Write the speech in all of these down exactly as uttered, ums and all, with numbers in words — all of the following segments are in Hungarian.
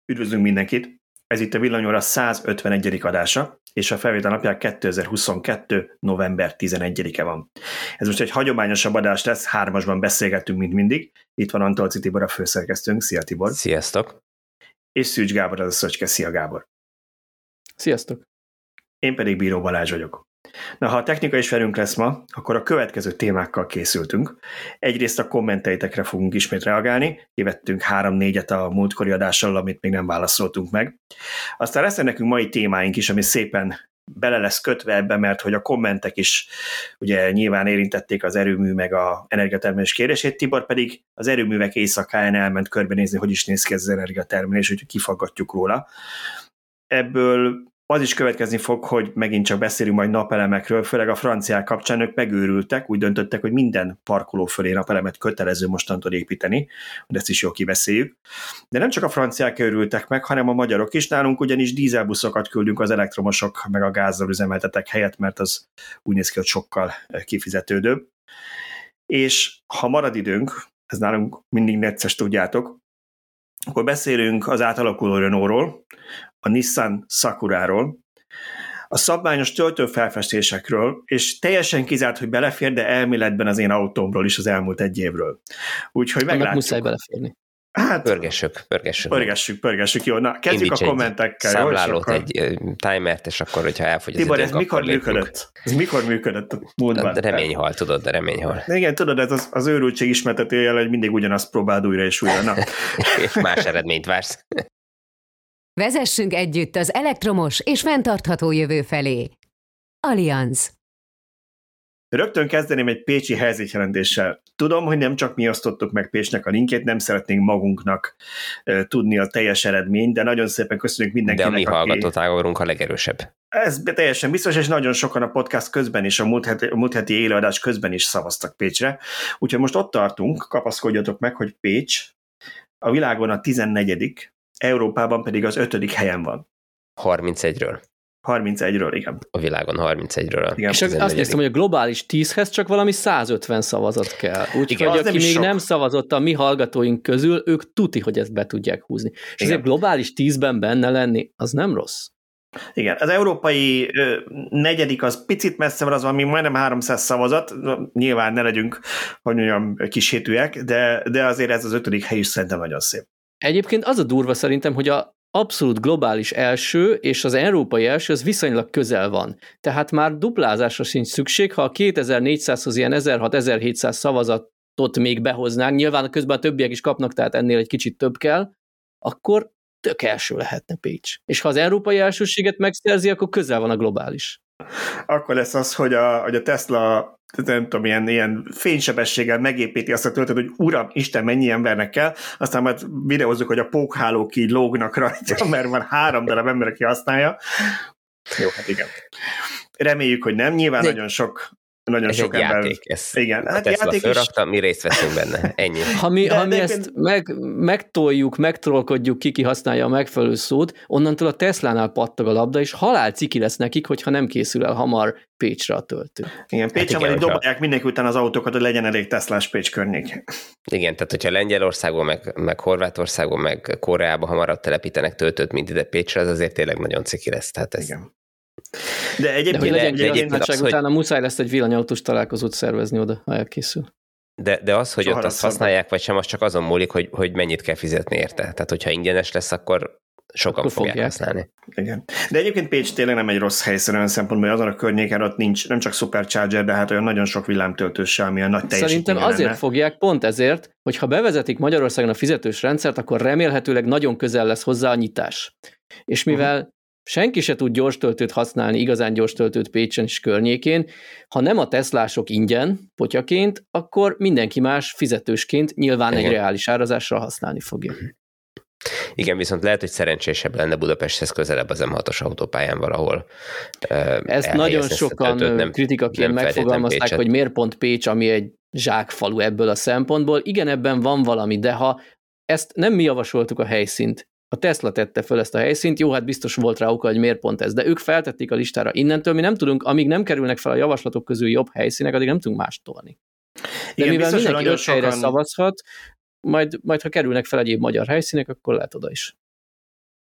Üdvözlünk mindenkit! Ez itt a Villanyóra százötvenegyedik adása, és a felvétel napján kétezer-huszonkettő. november tizenegyedike van. Ez most egy hagyományosabb adás lesz, hármasban beszélgetünk, mint mindig. Itt van Antolci Tibor, a főszerkesztőnk. Szia, Tibor! Sziasztok! És Szűcs Gábor, az a Szöcske. Szia, Gábor! Sziasztok! Én pedig Bíró Balázs vagyok. Na, ha a technikai ismerünk lesz ma, akkor a következő témákkal készültünk. Egyrészt a kommenteitekre fogunk ismét reagálni, kivettünk három-négyet a múltkori adással, amit még nem válaszoltunk meg. Aztán lesz nekünk mai témáink is, ami szépen bele lesz kötve ebbe, mert hogy a kommentek is ugye nyilván érintették az erőmű meg a energiatermelés kérdését, Tibor pedig az erőművek éjszakáján elment körbenézni, hogy is néz ki ez az energiatermelés, úgyhogy kifaggatjuk róla. Ebből az is következni fog, hogy megint csak beszélünk majd napelemekről, főleg a franciák kapcsán ők megőrültek, úgy döntöttek, hogy minden parkoló fölé napelemet kötelező mostantól építeni, hogy ezt is jól kibeszéljük. De nem csak a franciák őrültek meg, hanem a magyarok is. Nálunk ugyanis dízelbuszokat küldünk az elektromosok meg a gázzal üzemeltetek helyett, mert az úgy néz ki, hogy sokkal kifizetődőbb. És ha marad időnk, ez nálunk mindig necces, tudjátok, akkor beszélünk az átalakuló Renaultról, a Nissan Sakuráról, a szabványos töltőfelfestésekről, és teljesen kizárt, hogy belefér, de elméletben az én autómról is az elmúlt egy évről. Úgyhogy meglátjuk. Annak muszáj beleférni. Hát, pörgessük, pörgessük. Pörgessük, pörgessük. Jó, na, kezdjük a kommentekkel. Számlálót, jó, egy, egy timert, és akkor, hogyha elfogy az Tibor, időnk, ez mikor működött? Ez mikor működött a múltban? De reményhal, tudod, de reményhal. Igen, tudod, ez az, az őrültség ismertetőjel, hogy mindig ugyanazt próbáld újra és újra. Na. És más eredményt vársz. Vezessünk együtt az elektromos és fenntartható jövő felé. Allianz. Rögtön kezdeném egy pécsi helyzetjelentéssel. Tudom, hogy nem csak mi osztottuk meg Pécsnek a linkjét, nem szeretnénk magunknak uh, tudni a teljes eredményt, de nagyon szépen köszönjük mindenkinek, de a mi aki... hallgatótágorunk a legerősebb. Ez teljesen biztos, és nagyon sokan a podcast közben is, a múlt heti, a múlt heti élőadás közben is szavaztak Pécsre. Úgyhogy most ott tartunk, kapaszkodjatok meg, hogy Pécs a világon a tizennegyedik, Európában pedig az ötödik helyen van. harmincegyről. harmincegyről, igen. A világon harmincegyről. Igen. És azt néztem, hogy a globális tízhez csak valami százötven szavazat kell. Úgyhogy aki még sok. nem szavazott a mi hallgatóink közül, ők tuti, hogy ezt be tudják húzni. És igen. Azért globális tízben benne lenni, az nem rossz. Igen, az európai ö, negyedik az picit messze van, az valami majdnem háromszáz szavazat, nyilván ne legyünk, hogy mondjam, kishétűek, de, de azért ez az ötödik hely is szerintem nagyon szép. Egyébként az a durva szerintem, hogy a abszolút globális első és az európai első az viszonylag közel van. Tehát már duplázásra sincs szükség, ha a kétezer-négyszázhoz ilyen ezerhatszáz-ezerhétszáz szavazatot még behoznánk, nyilván közben a többiek is kapnak, tehát ennél egy kicsit több kell, akkor tök első lehetne Pécs. És ha az európai elsőséget megszerzi, akkor közel van a globális. Akkor lesz az, hogy a, hogy a Tesla nem tudom, ilyen, ilyen fénysebességgel megépíti azt a töltőt, hogy uram, Isten, mennyi embernek kell, aztán majd videózzuk, hogy a pókhálók így lógnak rajta, mert van három darab ember, aki használja. Jó, hát igen. Reméljük, hogy nem. Nyilván De nagyon sok Nagyon ez sok egy ember. Játék, ez igen, a hát Tesla játék fölrakta, mi részt veszünk benne. Ennyi. Ha mi, de, ha mi de ezt meg, megtoljuk, megtrollkodjuk, ki használja a megfelelő szót, onnantól a Teslánál pattog a labda, és halál ciki lesz nekik, hogyha nem készül el hamar Pécsre a töltő. Igen, Pécsen hát dobálják hogyha... mindenki után az autókat, hogy legyen elég Teslás Pécs környék. Igen, tehát hogyha Lengyelországon, meg, meg Horvátországon, meg Koreában hamarabb telepítenek töltőt, mint ide Pécsre, az azért tényleg nagyon ciki lesz. Tehát ez... Igen. De egyébként, de hogy legyen de egyébként az, utána hogy... muszáj lesz egy villanyautós találkozót szervezni oda, ha elkészül. De, de az, hogy Soha ott azt használják, vagy sem, az csak azon múlik, hogy, hogy mennyit kell fizetni érte. Tehát, hogyha ingyenes lesz, akkor sokan akkor fogják, fogják használni. Igen. De egyébként Pécs tényleg nem egy rossz helyszín olyan szempontból, hogy azon a környéken ott nincs nem csak supercharger, de hát olyan nagyon sok villámtöltőssel, ami a nagy teljesítmény. Szerintem azért lenne. fogják, pont ezért, hogy ha bevezetik Magyarországon a fizetős rendszert, akkor remélhetőleg nagyon közel lesz hozzá a nyitás. És mivel uh-huh. senki se tud gyors töltőt használni, igazán gyors töltőt Pécsen és környékén, ha nem a Teslások ingyen, potyaként, akkor mindenki más fizetősként nyilván Igen. egy reális árazással használni fogja. Igen, viszont lehet, hogy szerencsésebb lenne Budapesthez közelebb az em hatos autópályán valahol. Ezt nagyon sokan nem, kritikaként nem megfogalmazták, Pécset. hogy miért pont Pécs, ami egy zsákfalu ebből a szempontból. Igen, ebben van valami, de ha ezt nem mi javasoltuk a helyszínt, a Tesla tette föl ezt a helyszínt, jó, hát biztos volt rá oka, hogy miért pont ez, de ők feltették a listára. Innentől mi nem tudunk, amíg nem kerülnek fel a javaslatok közül jobb helyszínek, addig nem tudunk mást tolni. De igen, mivel biztos, mindenki öt sokan... helyre szavazhat, majd, majd ha kerülnek fel egyéb magyar helyszínek, akkor lehet oda is.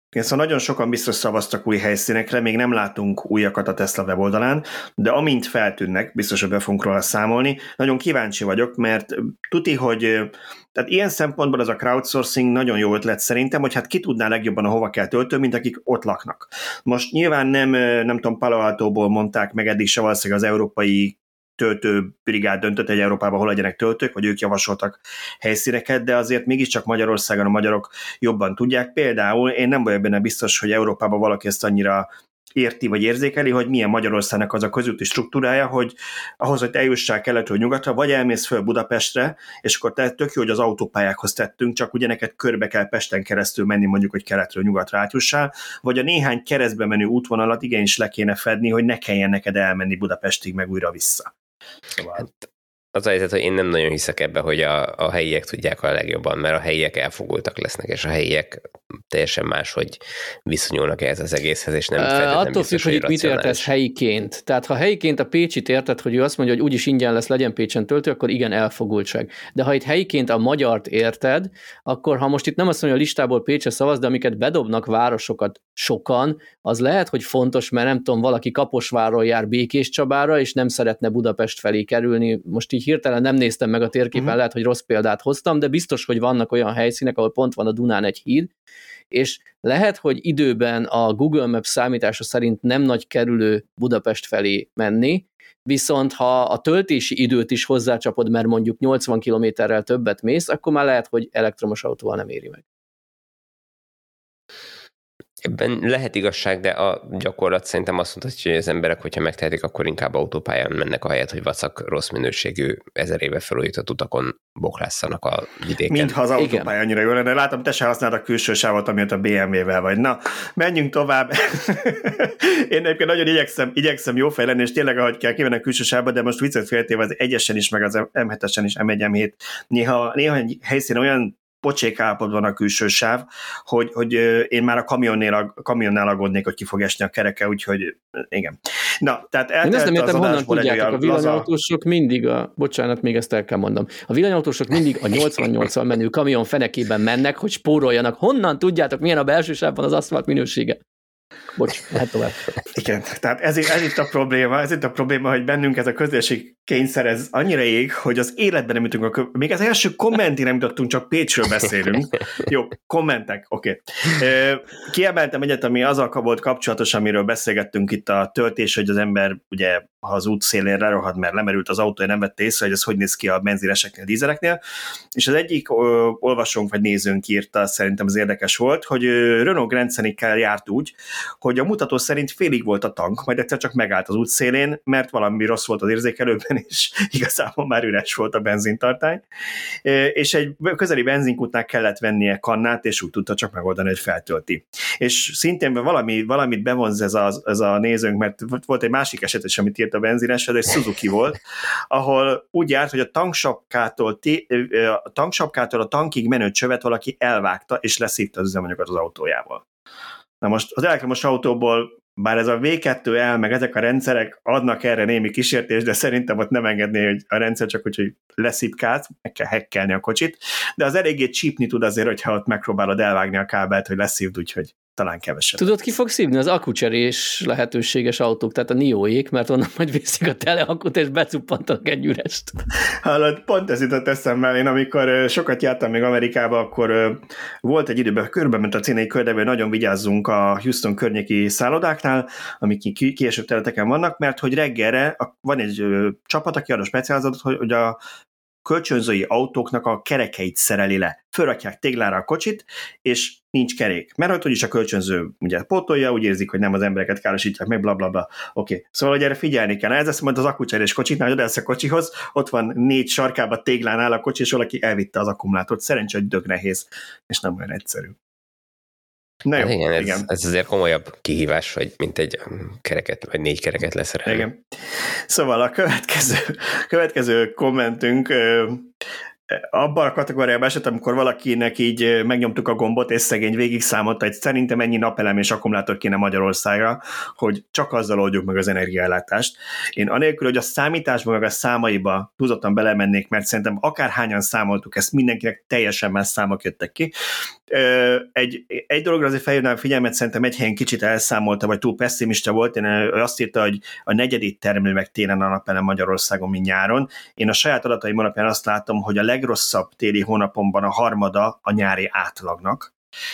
Szóval nagyon sokan biztos szavaztak új helyszínekre, még nem látunk újakat a Tesla weboldalán, de amint feltűnnek, biztos, hogy be fogunk róla számolni. Nagyon kíváncsi vagyok, mert tuti, hogy tehát ilyen szempontból az a crowdsourcing nagyon jó ötlet szerintem, hogy hát ki tudná legjobban a hova kell töltő, mint akik ott laknak. Most nyilván nem, nem tudom, Palo Altóból mondták meg eddig se valószínűleg az európai töltőbrigád döntött egy Európában, hol legyenek töltők, vagy ők javasoltak helyszíneket, de azért mégiscsak Magyarországon a magyarok jobban tudják. Például én nem vagyok benne biztos, hogy Európában valaki ezt annyira érti vagy érzékeli, hogy milyen Magyarországnak az a közúti struktúrája, hogy ahhoz, hogy te eljussál keletről nyugatra, vagy elmész föl Budapestre, és akkor te tök jó, hogy az autópályákhoz tettünk, csak ugye neked körbe kell Pesten keresztül menni, mondjuk, hogy keletről nyugatra átjussál, vagy a néhány keresztbe menő útvonalat igenis le kéne fedni, hogy ne kelljen neked elmenni Budapestig, meg újra vissza. Szóval... Hát az a helyzet, hogy én nem nagyon hiszek ebbe, hogy a, a helyiek tudják a legjobban, mert a helyiek elfogultak lesznek, és a helyiek teljesen máshogy viszonyulnak ehhez az egészhez, és nem feltétlenül Attól biztos, függ, hogy itt mit értesz helyiként. Tehát ha helyiként a Pécsit érted, hogy ő azt mondja, hogy úgyis ingyen lesz, legyen Pécsen töltő, akkor igen, elfogultság. De ha itt helyiként a magyart érted, akkor ha most itt nem azt mondja, a listából Pécsre szavaz, de amiket bedobnak városokat sokan, az lehet, hogy fontos, mert nem tudom, valaki Kaposvárról jár Békéscsabára, és nem szeretne Budapest felé kerülni. Most így hirtelen nem néztem meg a térképen, uh-huh. lehet, hogy rossz példát hoztam, de biztos, hogy vannak olyan helyszínek, ahol pont van a Dunán egy híd, és lehet, hogy időben a Google Maps számítása szerint nem nagy kerülő Budapest felé menni, viszont ha a töltési időt is hozzácsapod, mert mondjuk nyolcvan kilométerrel többet mész, akkor már lehet, hogy elektromos autóval nem éri meg. Ebben lehet igazság, de a gyakorlat szerintem azt mondta, hogy az emberek, hogyha megtehetik, akkor inkább autópályán mennek, ahelyett, hogy vacak rossz minőségű, ezer éve felújított utakon boklásszanak a vidéken. Mintha az autópálya annyira jó lenne. Látom, te se használod a külső sávot, amiatt a bé em vé-vel vagy. Na, menjünk tovább. Én egyébként nagyon igyekszem, igyekszem jó fej lenni, és tényleg, ahogy kell, kivenni a külső sávba, de most viccet féltéve az egyesen is, meg az em hetesen is, em egy, em hét. Néha, néha egy helyszín olyan pocsék állapotban a külső sáv, hogy, hogy én már a kamionnél, a kamionnál aggódnék, hogy ki fog esni a kereke, úgyhogy igen. Na, tehát én ezt nem értem, honnan tudjátok, a villanyautósok mindig a, bocsánat, még ezt el kell mondom, a villanyautósok mindig a nyolcvannyolccal menő kamion fenekében mennek, hogy spóroljanak. Honnan tudjátok, milyen a belső sávban az aszfalt minősége? Bocs, hát tovább. Igen, tehát ez, ez itt a probléma, ez itt a probléma, hogy bennünk ez a közösség kényszer, ez annyira ég, hogy az életben nem jutunk a kö... Még az első kommentig nem jutottunk, csak Pécsről beszélünk. Jó, kommentek, oké. Okay. Kiemeltem egyet, ami azzal volt kapcsolatos, amiről beszélgettünk itt a töltés, hogy az ember ugye, ha az út szélén lerohad, mert lemerült az autója, nem vette észre, hogy ez hogy néz ki a benzineseknél, dízeleknél, és az egyik ö, olvasónk vagy nézőnk írta, szerintem az érdekes volt, hogy ö, Renault Grancenikkel járt úgy, hogy a mutató szerint félig volt a tank, majd egyszer csak megállt az út szélén, mert valami rossz volt az érzékelőben, és igazából már üres volt a benzintartály, és egy közeli benzinkútnál kellett vennie kannát, és úgy tudta csak megoldani, hogy feltölti. És szintén valami, valamit bevonz ez a, ez a nézőnk, mert volt egy másik eset is, amit írt a benzines, ez egy Suzuki volt, ahol úgy járt, hogy a tanksapkától, a tanksapkától a tankig menő csövet valaki elvágta, és leszívta az üzemanyagot az autójával. Na most az elektromos autóból, bár ez a vé kettő el, meg ezek a rendszerek adnak erre némi kísértést, de szerintem ott nem engedné, hogy a rendszer csak úgy, hogy leszipkált, meg kell hekkelni a kocsit, de az eléggé csípni tud azért, hogyha ott megpróbálod elvágni a kábelt, hogy leszívd, úgyhogy talán kevesebb. Tudod, ki fog szívni? Az akkucserés lehetőséges autók, tehát a Nióék, mert onnan majd viszik a teleakut, és becuppantanak egy ürest. Hallod, pont ez jutott eszembe. Én amikor sokat jártam még Amerikába, akkor volt egy időben, körbe ment a cénei kördeből, nagyon vigyázzunk a Houston környéki szállodáknál, amik kieső területeken vannak, mert hogy reggelre van egy csapat, aki arra specializált, hogy a kölcsönzői autóknak a kerekeit szereli le. Fölrakják téglára a kocsit, és nincs kerék. Mert hogy úgyis a kölcsönző ugye pótolja, úgy érzik, hogy nem az embereket károsítják meg, blablabla. Bla, bla. Oké. Okay. Szóval, hogy erre figyelni kell. Ez lesz majd az akkucserés kocsiknál, hogy odaállsz a kocsihoz, ott van négy sarkába téglán áll a kocsi, és valaki elvitte az akkumulátort. Szerencsé, hogy dög nehéz, és nem olyan egyszerű. Na jó, igen, igen. Ez, ez azért komolyabb kihívás, hogy mint egy kereket, vagy négy kereket leszerelni. Igen. Szóval a következő, következő kommentünk abban a kategóriában eset, amikor valakinek így megnyomtuk a gombot, és szegény végig számolta, hogy szerintem ennyi napelem és akkumulátor kéne Magyarországra, hogy csak azzal oldjuk meg az energiaellátást. Én anélkül, hogy a számításba meg a számaiba túlzottan belemennék, mert szerintem akárhányan számoltuk ezt, mindenkinek teljesen más számok jöttek ki. Egy, egy dologra azért felhívnám figyelmet, szerintem egy helyen kicsit elszámolta, vagy túl pessimista volt. Én azt írta, hogy a negyedik termő meg télen a napelem Magyarországon, mint nyáron. Én a saját adataim alapján azt látom, hogy a legrosszabb téli hónapomban a harmada a nyári átlagnak.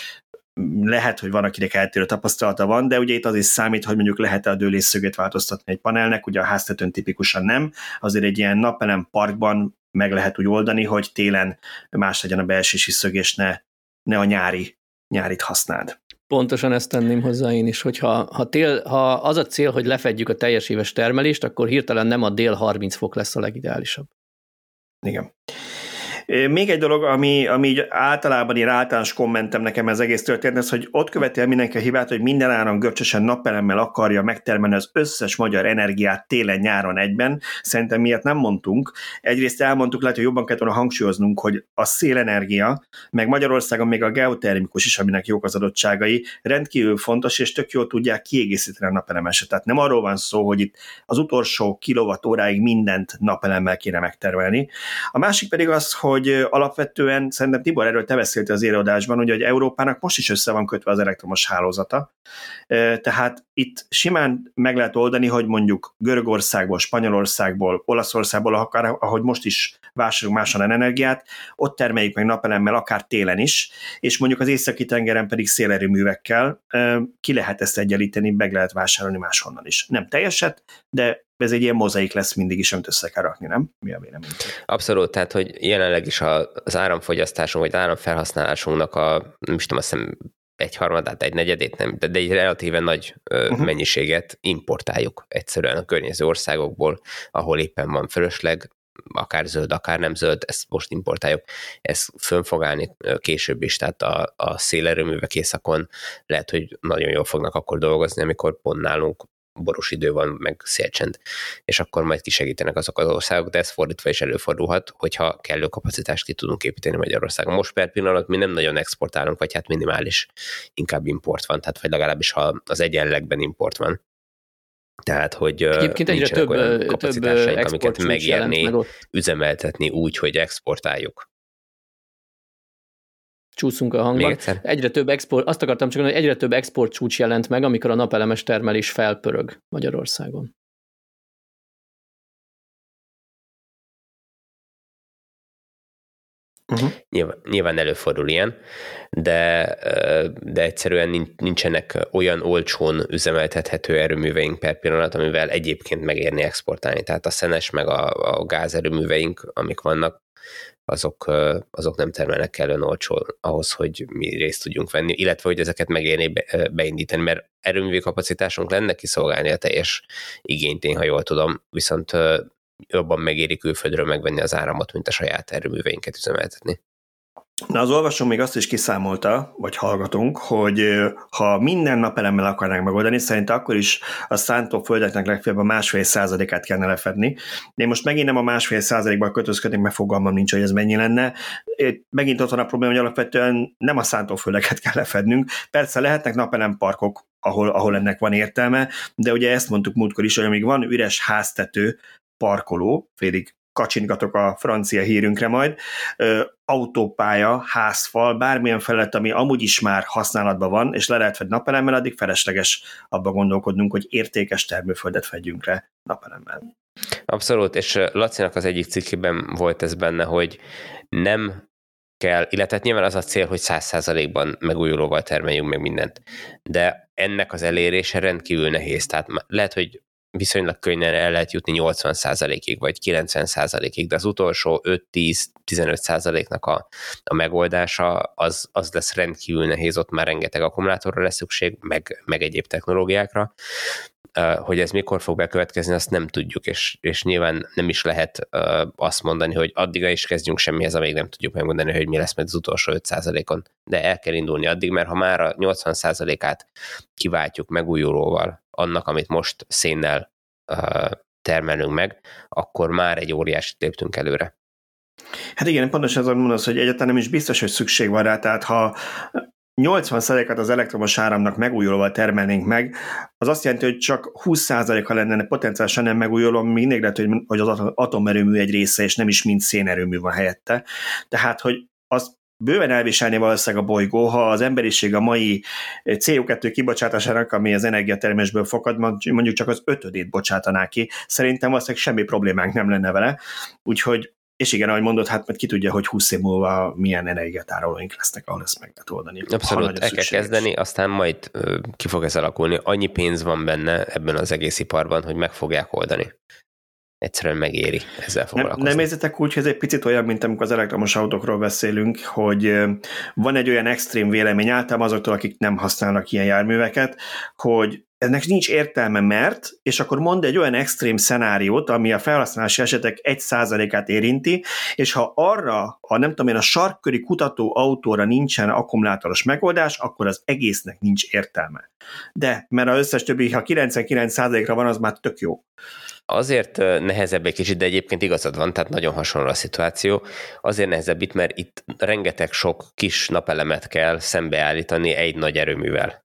Lehet, hogy van, akinek eltérő tapasztalata van, de ugye itt az is számít, hogy mondjuk lehet-e a dőlésszögét változtatni egy panelnek, ugye a háztetőn tipikusan nem, azért egy ilyen napelem parkban meg lehet úgy oldani, hogy télen más legyen a beesési szög, és ne, ne a nyári, nyárit használd. Pontosan ezt tenném hozzá én is, hogy ha, ha, tél, ha az a cél, hogy lefedjük a teljes éves termelést, akkor hirtelen nem a dél harminc fok lesz a legideálisabb. Igen. Még egy dolog, ami, ami így általában ilyen általános kommentem nekem ez egész történet, ez, hogy ott követi el mindenki a hibát, hogy minden áram görcsösen napelemmel akarja megtermelni az összes magyar energiát télen-nyáron egyben. Szerintem miért nem mondtunk. Egyrészt elmondtuk, lehet, hogy jobban kellett volna hangsúlyoznunk, hogy a szélenergia, meg Magyarországon még a geotermikus is, aminek jók az adottságai, rendkívül fontos, és tök jól tudják kiegészíteni a napelemeset. Tehát nem arról van szó, hogy itt az utolsó kilovattóráig mindent napelemmel kéne megtermelni. A másik pedig az, hogy hogy alapvetően, szerintem Tibor, erről te beszéltél az élőadásban, ugye, hogy Európának most is össze van kötve az elektromos hálózata. Tehát itt simán meg lehet oldani, hogy mondjuk Görögországból, Spanyolországból, Olaszországból, akár, ahogy most is vásárolunk máshonnan energiát, ott termeljük meg napelemmel, akár télen is, és mondjuk az északi tengeren pedig szélerőművekkel ki lehet ezt egyenlíteni, meg lehet vásárolni máshonnan is. Nem teljeset, de ez egy ilyen mozaik lesz mindig is, amit össze kell rakni, nem? Mi a vélemény? Abszolút, tehát hogy jelenleg is az áramfogyasztásunk, vagy áramfelhasználásunknak a, nem is tudom, azt hiszem egy harmadát, egy negyedét, nem, de egy relatíve nagy uh-huh. mennyiséget importáljuk egyszerűen a környező országokból, ahol éppen van fölösleg, akár zöld, akár nem zöld, ezt most importáljuk, ez fönn fog állni később is, tehát a, a szélerőművek északon lehet, hogy nagyon jól fognak akkor dolgozni, amikor pont nálunk boros idő van, meg szélcsend, és akkor majd kisegítenek azok az országok, de ez fordítva is előfordulhat, hogyha kellő kapacitást ki tudunk építeni Magyarországon. Most per pillanat mi nem nagyon exportálunk, vagy hát minimális, inkább import van, tehát vagy legalábbis ha az egyenlegben import van. Tehát, hogy egyébként egyre több, olyan kapacitásaink, több amiket megérni, meg üzemeltetni úgy, hogy exportáljuk. Csúszunk a hangban. Egyre több export, azt akartam csak mondani, hogy egyre több export csúcs jelent meg, amikor a napelemes termelés felpörög Magyarországon. Uh-huh. Nyilván, nyilván előfordul ilyen, de, de egyszerűen nincsenek olyan olcsón üzemeltethető erőműveink per pillanat, amivel egyébként megérni exportálni. Tehát a szenes meg a, a gázerőműveink, amik vannak, azok, azok nem termelnek kellően olcsó ahhoz, hogy mi részt tudjunk venni, illetve hogy ezeket megérni be, beindítani, mert erőművi kapacitásunk lenne kiszolgálni a teljes igényt, én, ha jól tudom, viszont jobban megéri külföldről megvenni az áramot, mint a saját erőműveinket üzemeltetni. Na, az olvasó még azt is kiszámolta, vagy hallgatunk, hogy ha minden napelemmel akarnánk megoldani, szerint akkor is a szántóföldeknek legfeljebb a másfél százalékát kellene lefedni. De én most megint nem a másfél százalékban kötözködnék, mert fogalmam nincs, hogy ez mennyi lenne. Megint ott van a probléma, hogy alapvetően nem a szántóföldeket kell lefednünk. Persze lehetnek napelemparkok, ahol, ahol ennek van értelme, de ugye ezt mondtuk múltkor is, hogy amíg van üres háztető, parkoló, félig kacsingatok a francia hírünkre majd, ö, autópálya, házfal, bármilyen felület, ami amúgy is már használatban van, és le lehet fedni napelemmel, addig felesleges abba gondolkodnunk, hogy értékes termőföldet fedjünk le napelemmel. Abszolút, és Lacinak az egyik cikkében volt ez benne, hogy nem kell, illetve nyilván az a cél, hogy száz százalékban megújulóval termeljünk meg mindent, de ennek az elérése rendkívül nehéz, tehát lehet, hogy viszonylag könnyen el lehet jutni nyolcvan százalékig, vagy kilencven százalékig, de az utolsó öt-tíz-tizenöt százaléknak a, a megoldása az, az lesz rendkívül nehéz, ott már rengeteg akkumulátorra lesz szükség, meg, meg egyéb technológiákra. Hogy ez mikor fog bekövetkezni, azt nem tudjuk, és, és nyilván nem is lehet azt mondani, hogy addigra is kezdjünk semmihez, amíg nem tudjuk megmondani, hogy mi lesz majd az utolsó öt százalékon. De el kell indulni addig, mert ha már a nyolcvan százalékát kiváltjuk megújulóval annak, amit most szénnel uh, termelünk meg, akkor már egy óriásit léptünk előre. Hát igen, pontosan azon mondasz, hogy egyáltalán nem is biztos, hogy szükség van rá, tehát ha nyolcvan százalékát az elektromos áramnak megújulóval termelnénk meg, az azt jelenti, hogy csak húsz százaléka lenne potenciálisan nem megújuló, még mindig lehet, hogy az atomerőmű egy része, és nem is mind szénerőmű van helyette. Tehát, hogy az bőven elviselni valószínűleg a bolygó, ha az emberiség a mai cé o kettő kibocsátásának, ami az energiatermésből fakad, mondjuk csak az ötödét bocsátaná ki. Szerintem valószínűleg semmi problémánk nem lenne vele. Úgyhogy, és igen, ahogy mondod, hát mert ki tudja, hogy húsz év múlva milyen energiatárolóink lesznek, ahol ezt meg lehet oldani. Abszolút, el kell kezdeni, aztán majd ö, ki fog ez alakulni. Annyi pénz van benne ebben az egész iparban, hogy meg fogják oldani. Egyszerűen megéri ezzel foglalkozni. Nem, nem érzitek úgy, hogy ez egy picit olyan, mint amikor az elektromos autókról beszélünk, hogy van egy olyan extrém vélemény általában azoktól, akik nem használnak ilyen járműveket, hogy ennek nincs értelme, mert, és akkor mond egy olyan extrém szenáriót, ami a felhasználási esetek egy százalékát érinti, és ha arra, ha nem tudom én, a sarkköri kutató autóra nincsen akkumulátoros megoldás, akkor az egésznek nincs értelme. De, mert az összes többi, ha kilencvenkilenc százalékra van, az már tök jó. Azért nehezebb egy kicsit, de egyébként igazad van, tehát nagyon hasonló a szituáció. Azért nehezebb itt, mert itt rengeteg sok kis napelemet kell szembeállítani egy nagy erőművel,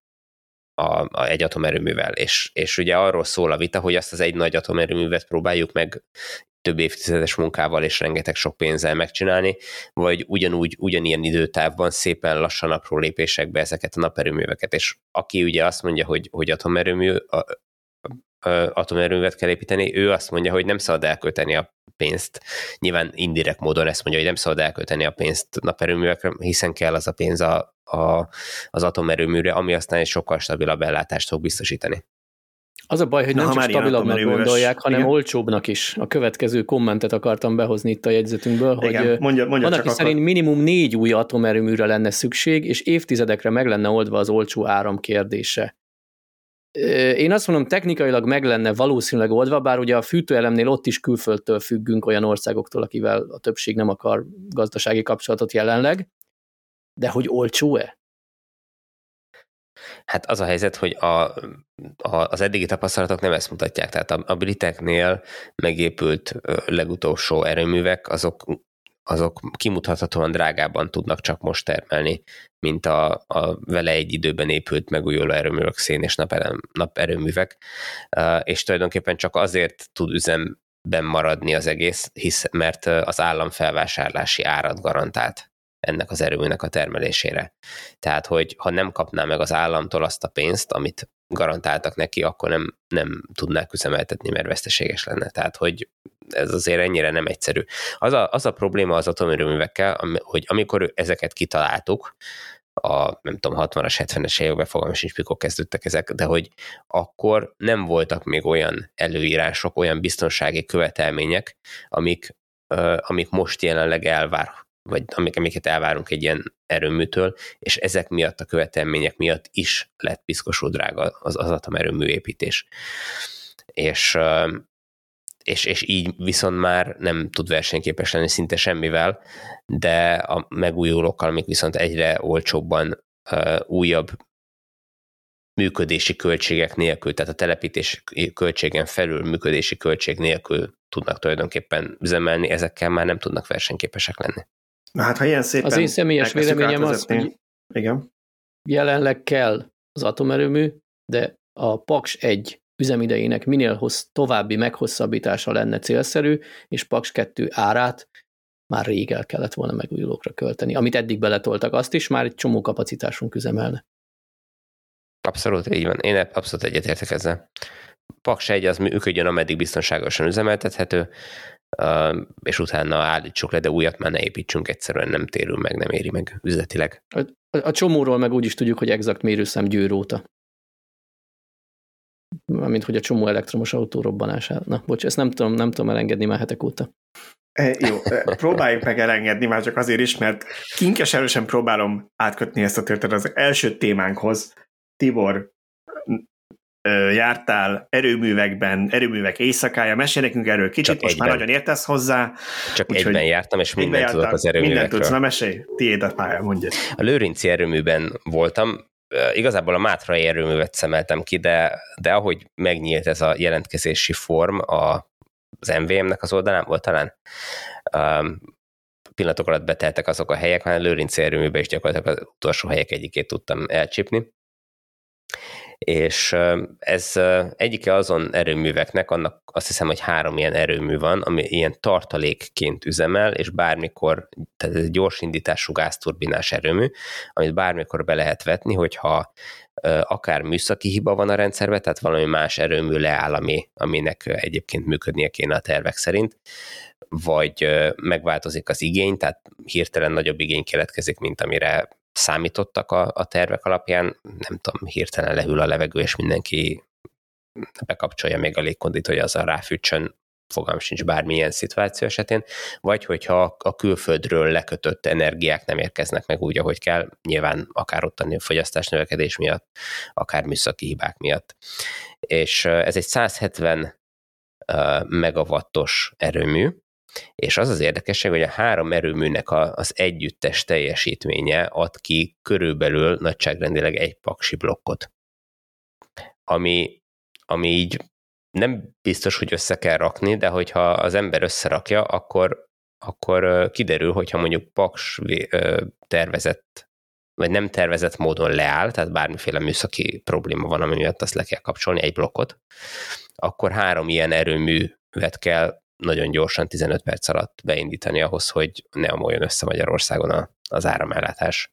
a, a, egy atomerőművel, és, és ugye arról szól a vita, hogy azt az egy nagy atomerőművet próbáljuk meg több évtizedes munkával és rengeteg sok pénzzel megcsinálni, vagy ugyanúgy, ugyanilyen időtávban szépen lassan apró lépésekbe ezeket a naperőműveket, és aki ugye azt mondja, hogy, hogy atomerőmű, a, atomerőművet kell építeni, ő azt mondja, hogy nem szabad elkölteni a pénzt. Nyilván indirekt módon ezt mondja, hogy nem szabad elkölteni a pénzt naperőművekre, hiszen kell az a pénz a, a, az atomerőműre, ami aztán egy sokkal stabilabb ellátást fog biztosítani. Az a baj, hogy Na, nem csak stabilabbnak gondolják, hanem igen. olcsóbbnak is. A következő kommentet akartam behozni itt a jegyzetünkből, igen, hogy mondja, mondja van, aki csak szerint akar... minimum négy új atomerőműre lenne szükség, és évtizedekre meg lenne oldva az olcsó áram kérdése. Én azt mondom, technikailag meg lenne valószínűleg oldva, bár ugye a fűtőelemnél ott is külföldtől függünk, olyan országoktól, akivel a többség nem akar gazdasági kapcsolatot jelenleg, de hogy olcsó-e? Hát az a helyzet, hogy a, a, az eddigi tapasztalatok nem ezt mutatják. Tehát a, a briteknél megépült legutolsó erőművek, azok, azok kimutathatóan drágában tudnak csak most termelni, mint a, a vele egy időben épült megújuló erőművek, szén- és naperőm, naperőművek, és tulajdonképpen csak azért tud üzemben maradni az egész, hisz, mert az állam felvásárlási árat garantált ennek az erőműnek a termelésére. Tehát, hogy ha nem kapná meg az államtól azt a pénzt, amit garantáltak neki, akkor nem, nem tudnák üzemeltetni, mert veszteséges lenne. Tehát, hogy ez azért ennyire nem egyszerű. Az a, az a probléma az atomerőművekkel, hogy amikor ezeket kitaláltuk, a nem tudom, hatvanas, hetvenes években, fogalmam sincs, mikor kezdődtek ezek, de hogy akkor nem voltak még olyan előírások, olyan biztonsági követelmények, amik, uh, amik most jelenleg elvár, vagy amik, amiket elvárunk egy ilyen erőműtől, és ezek miatt, a követelmények miatt is lett piszkosul drága az, az atomerőmű építés. És, uh, és, és így viszont már nem tud versenyképes lenni szinte semmivel, de a megújulókkal, amik viszont egyre olcsóbban uh, újabb működési költségek nélkül, tehát a telepítési költségen felül működési költség nélkül tudnak tulajdonképpen üzemelni, ezekkel már nem tudnak versenyképesek lenni. Na hát, ha ilyen szépen az én személyes véleményem az, hogy igen. jelenleg kell az atomerőmű, de a Paks egy üzemidejének minél hossz, további meghosszabbítása lenne célszerű, és Paks kettő árát már rég el kellett volna megújulókra költeni. Amit eddig beletoltak, azt is már egy csomó kapacitásunk üzemelne. Abszolút, így van. Én abszolút egyetértek ezzel. Paks egy az működjön, ameddig biztonságosan üzemeltethető, és utána állítsuk le, de újat már ne építsünk, egyszerűen nem térül meg, nem éri meg üzletileg. A, a csomóról meg úgy is tudjuk, hogy exakt mérőszám Győr óta. Mint hogy a csomó elektromos autó robbanására. Na, bocs, ezt nem tudom, nem tudom elengedni már hetek óta. E, jó, próbáljuk meg elengedni, már csak azért is, mert kinkes erősen próbálom átkötni ezt a történetet az első témánkhoz. Tibor, jártál erőművekben, erőművek éjszakája, mesélj nekünk erről kicsit, csak most egyben. Már nagyon értesz hozzá. Csak egyben úgy, jártam, és mindent tudok az erőművekről. Mindent tudsz, na mesélj, tiéd a pálya, mondjad. A Lőrinci erőműben voltam, igazából a mátrai erőművet szemeltem ki, de, de ahogy megnyílt ez a jelentkezési form a, az em vé em-nek az oldalán volt talán, pillanatok alatt beteltek azok a helyek, hanem Lőrinci erőműben is gyakorlatilag az utolsó helyek egyikét tudtam elcsípni. És ez egyike azon erőműveknek, annak azt hiszem, hogy három ilyen erőmű van, ami ilyen tartalékként üzemel, és bármikor, tehát ez egy gyorsindítású gázturbinás erőmű, amit bármikor be lehet vetni, hogyha akár műszaki hiba van a rendszerben, tehát valami más erőmű leáll, ami, aminek egyébként működnie kéne a tervek szerint, vagy megváltozik az igény, tehát hirtelen nagyobb igény keletkezik, mint amire számítottak a, a tervek alapján, nem tudom, hirtelen lehűl a levegő, és mindenki bekapcsolja még a légkondit, hogy azzal ráfűtsön, fogalmam sincs bármilyen szituáció esetén, vagy hogyha a külföldről lekötött energiák nem érkeznek meg úgy, ahogy kell, nyilván akár ottani fogyasztás növekedés miatt, akár műszaki hibák miatt. És ez egy száz hetven megawattos erőmű, és az az érdekesség, hogy a három erőműnek az együttes teljesítménye ad ki körülbelül nagyságrendileg egy paksi blokkot, ami, ami így nem biztos, hogy össze kell rakni, de hogyha az ember összerakja, akkor, akkor kiderül, hogyha mondjuk paks tervezett, vagy nem tervezett módon leáll, tehát bármiféle műszaki probléma van, ami miatt azt le kell kapcsolni, egy blokkot, akkor három ilyen erőművet kell nagyon gyorsan, tizenöt perc alatt beindítani ahhoz, hogy ne omoljon össze Magyarországon az áramellátás.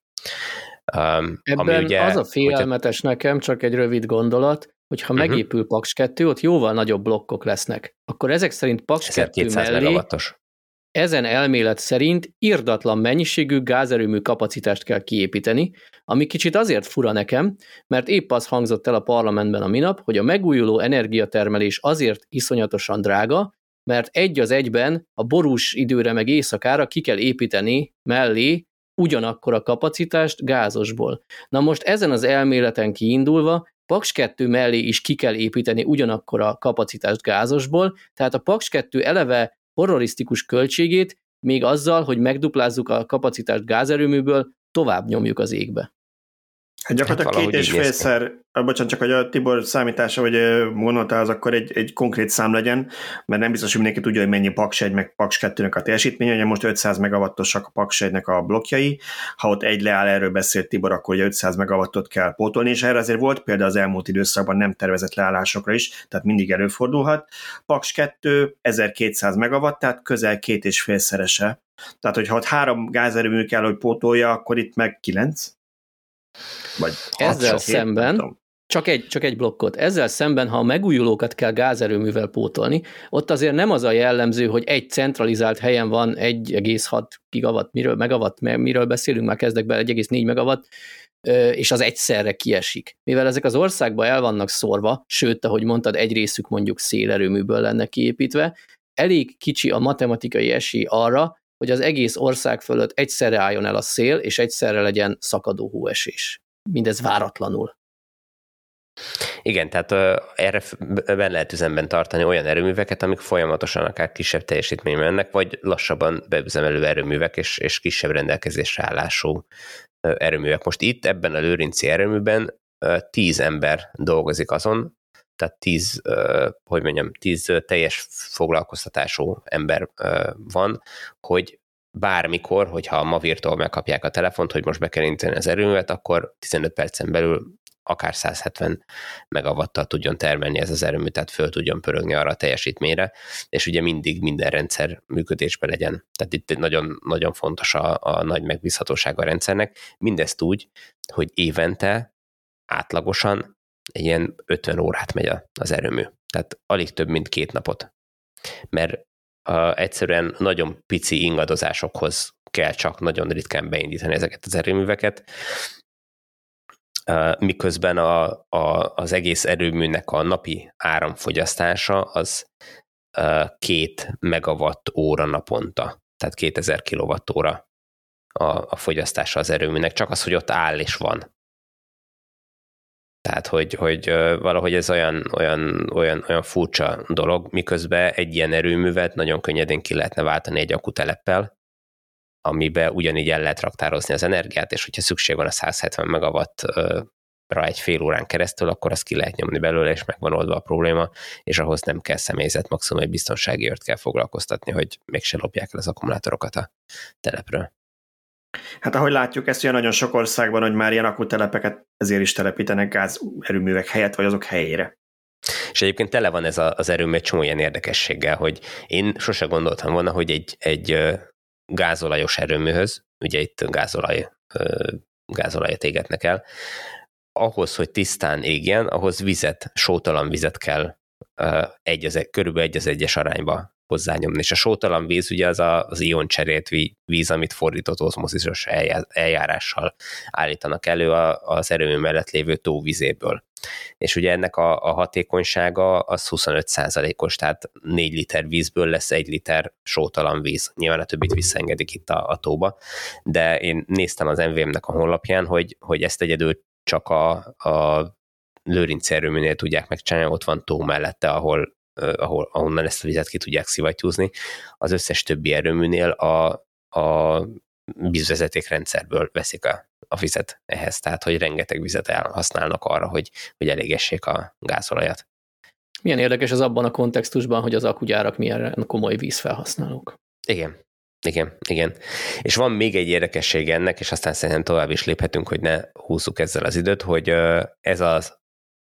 Um, Ebben ami ugye, az a félelmetes hogyha... nekem, csak egy rövid gondolat, hogyha uh-huh. megépül Paks kettő, ott jóval nagyobb blokkok lesznek. Akkor ezek szerint Paks kettő mellé megawattos. Ezen elmélet szerint irdatlan mennyiségű gázerőmű kapacitást kell kiépíteni, ami kicsit azért fura nekem, mert épp az hangzott el a parlamentben a minap, hogy a megújuló energiatermelés azért iszonyatosan drága, mert egy az egyben a borús időre meg éjszakára ki kell építeni mellé ugyanakkor a kapacitást gázosból. Na most ezen az elméleten kiindulva Paks kettő mellé is ki kell építeni ugyanakkor a kapacitást gázosból, tehát a Paks kettő eleve horrorisztikus költségét még azzal, hogy megduplázzuk a kapacitást gázerőműből, tovább nyomjuk az égbe. Hát gyakorlatilag hát két és félszer, bocsánat, csak hogy a Tibor számítása, vagy gondolta, az akkor egy, egy konkrét szám legyen, mert nem biztos, hogy mindenki tudja, hogy mennyi Paks egy, meg Paks kettőnek a teljesítménye, ugye most ötszáz megawattosak a Paks egynek a blokkjai, ha ott egy leáll, erről beszélt Tibor, akkor ugye ötszáz megawattot kell pótolni, és erre azért volt példa az elmúlt időszakban nem tervezett leállásokra is, tehát mindig előfordulhat. Paks kettő ezerkétszáz megawatt, tehát közel két és félszerese. Tehát, hogyha ott három gázerőmű kell, hogy pótolja, akkor itt meg kilenc. Vagy ezzel szemben, csak egy, csak egy blokkot, ezzel szemben, ha a megújulókat kell gázerőművel pótolni, ott azért nem az a jellemző, hogy egy centralizált helyen van egy egész hat gigawatt, miről, megawatt, miről beszélünk, már kezdek be egy egész négy megawatt, és az egyszerre kiesik. Mivel ezek az országban el vannak szórva, sőt, ahogy mondtad, egy részük mondjuk szélerőműből lenne kiépítve, elég kicsi a matematikai esély arra, hogy az egész ország fölött egyszerre álljon el a szél, és egyszerre legyen szakadó hóesés. Mindez váratlanul. Igen, tehát uh, erre ben lehet üzemben tartani olyan erőműveket, amik folyamatosan akár kisebb teljesítmény mennek, vagy lassabban beüzemelő erőművek és, és kisebb rendelkezésre állású uh, erőművek. Most itt ebben a lőrinci erőműben uh, tíz ember dolgozik azon, tehát tíz, uh, hogy mondjam, tíz uh, teljes foglalkoztatású ember uh, van, hogy bármikor, hogyha a Mavirtól megkapják a telefont, hogy most be kell indítani az erőművet, akkor tizenöt percen belül akár száz hetven megawattal tudjon termelni ez az erőmű, tehát föl tudjon pörögni arra a teljesítményre, és ugye mindig minden rendszer működésben legyen. Tehát itt nagyon, nagyon fontos a, a nagy megbízhatósága a rendszernek. Mindezt úgy, hogy évente átlagosan egy ilyen ötven órát megy az erőmű. Tehát alig több, mint két napot. Mert uh, egyszerűen nagyon pici ingadozásokhoz kell csak nagyon ritkán beindítani ezeket az erőműveket, uh, miközben a, a, az egész erőműnek a napi áramfogyasztása az uh, két megawatt óra naponta, tehát kétezer kilovattóra a, a fogyasztása az erőműnek, csak az, hogy ott áll és van. Tehát, hogy, hogy valahogy ez olyan, olyan, olyan, olyan furcsa dolog, miközben egy ilyen erőművet nagyon könnyedén ki lehetne váltani egy akkuteleppel, amiben ugyanígy el lehet raktározni az energiát, és hogyha szükség van a száz hetven megawatt egy fél órán keresztül, akkor azt ki lehet nyomni belőle, és megvan oldva a probléma, és ahhoz nem kell személyzet, maximum egy biztonsági őrt kell foglalkoztatni, hogy mégse lopják el az akkumulátorokat a telepről. Hát ahogy látjuk, ezt olyan nagyon sok országban, hogy már ilyen akkutelepeket ezért is telepítenek gázerőművek helyett, vagy azok helyére. És egyébként tele van ez a, az erőmű egy csomó ilyen érdekességgel, hogy én sose gondoltam volna, hogy egy, egy gázolajos erőműhöz, ugye itt gázolaj, gázolajat égetnek el, ahhoz, hogy tisztán égjen, ahhoz vizet, sótalan vizet kell egy az, körülbelül egy az egyes arányba hozzányomni. És a sótalan víz ugye az a, az ioncserélt víz, amit fordított ozmoszisos eljárással állítanak elő az erőmű mellett lévő tóvizéből. És ugye ennek a, a hatékonysága az huszonöt százalékos, tehát négy liter vízből lesz egy liter sótalan víz. Nyilván a többit visszaengedik itt a, a tóba, de én néztem az em vé em-nek a honlapján, hogy, hogy ezt egyedül csak a, a Lőrinci erőműnél tudják megcsinálni, ott van tó mellette, ahol, ahol, ahonnan ezt a vizet ki tudják szivattyúzni. Az összes többi erőműnél a, a vízvezetékrendszerből veszik a, a vizet ehhez, tehát hogy rengeteg vizet elhasználnak arra, hogy, hogy elégessék a gázolajat. Milyen érdekes az abban a kontextusban, hogy az akkugyárak milyen komoly vízfelhasználók. Igen. Igen, igen. És van még egy érdekessége ennek, és aztán szerintem tovább is léphetünk, hogy ne húzzuk ezzel az időt, hogy ez az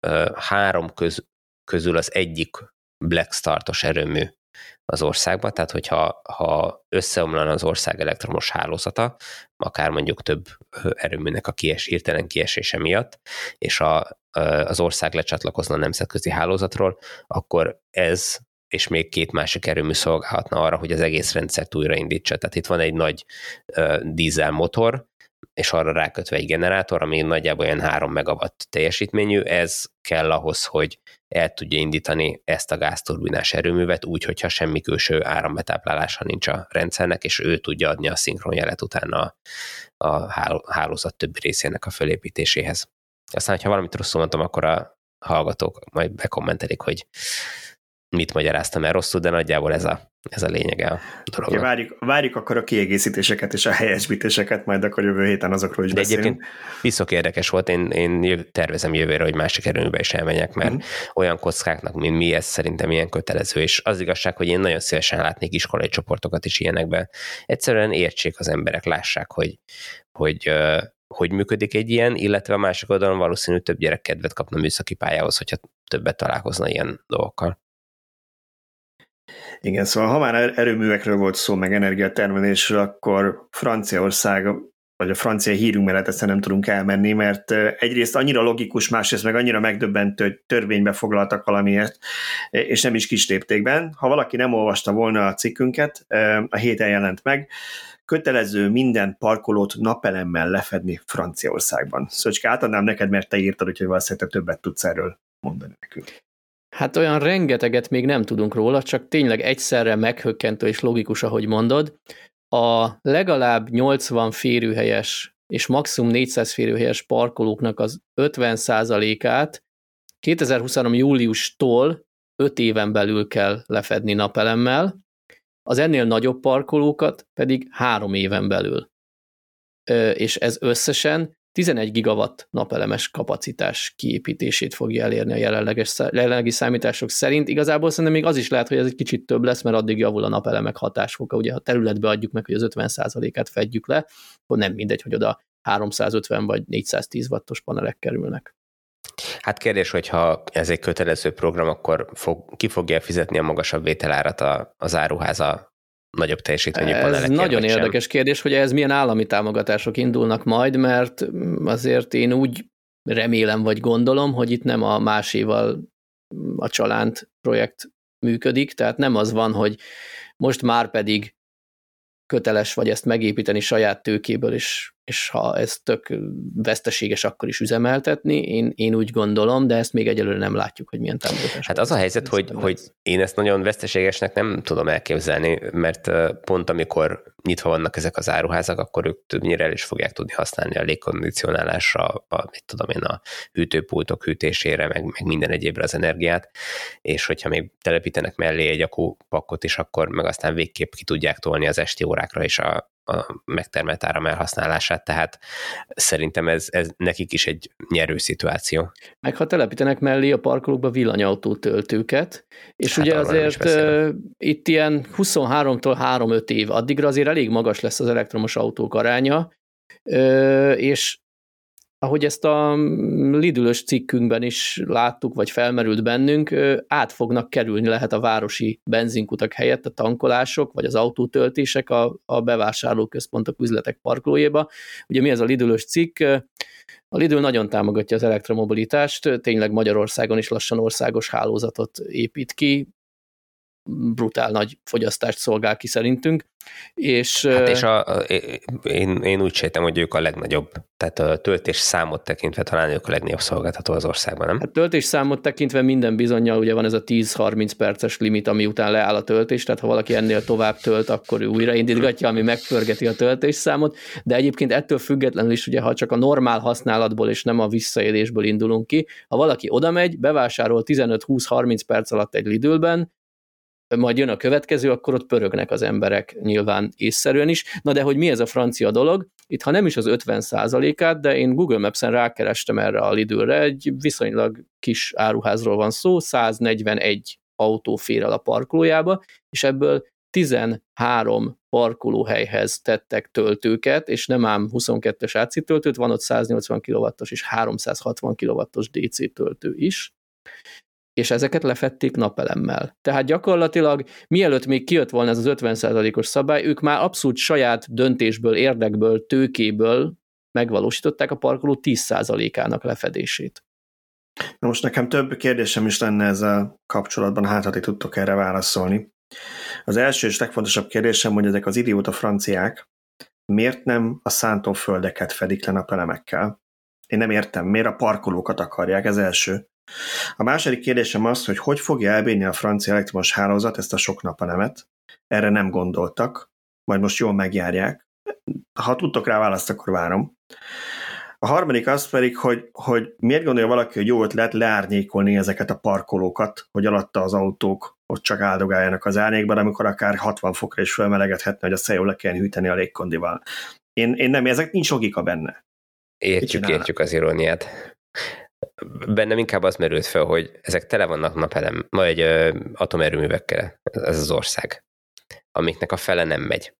három köz, közül az egyik black startos erőmű az országban, tehát hogyha ha összeomlana az ország elektromos hálózata, akár mondjuk több erőműnek a kies, hirtelen kiesése miatt, és a, az ország lecsatlakozna a nemzetközi hálózatról, akkor ez és még két másik erőmű szolgálhatna arra, hogy az egész rendszert újraindítsa. Tehát itt van egy nagy uh, dízelmotor, és arra rákötve egy generátor, ami nagyjából olyan három megawatt teljesítményű, ez kell ahhoz, hogy el tudja indítani ezt a gázturbinás erőművet úgy, hogyha semmi külső árambetáplálása nincs a rendszernek, és ő tudja adni a szinkronjelet utána a, a hálózat többi részének a fölépítéséhez. Aztán, ha valamit rosszul mondtam, akkor a hallgatók majd bekommentelik, hogy mit magyaráztam el rosszul, de nagyjából ez a, ez a lényege a dolognak. Okay, várjuk, várjuk akkor a kiegészítéseket és a helyesbítéseket, majd akkor jövő héten azokról is de beszélünk. Egyébként piszok érdekes volt, én, én jöv, tervezem jövőre, hogy másik erőműbe is elmenjek, mert uh-huh. olyan kockáknak, mint mi, ez szerintem ilyen kötelező, és az igazság, hogy én nagyon szívesen látnék iskolai csoportokat is ilyenekben. Egyszerűen értsék az emberek, lássák, hogy, hogy hogy működik egy ilyen, illetve a másik oldalon valószínű több gyerek kedvet kapna műszaki pályához, hogyha többet találkozna ilyen dolgokkal. Igen, szóval ha már erőművekről volt szó, meg energiatermelésről, akkor Franciaország, vagy a francia hírünk mellett ezt nem tudunk elmenni, mert egyrészt annyira logikus, másrészt meg annyira megdöbbentő, hogy törvénybe foglaltak valamiért, és nem is kis léptékben. Ha valaki nem olvasta volna a cikkünket, a héten jelent meg, kötelező minden parkolót napelemmel lefedni Franciaországban. Szöcske, átadnám neked, mert te írtad, úgyhogy valószínűleg te többet tudsz erről mondani nekünk. Hát olyan rengeteget még nem tudunk róla, csak tényleg egyszerre meghökkentő és logikus, ahogy mondod. A legalább nyolcvan férőhelyes és maximum négyszáz férőhelyes parkolóknak az ötven százalékát kétezer-huszonhárom júliustól öt éven belül kell lefedni napelemmel, az ennél nagyobb parkolókat pedig három éven belül. És ez összesen tizenegy gigawatt napelemes kapacitás kiépítését fogja elérni a jelenleges, jelenlegi számítások szerint. Igazából szerintem még az is lehet, hogy ez egy kicsit több lesz, mert addig javul a napelemek hatásfoka. Ugye ha területbe adjuk meg, hogy az ötven százalékát fedjük le, akkor nem mindegy, hogy oda háromszázötven vagy négyszáztíz wattos panelek kerülnek. Hát kérdés, hogyha ez egy kötelező program, akkor fog, ki fogja fizetni a magasabb vételárat a, az áruháza nagyobb teljesítményű panelekért? Ez nagyon érdekes kérdés, hogy ehhez milyen állami támogatások indulnak majd, mert azért én úgy remélem vagy gondolom, hogy itt nem a máséval a Csalánt projekt működik, tehát nem az van, hogy most már pedig köteles vagy ezt megépíteni saját tőkéből, és, és ha ez tök veszteséges, akkor is üzemeltetni. Én, én úgy gondolom, de ezt még egyelőre nem látjuk, hogy milyen támogatás. Hát az a helyzet, hogy, hogy én ezt nagyon veszteségesnek nem tudom elképzelni, mert pont amikor nyitva vannak ezek az áruházak, akkor ők többnyire el is fogják tudni használni a légkondicionálásra, a, mit tudom én, a hűtőpultok hűtésére, meg, meg minden egyébre az energiát, és hogyha még telepítenek mellé egy akupakot is, akkor meg aztán végképp ki tudják tolni az esti órákra is a, a megtermelt áram elhasználását, tehát szerintem ez, ez nekik is egy nyerő szituáció. Meg ha telepítenek mellé a parkolókba villanyautó töltőket, és hát ugye azért uh, itt ilyen huszonháromtól három-öt év addigra azért elég magas lesz az elektromos autók aránya, uh, és ahogy ezt a Lidl-ös cikkünkben is láttuk, vagy felmerült bennünk, át fognak kerülni lehet a városi benzinkutak helyett a tankolások, vagy az autótöltések a, a bevásárlóközpontok, üzletek parkolójéba. Ugye mi ez a Lidl-ös cikk? A Lidl nagyon támogatja az elektromobilitást, tényleg Magyarországon is lassan országos hálózatot épít ki, brutál nagy fogyasztást szolgál ki szerintünk. És, hát és a, a, én, én úgy sejtem, hogy ők a legnagyobb, tehát a töltés számot tekintve talán ők a legnagyobb szolgáltató az országban, nem? Hát töltés számot tekintve minden bizonnyal ugye van ez a tíz-harminc perces limit, ami után leáll a töltés, tehát ha valaki ennél tovább tölt, akkor ő újraindítgatja, ami megpörgeti a töltés számot, de egyébként ettől függetlenül is ugye, ha csak a normál használatból és nem a visszaélésből indulunk ki, ha valaki oda megy, bevásárol tizenöt-húsz-harminc perc alatt egy Lidlben, majd jön a következő, akkor ott pörögnek az emberek nyilván észszerűen is. Na de hogy mi ez a francia dolog? Itt ha nem is az ötven százalékát, de én Google Maps-en rákerestem erre a Lidlre, egy viszonylag kis áruházról van szó, száznegyvenegy autó fér el a parkolójába, és ebből tizenhárom parkolóhelyhez tettek töltőket, és nem ám huszonkettes á cé töltőt, van ott száznyolcvan kilowattos és háromszázhatvan kilowattos dé cé töltő is, és ezeket lefették napelemmel. Tehát gyakorlatilag mielőtt még kijött volna ez az ötven százalékos szabály, ők már abszolút saját döntésből, érdekből, tőkéből megvalósították a parkoló tíz százalékának lefedését. Na most nekem több kérdésem is lenne ezzel kapcsolatban, hát ha ti tudtok erre válaszolni. Az első és legfontosabb kérdésem, hogy ezek az idióta franciák miért nem a szántóföldeket fedik le napelemekkel? Én nem értem, miért a parkolókat akarják, ez első. A második kérdésem az, hogy hogy fogja elbírni a francia elektromos hálózat ezt a sok napelemet. Erre nem gondoltak, majd most jól megjárják. Ha tudtok rá választ, akkor várom. A harmadik az pedig, hogy, hogy miért gondolja valaki, hogy jó ötlet leárnyékolni ezeket a parkolókat, hogy alatta az autók ott csak áldogáljanak az árnyékban, amikor akár hatvan fokra is felmelegedhetne, hogy a szél le kell hűteni a légkondival. Én, én nem, ezek nincs logika benne. Értjük, értjük az iróniát. Bennem inkább az merült fel, hogy ezek tele vannak napelem, vagy egy atomerőművekkel, ez az ország, amiknek a fele nem megy.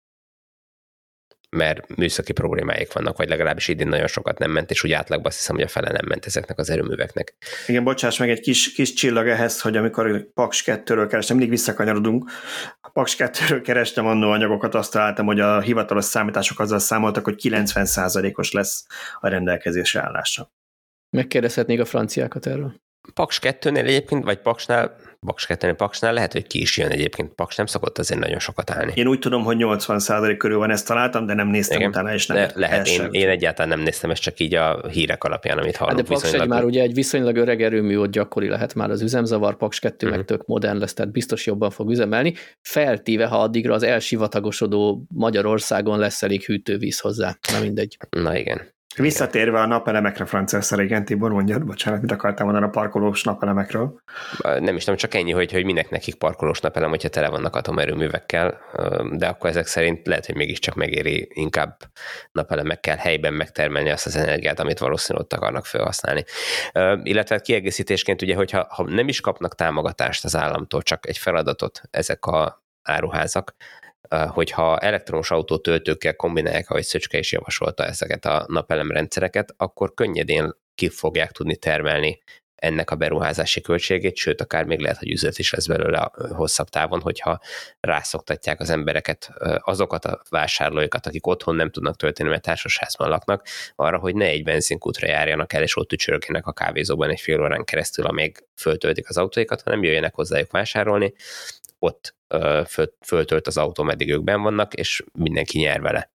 Mert műszaki problémáik vannak, vagy legalábbis idén nagyon sokat nem ment, és úgy átlagban azt hiszem, hogy a fele nem ment ezeknek az erőműveknek. Igen, bocsáss meg, egy kis, kis csillag ehhez, hogy amikor Paks kettőről kerestem, mindig visszakanyarodunk, a Paks kettőről kerestem annó anyagokat, azt találtam, hogy a hivatalos számítások azzal számoltak, hogy kilencven százalékos lesz a rendelkezésre állása. Megkérdezhetnék a franciákat erről. Paks kettőnél egyébként, vagy Paksnál, Paks kettőnél, Paksnál lehet, hogy ki is jön egyébként. Paks nem szokott azért nagyon sokat állni. Én úgy tudom, hogy nyolcvan százalék körül van, ezt találtam, de nem néztem Igen. utána, és nem. De lehet, én, én egyáltalán nem néztem, ez csak így a hírek alapján, amit hallunk. Hát de Paks egy már ugye egy viszonylag öreg erőmű, ott gyakori lehet már az üzemzavar, Paks kettő uh-huh. meg tök modern lesz, tehát biztos jobban fog üzemelni, feltéve, ha addigra az elsivatagosodó Magyarországon lesz elég hűtővíz hozzá. Na mindegy. Na igen. Visszatérve a napelemekre, Franciaország, igen, Tibor, mondjad, bocsánat, mit akartam mondani a parkolós napelemekről? Nem is, nem csak ennyi, hogy, hogy minek nekik parkolós napelem, hogyha tele vannak atomerőművekkel, de akkor ezek szerint lehet, hogy mégiscsak megéri inkább napelemekkel helyben megtermelni azt az energiát, amit valószínűleg ott akarnak felhasználni. Illetve kiegészítésként ugye, hogyha ha nem is kapnak támogatást az államtól, csak egy feladatot ezek a áruházak, hogyha elektromos autótöltőkkel kombinálják, ahogy Szöcske is javasolta ezeket a napelemrendszereket, akkor könnyedén ki fogják tudni termelni ennek a beruházási költségét, sőt, akár még lehet, hogy üzlet is lesz belőle a hosszabb távon, hogyha rászoktatják az embereket, azokat a vásárlóikat, akik otthon nem tudnak tölteni, mert társasházban laknak, arra, hogy ne egy benzinkútra járjanak el, és ott ücsörögjenek a kávézóban egy fél órán keresztül, amíg föltöltik az autóikat, hanem jöjjenek hozzájuk vásárolni, ott föl, föltölt az autó, meddig ők benn vannak, és mindenki nyer vele.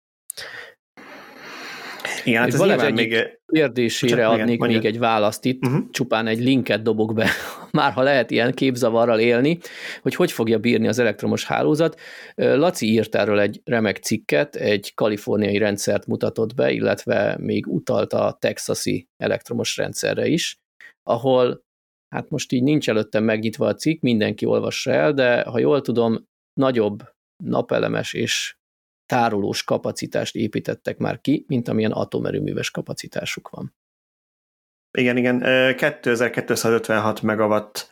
Igen, hát ez nyilván még kérdésére csak, adnék igen, még egy választ itt, uh-huh. csupán egy linket dobok be, már ha lehet ilyen képzavarral élni, hogy hogy fogja bírni az elektromos hálózat. Laci írt erről egy remek cikket, egy kaliforniai rendszert mutatott be, illetve még utalt a texasi elektromos rendszerre is, ahol hát most így nincs előttem megnyitva a cikk, mindenki olvassa el, de ha jól tudom, nagyobb napelemes és tárolós kapacitást építettek már ki, mint amilyen atomerőműves kapacitásuk van. Igen, igen, kétezer-kétszázötvenhat megawatt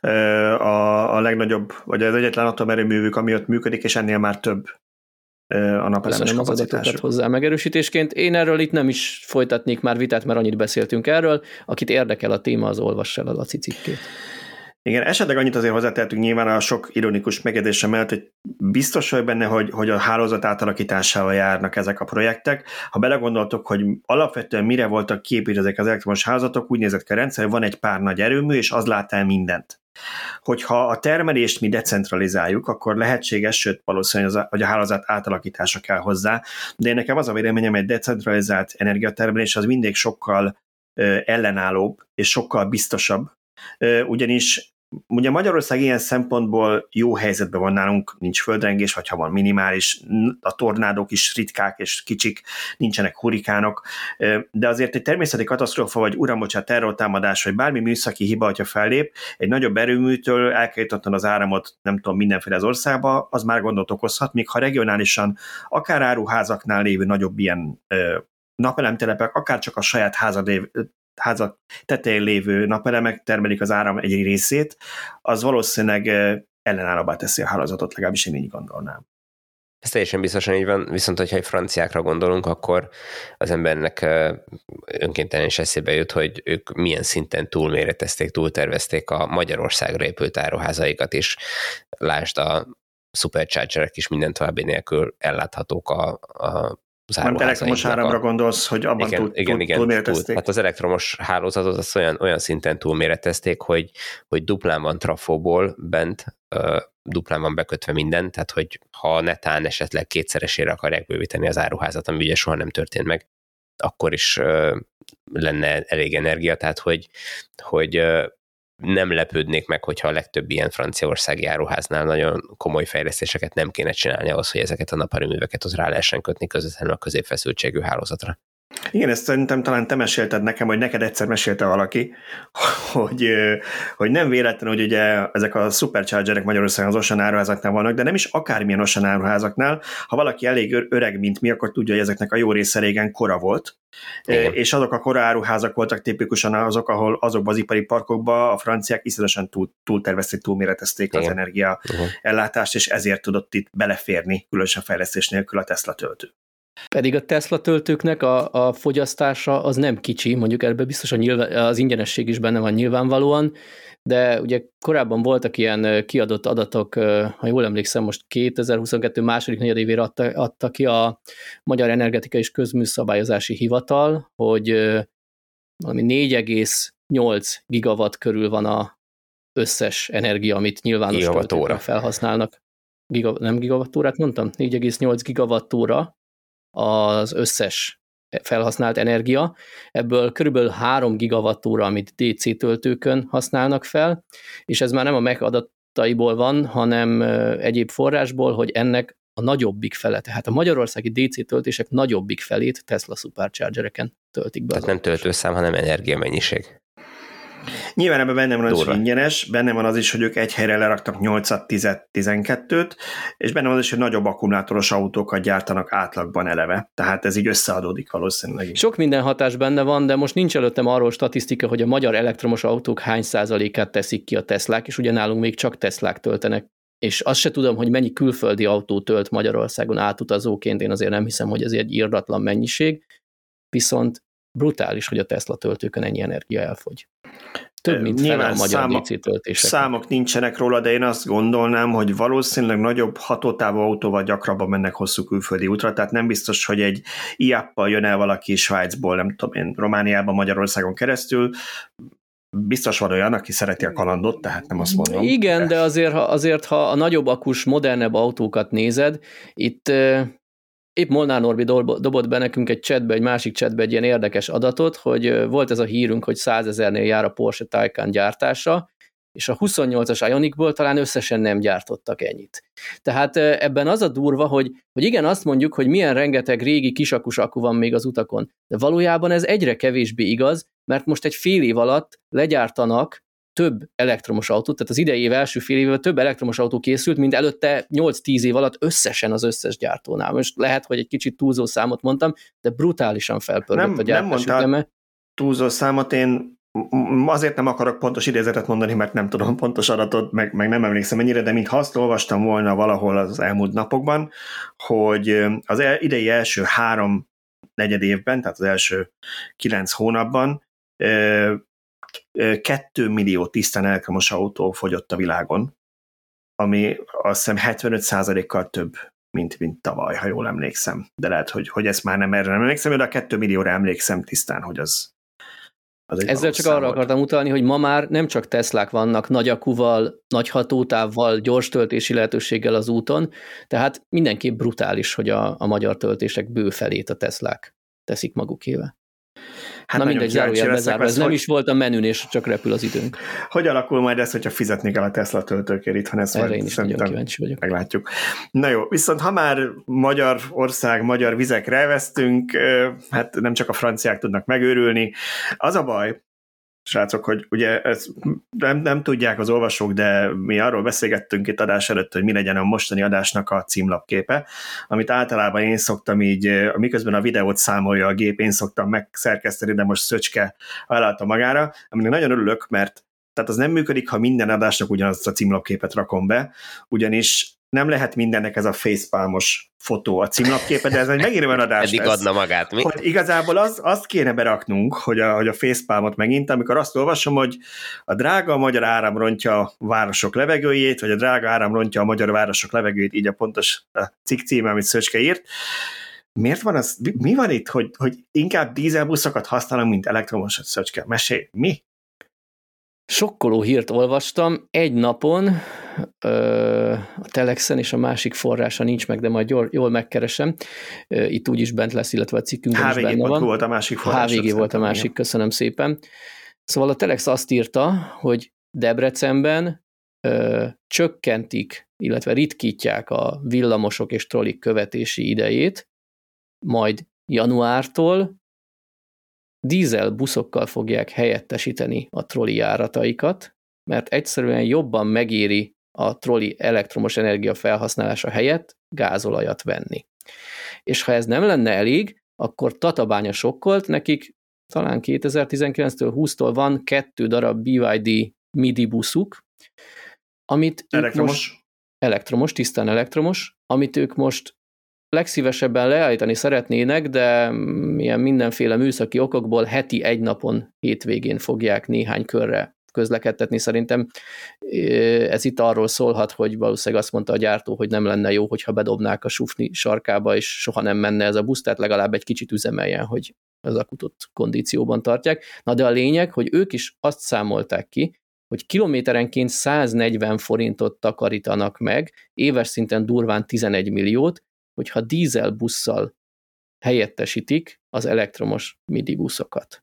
a, a legnagyobb, vagy az egyetlen atomerőművük, ami ott működik, és ennél már több a napelemes kapacitásuk. Hozzá megerősítésként. Én erről itt nem is folytatnék már vitát, mert annyit beszéltünk erről. Akit érdekel a téma, az olvassa el a Laci cikkét. Igen, esetleg annyit azért hozzátehetünk nyilván a sok ironikus megjegyzése mellett, hogy biztos vagy benne, hogy, hogy a hálózat átalakításával járnak ezek a projektek. Ha belegondoltok, hogy alapvetően mire voltak kiépítve ezek az elektromos hálózatok, úgy nézett ki a rendszer, hogy van egy pár nagy erőmű, és az lát el mindent. Hogyha a termelést mi decentralizáljuk, akkor lehetséges, sőt valószínűleg, hogy a hálózat átalakítása kell hozzá, de én nekem az a véleményem, hogy egy decentralizált energiatermelés az mindig sokkal ö, ellenállóbb és sokkal biztosabb, ö, ugyanis ugye Magyarország ilyen szempontból jó helyzetben van nálunk, nincs földrengés, vagy ha van minimális, a tornádók is ritkák és kicsik, nincsenek hurikánok, de azért egy természeti katasztrófa, vagy urambocsát terrortámadás, vagy bármi műszaki hiba, hogyha fellép, egy nagyobb erőműtől el kell jutatni az áramot, nem tudom, mindenféle az országba, az már gondot okozhat, míg ha regionálisan, akár áruházaknál lévő nagyobb ilyen napelemtelepek, akár csak a saját házad lévő házak tetején lévő napelemek termelik az áram egy részét, az valószínűleg ellenállóbbá teszi a hálózatot, legalábbis én így gondolnám. Ez teljesen biztosan így van, viszont hogyha egy franciákra gondolunk, akkor az embernek önkéntelen is eszébe jut, hogy ők milyen szinten túlméretezték, túltervezték a Magyarországra épült áruházaikat is. Lásd, a superchargerek is minden további nélkül elláthatók a, a Nem elektromos áramra gondolsz, hogy abban igen, túl, igen, túl, igen, túlméretezték? Túl, hát az elektromos hálózatot az olyan, olyan szinten túlméretezték, hogy, hogy duplán van trafóból bent, uh, duplán van bekötve minden, tehát hogy ha netán esetleg kétszeresére akarják bővíteni az áruházat, ami ugye soha nem történt meg, akkor is uh, lenne elég energia, tehát hogy, hogy uh, nem lepődnék meg, hogyha a legtöbb ilyen franciaországi áruháznál nagyon komoly fejlesztéseket nem kéne csinálni ahhoz, hogy ezeket a naperőműveket az rá lehessen kötni közvetlenül a középfeszültségű hálózatra. Igen, ezt szerintem talán te mesélted nekem, vagy neked egyszer mesélte valaki, hogy, hogy nem véletlen, hogy ugye ezek a superchargerek Magyarországon az Ocean áruházaknál vannak, de nem is akármilyen Ocean áruházaknál. Ha valaki elég öreg, mint mi, akkor tudja, hogy ezeknek a jó része régen kora volt. Igen. És azok a kora áruházak voltak tipikusan azok, ahol azokban az ipari parkokban a franciák iszonyatosan túl, túltervezték, túlméretezték az energia uh-huh. ellátást, és ezért tudott itt beleférni különösen fejlesztés nélkül a Tesla töltő. Pedig a Tesla töltőknek a, a fogyasztása az nem kicsi, mondjuk ebben biztos a nyilván, az ingyenesség is benne van nyilvánvalóan, de ugye korábban voltak ilyen kiadott adatok, ha jól emlékszem, most kétezer-huszonkettő második negyedévére adta, adta ki a Magyar Energetika és Közműszabályozási Hivatal, hogy valami négy egész nyolc gigawatt körül van az összes energia, amit nyilvános töltőkre felhasználnak. Giga, nem gigawattórát mondtam? négy egész nyolc gigawattóra az összes felhasznált energia, ebből körülbelül három gigawattóra, amit dé cé töltőkön használnak fel, és ez már nem a meg adataiból van, hanem egyéb forrásból, hogy ennek a nagyobbik fele, tehát a magyarországi dé cé töltések nagyobbik felét Tesla superchargereken töltik be. Tehát nem töltőszám, hanem energiamennyiség. Nyilván ebben benne van az, hogy ingyenes, benne van az is, hogy ők egy helyre leraktak nyolcat, tízet, tizenkettőt, és benne van az is, hogy nagyobb akkumulátoros autókat gyártanak átlagban eleve. Tehát ez így összeadódik valószínűleg. Sok minden hatás benne van, de most nincs előttem arról statisztika, hogy a magyar elektromos autók hány százalékát teszik ki a Teslák, és ugye nálunk még csak Teslák töltenek. És azt se tudom, hogy mennyi külföldi autó tölt Magyarországon átutazóként, én azért nem hiszem, hogy ez egy irdatlan mennyiség, viszont brutális, hogy a Tesla töltőkön ennyi energia elfogy. Több, mint fele a magyar számok, dé cé töltések. Számok nincsenek róla, de én azt gondolnám, hogy valószínűleg nagyobb hatótávú autóval gyakrabban mennek hosszú külföldi útra, tehát nem biztos, hogy egy i-appal jön el valaki Svájcból, nem tudom én, Romániában, Magyarországon keresztül. Biztos van olyan, aki szereti a kalandot, tehát nem azt mondom. Igen, de, de azért, ha, azért, ha a nagyobb akus, modernebb autókat nézed, itt... Épp Molnár Norbi dobott be nekünk egy chatbe, egy másik chatbe egy ilyen érdekes adatot, hogy volt ez a hírünk, hogy százezernél jár a Porsche Taycan gyártása, és a huszonnyolcas Ionicból talán összesen nem gyártottak ennyit. Tehát ebben az a durva, hogy, hogy igen, azt mondjuk, hogy milyen rengeteg régi kisakus akku van még az utakon, de valójában ez egyre kevésbé igaz, mert most egy fél év alatt legyártanak több elektromos autót, tehát az idei év első fél évben több elektromos autó készült, mint előtte nyolc-tíz év alatt összesen az összes gyártónál. Most lehet, hogy egy kicsit túlzó számot mondtam, de brutálisan felpörgött nem, a gyártás nem üteme. Túlzó számot, én azért nem akarok pontos idézetet mondani, mert nem tudom pontos adatot, meg, meg nem emlékszem ennyire, de mintha azt olvastam volna valahol az elmúlt napokban, hogy az el, idei első három negyed évben, tehát az első kilenc hónapban kettő millió tisztán elektromos autó fogyott a világon, ami azt hiszem hetvenöt százalékkal több, mint, mint tavaly, ha jól emlékszem. De lehet, hogy, hogy ezt már nem erre nem emlékszem, de a kettő millióra emlékszem tisztán, hogy az Ezzel csak arra akartam utalni, hogy ma már nem csak Teslák vannak nagy akkuval, nagy hatótávval, gyors töltési lehetőséggel az úton, tehát mindenképp brutális, hogy a, a magyar töltések bő felét a Teslák teszik magukével. Hát na mindegy, zárójel bezárva, ez nem hogy... is volt a menün, és csak repül az időnk. Hogy alakul majd ez, hogyha fizetni kell a Tesla töltőkért itthon? Ezt erre én is nagyon kíváncsi vagyok. Meglátjuk. Na jó, viszont ha már Magyarország, magyar vizekre elvesztünk, hát nem csak a franciák tudnak megőrülni. Az a baj, srácok, hogy ugye ezt nem, nem tudják az olvasók, de mi arról beszélgettünk itt adás előtt, hogy mi legyen a mostani adásnak a címlapképe, amit általában én szoktam így, miközben a videót számolja a gép, én szoktam megszerkeszteni, de most Szöcske vállalta magára, aminek nagyon örülök, mert tehát az nem működik, ha minden adásnak ugyanazt a címlapképet rakom be, ugyanis nem lehet mindennek ez a facepalmos fotó a címlapképe, de ez egy megint olyan adás Eddig lesz, adna magát, mi? hogy igazából az, azt kéne beraknunk, hogy a, hogy a facepalmot megint, amikor azt olvasom, hogy a drága magyar áram rontja a városok levegőjét, vagy a drága áram rontja a magyar városok levegőjét, így a pontos a cikk címe, amit Szöcske írt. Miért van az, mi van itt, hogy, hogy inkább dízelbuszokat használunk, mint elektromosat, Szöcske? Mesélj, mi? Sokkoló hírt olvastam, egy napon ö, a Telexen, és a másik forrása nincs meg, de majd jól, jól megkeresem. Ö, itt úgyis bent lesz, illetve a cikkünkben is benne van. volt a másik forrás. há vé gé volt a másik, köszönöm szépen. Szóval a Telex azt írta, hogy Debrecenben ö, csökkentik, illetve ritkítják a villamosok és trollik követési idejét, majd januártól dízel buszokkal fogják helyettesíteni a trolli járataikat, mert egyszerűen jobban megéri a trolli elektromos energia felhasználása helyett gázolajat venni. És ha ez nem lenne elég, akkor Tatabánya sokkolt, nekik talán kétezer-tizenkilenctől húsztól van kettő darab bé vé dé midi buszuk, amit elektromos? Most, elektromos, tisztán elektromos, amit ők most legszívesebben leállítani szeretnének, de ilyen mindenféle műszaki okokból heti egy napon hétvégén fogják néhány körre közlekedtetni. Szerintem ez itt arról szólhat, hogy valószínűleg azt mondta a gyártó, hogy nem lenne jó, hogyha bedobnák a sufni sarkába, és soha nem menne ez a busz, tehát legalább egy kicsit üzemeljen, hogy az akutot kondícióban tartják. Na de a lényeg, hogy ők is azt számolták ki, hogy kilométerenként száznegyven forintot takarítanak meg, éves szinten durván tizenegy milliót, hogyha dízelbusszal helyettesítik az elektromos midi buszokat.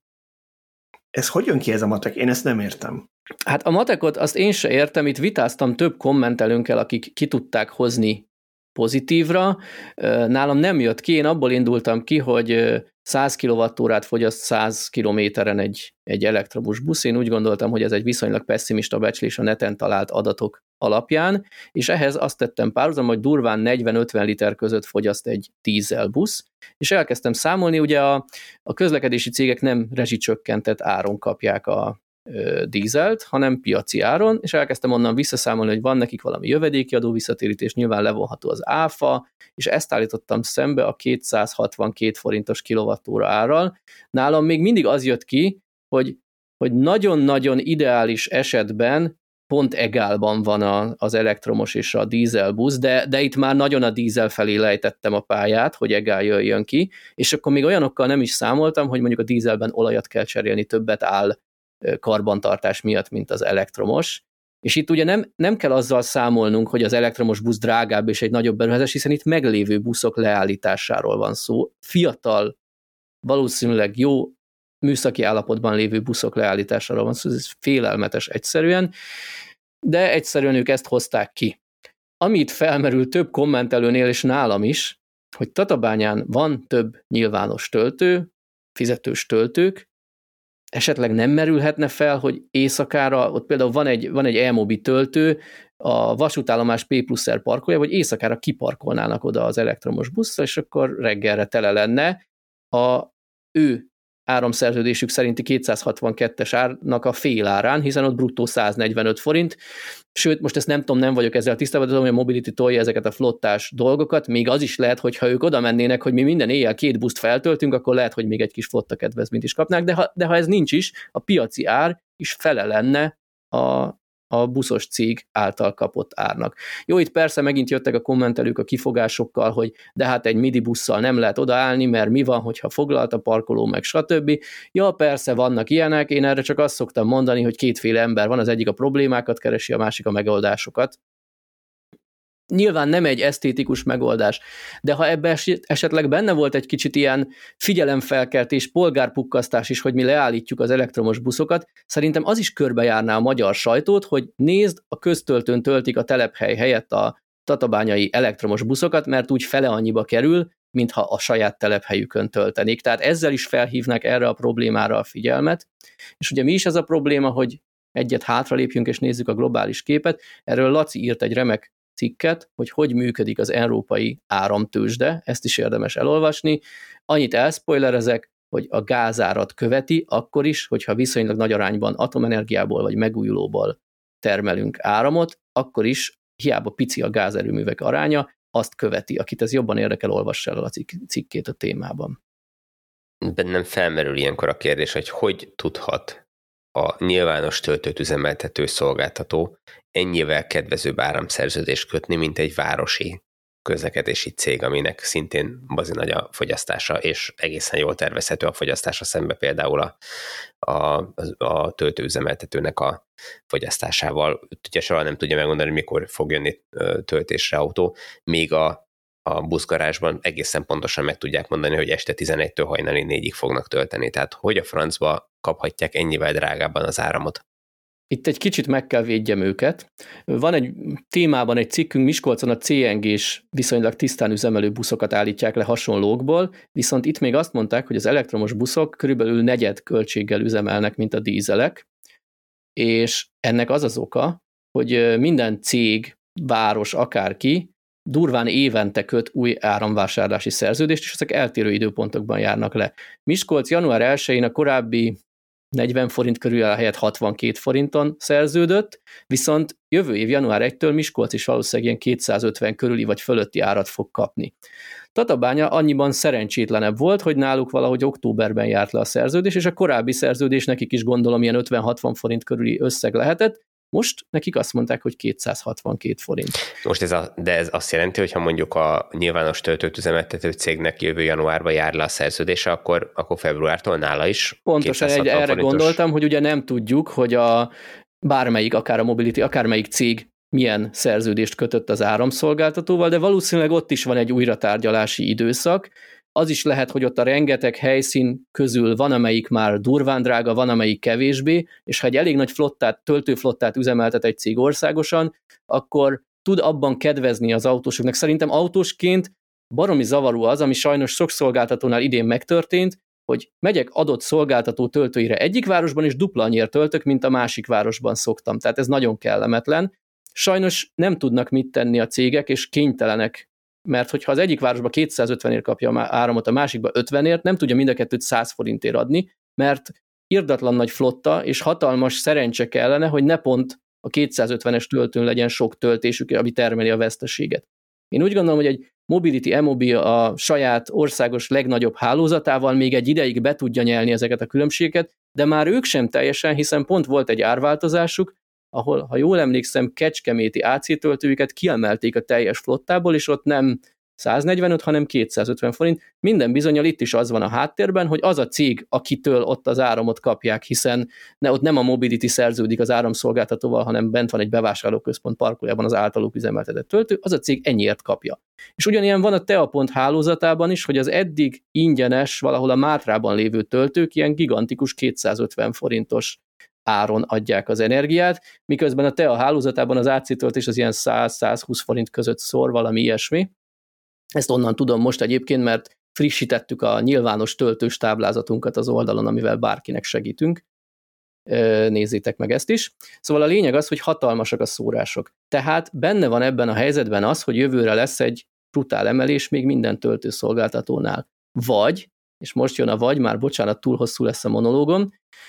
Ez hogy jön ki ez a matek? Én ezt nem értem. Hát a matekot azt én se értem, itt vitáztam több kommentelőnkkel, akik ki tudták hozni pozitívra. Nálam nem jött ki, én abból indultam ki, hogy száz kilowattórát fogyaszt száz kilométeren egy, egy elektromos busz. Én úgy gondoltam, hogy ez egy viszonylag pesszimista becslés a neten talált adatok alapján, és ehhez azt tettem párhuzam, hogy durván negyven-ötven liter között fogyaszt egy dízelbusz, és elkezdtem számolni, ugye a, a közlekedési cégek nem rezsicsökkentett áron kapják a ö, dízelt, hanem piaci áron, és elkezdtem onnan visszaszámolni, hogy van nekik valami jövedéki adó visszatérítés, nyilván levonható az áfa, és ezt állítottam szembe a kétszázhatvankét forintos kilovattóra árral. Nálam még mindig az jött ki, hogy, hogy nagyon-nagyon ideális esetben pont egálban van a, az elektromos és a dízelbusz, de, de itt már nagyon a dízel felé lejtettem a pályát, hogy egál jöjjön ki, és akkor még olyanokkal nem is számoltam, hogy mondjuk a dízelben olajat kell cserélni, többet áll karbantartás miatt, mint az elektromos. És itt ugye nem, nem kell azzal számolnunk, hogy az elektromos busz drágább és egy nagyobb beruházás, hiszen itt meglévő buszok leállításáról van szó. Fiatal, valószínűleg jó műszaki állapotban lévő buszok leállításáról van szó, ez félelmetes egyszerűen, de egyszerűen ők ezt hozták ki. Amit felmerül több kommentelőnél, és nálam is, hogy Tatabányán van több nyilvános töltő, fizetős töltők, esetleg nem merülhetne fel, hogy éjszakára, ott például van egy, van egy e-mobi töltő, a vasútállomás P plusz R parkolja, hogy éjszakára kiparkolnának oda az elektromos buszra, és akkor reggelre tele lenne a ő áramszerződésük szerinti kétszázhatvankettes árnak a fél árán, hiszen ott bruttó száznegyvenöt forint, sőt, most ezt nem tudom, nem vagyok ezzel tisztában, de tudom, hogy a Mobility tolja ezeket a flottás dolgokat, még az is lehet, hogy ha ők oda mennének, hogy mi minden éjjel két buszt feltöltünk, akkor lehet, hogy még egy kis flotta kedvezményt is kapnák, de ha, de ha ez nincs is, a piaci ár is fele lenne a a buszos cég által kapott árnak. Jó, itt persze megint jöttek a kommentelők a kifogásokkal, hogy de hát egy midi busszal nem lehet odaállni, mert mi van, hogyha foglalt a parkoló, meg stb. Ja, persze vannak ilyenek, én erre csak azt szoktam mondani, hogy kétféle ember van, az egyik a problémákat keresi, a másik a megoldásokat. Nyilván nem egy esztétikus megoldás, de ha ebben esetleg benne volt egy kicsit ilyen figyelemfelkeltés, polgárpukkasztás is, hogy mi leállítjuk az elektromos buszokat, szerintem az is körbejárná a magyar sajtót, hogy nézd, a köztöltőn töltik a telephely helyett a tatabányai elektromos buszokat, mert úgy fele annyiba kerül, mintha a saját telephelyükön töltenék. Tehát ezzel is felhívnak erre a problémára a figyelmet. És ugye mi is ez a probléma, hogy egyet hátralépjünk és nézzük a globális képet. Erről Laci írt egy remek cikket, hogy hogy működik az európai áramtőzsde, ezt is érdemes elolvasni. Annyit elszpoilerezek, hogy a gázárat követi, akkor is, hogyha viszonylag nagy arányban atomenergiából vagy megújulóból termelünk áramot, akkor is, hiába pici a gázerőművek aránya, azt követi. Akit ez jobban érdekel, olvassa el a cikkét a témában. Bennem felmerül ilyenkor a kérdés, hogy hogy tudhat a nyilvános töltőt üzemeltető szolgáltató ennyivel kedvezőbb áramszerződést kötni, mint egy városi közlekedési cég, aminek szintén bazi nagy a fogyasztása, és egészen jól tervezhető a fogyasztása szembe például a, a, a töltőüzemeltetőnek a fogyasztásával. Ugye soha nem tudja megmondani, mikor fog jönni töltésre autó, míg a, a buszgarázsban egészen pontosan meg tudják mondani, hogy este tizenegytől hajnali négyig fognak tölteni. Tehát hogy a francba kaphatják ennyivel drágábban az áramot? Itt egy kicsit meg kell védjem őket. Van egy témában egy cikkünk, Miskolcon a cé en gés viszonylag tisztán üzemelő buszokat állítják le hasonlókból, viszont itt még azt mondták, hogy az elektromos buszok körülbelül negyed költséggel üzemelnek, mint a dízelek, és ennek az az oka, hogy minden cég, város, akárki durván évente köt új áramvásárlási szerződést, és ezek eltérő időpontokban járnak le. Miskolc január elsején a korábbi negyven forint körül a helyett hatvankét forinton szerződött, viszont jövő év január elsejétől Miskolc is valószínűleg ilyen kétszázötven körüli vagy fölötti árat fog kapni. Tatabánya annyiban szerencsétlenebb volt, hogy náluk valahogy októberben járt le a szerződés, és a korábbi szerződés nekik is gondolom ilyen ötven-hatvan forint körüli összeg lehetett, most nekik azt mondták, hogy kétszázhatvankét forint. Most ez a, de ez azt jelenti, hogy ha mondjuk a nyilvános töltőt üzemeltető cégnek jövő januárban jár le a szerződése, akkor, akkor februártól nála is pontosan egy, erre forintos... gondoltam, hogy ugye nem tudjuk, hogy a bármelyik, akár a Mobility, akármelyik cég milyen szerződést kötött az áramszolgáltatóval, de valószínűleg ott is van egy újratárgyalási időszak. Az is lehet, hogy ott a rengeteg helyszín közül van, amelyik már durván drága, van, amelyik kevésbé, és ha egy elég nagy flottát, töltőflottát üzemeltet egy cég országosan, akkor tud abban kedvezni az autósoknak. Szerintem autósként baromi zavaró az, ami sajnos sok szolgáltatónál idén megtörtént, hogy megyek adott szolgáltató töltőire egyik városban, és dupla annyira töltök, mint a másik városban szoktam. Tehát ez nagyon kellemetlen. Sajnos nem tudnak mit tenni a cégek, és kénytelenek, mert hogyha az egyik városban kétszázötvenért kapja a áramot, a másikban ötvenért, nem tudja mind a kettőt száz forintért adni, mert irdatlan nagy flotta és hatalmas szerencse kellene, hogy ne pont a kétszázötvenes töltőn legyen sok töltésük, ami termeli a veszteséget. Én úgy gondolom, hogy egy Mobility e-mobi a saját országos legnagyobb hálózatával még egy ideig be tudja nyelni ezeket a különbségeket, de már ők sem teljesen, hiszen pont volt egy árváltozásuk, ahol, ha jól emlékszem, kecskeméti á cé töltőjüket kiemelték a teljes flottából, és ott nem száznegyvenöt, hanem kétszázötven forint. Minden bizonnyal itt is az van a háttérben, hogy az a cég, akitől ott az áramot kapják, hiszen ne, ott nem a Mobility szerződik az áramszolgáltatóval, hanem bent van egy bevásárlóközpont parkoljában az általuk üzemeltetett töltő, az a cég ennyiért kapja. És ugyanilyen van a Teapont hálózatában is, hogy az eddig ingyenes, valahol a Mátrában lévő töltők ilyen gigantikus kétszázötven forintos áron adják az energiát, miközben a Tea hálózatában az á cé töltés az ilyen száz-százhúsz forint között szor, valami ilyesmi. Ezt onnan tudom most egyébként, mert frissítettük a nyilvános töltős táblázatunkat az oldalon, amivel bárkinek segítünk. Nézzétek meg ezt is. Szóval a lényeg az, hogy hatalmasak a szórások. Tehát benne van ebben a helyzetben az, hogy jövőre lesz egy brutál emelés még minden töltőszolgáltatónál. Vagy, és most jön a vagy, már bocsánat, túl hosszú lesz a monológom,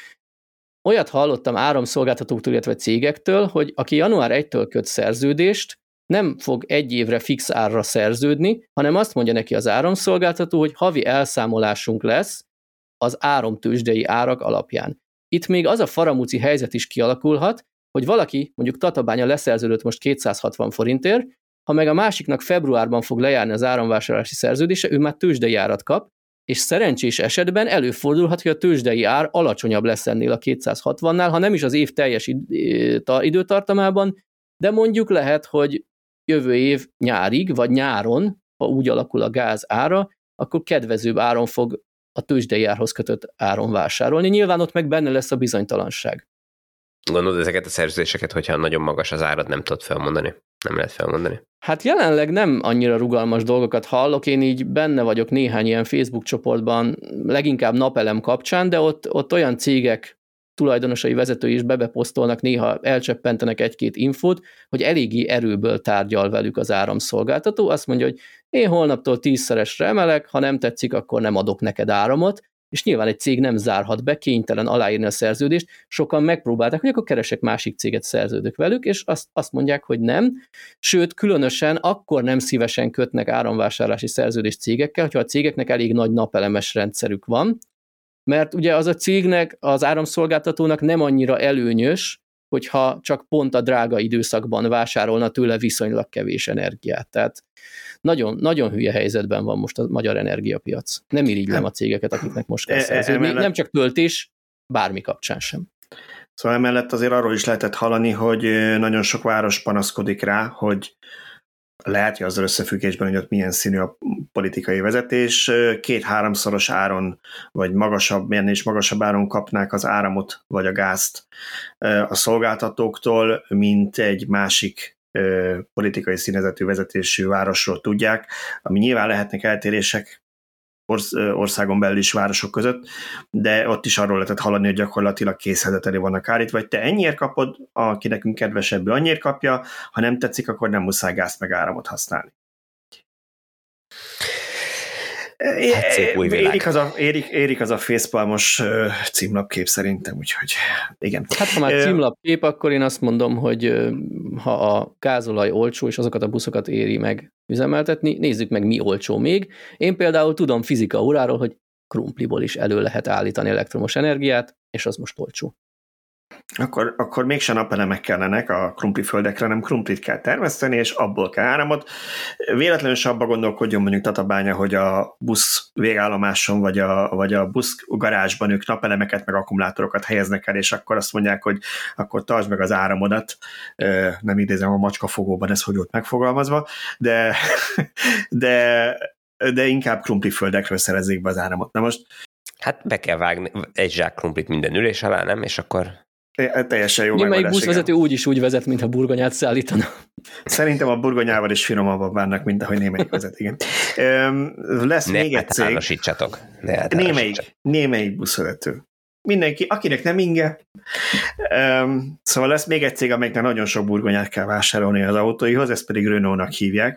olyat hallottam áramszolgáltatóktól, illetve cégektől, hogy aki január elsejétől köt szerződést, nem fog egy évre fix árra szerződni, hanem azt mondja neki az áramszolgáltató, hogy havi elszámolásunk lesz az áramtőzsdei árak alapján. Itt még az a faramúci helyzet is kialakulhat, hogy valaki, mondjuk Tatabánya leszerződött most kétszázhatvan forintért, ha meg a másiknak februárban fog lejárni az áramvásárlási szerződése, ő már tőzsdei árat kap, és szerencsés esetben előfordulhat, hogy a tőzsdei ár alacsonyabb lesz ennél a kétszázhatvannál, ha nem is az év teljes időtartamában, de mondjuk lehet, hogy jövő év nyárig, vagy nyáron, ha úgy alakul a gáz ára, akkor kedvezőbb áron fog a tőzsdei árhoz kötött áron vásárolni. Nyilván ott meg benne lesz a bizonytalanság. Gondolod ezeket a szerződéseket, hogyha nagyon magas az árad, nem tudod felmondani? Nem lehet felmondani? Hát jelenleg nem annyira rugalmas dolgokat hallok, én így benne vagyok néhány ilyen Facebook csoportban, leginkább napelem kapcsán, de ott, ott olyan cégek tulajdonosai, vezetői is bebeposztolnak, néha elcseppentenek egy-két infót, hogy eléggé erőből tárgyal velük az áramszolgáltató, azt mondja, hogy én holnaptól tízszeresre emelek, ha nem tetszik, akkor nem adok neked áramot, és nyilván egy cég nem zárhat be, kénytelen aláírni a szerződést, sokan megpróbálták, hogy akkor keresek másik céget, szerződök velük, és azt, azt mondják, hogy nem, sőt, különösen akkor nem szívesen kötnek áramvásárlási szerződést cégekkel, hogyha a cégeknek elég nagy napelemes rendszerük van, mert ugye az a cégnek, az áramszolgáltatónak nem annyira előnyös, hogyha csak pont a drága időszakban vásárolna tőle viszonylag kevés energiát. Tehát nagyon, nagyon hülye helyzetben van most a magyar energiapiac. Nem irigylem a cégeket, akiknek most kell szerződni. Nem csak töltés, bármi kapcsán sem. Szóval emellett azért arról is lehetett hallani, hogy nagyon sok város panaszkodik rá, hogy lehet, hogy azzal összefüggésben, hogy ott milyen színű a politikai vezetés, két-háromszoros áron, vagy magasabb, milyen és magasabb áron kapnák az áramot, vagy a gázt a szolgáltatóktól, mint egy másik politikai színezetű vezetésű városról tudják, ami nyilván lehetnek eltérések országon belül is városok között, de ott is arról lehetett hallani, hogy gyakorlatilag készletet elé vannak állítva, vagy te ennyiért kapod, aki nekünk kedvesebb, annyiért kapja, ha nem tetszik, akkor nem muszáj gázt meg áramot használni. Hát szép új világ. Érik az a, érik, érik az a facepalmos címlapkép szerintem, úgyhogy igen. Hát ha már címlapkép, akkor én azt mondom, hogy ha a gázolaj olcsó, és azokat a buszokat éri meg üzemeltetni, nézzük meg, mi olcsó még. Én például tudom fizika óráról, hogy krumpliból is elő lehet állítani elektromos energiát, és az most olcsó. Akkor, akkor mégsem napelemek kellenek a krumpliföldekre, hanem krumplit kell termeszteni, és abból kell áramot. Véletlenül is abba gondolkodjon mondjuk Tatabánya, hogy a busz végállomáson, vagy a, vagy a busz garázsban ők napelemeket, meg akkumulátorokat helyeznek el, és akkor azt mondják, hogy akkor tartsd meg az áramodat. Nem idézem a macskafogóban, ez hogy ott megfogalmazva, de, de, de inkább krumpliföldekről szerezzék be az áramot. Na most hát be kell vágni egy zsák krumplit minden ülés alá, nem? És akkor... Teljesen jó megoldás. Némelyik buszvezető úgy is úgy vezet, mintha burgonyát szállítana. Szerintem a burgonyával is finomabban bánnak, mint ahogy némelyik vezet, igen. Lesz ne még egy cég. Általánosítsatok. Ne némelyik, némelyik buszvezető. Mindenki, akinek nem inge. Szóval lesz még egy cég, amelyiknek nagyon sok burgonyát kell vásárolni az autóihoz, ezt pedig Renault-nak hívják.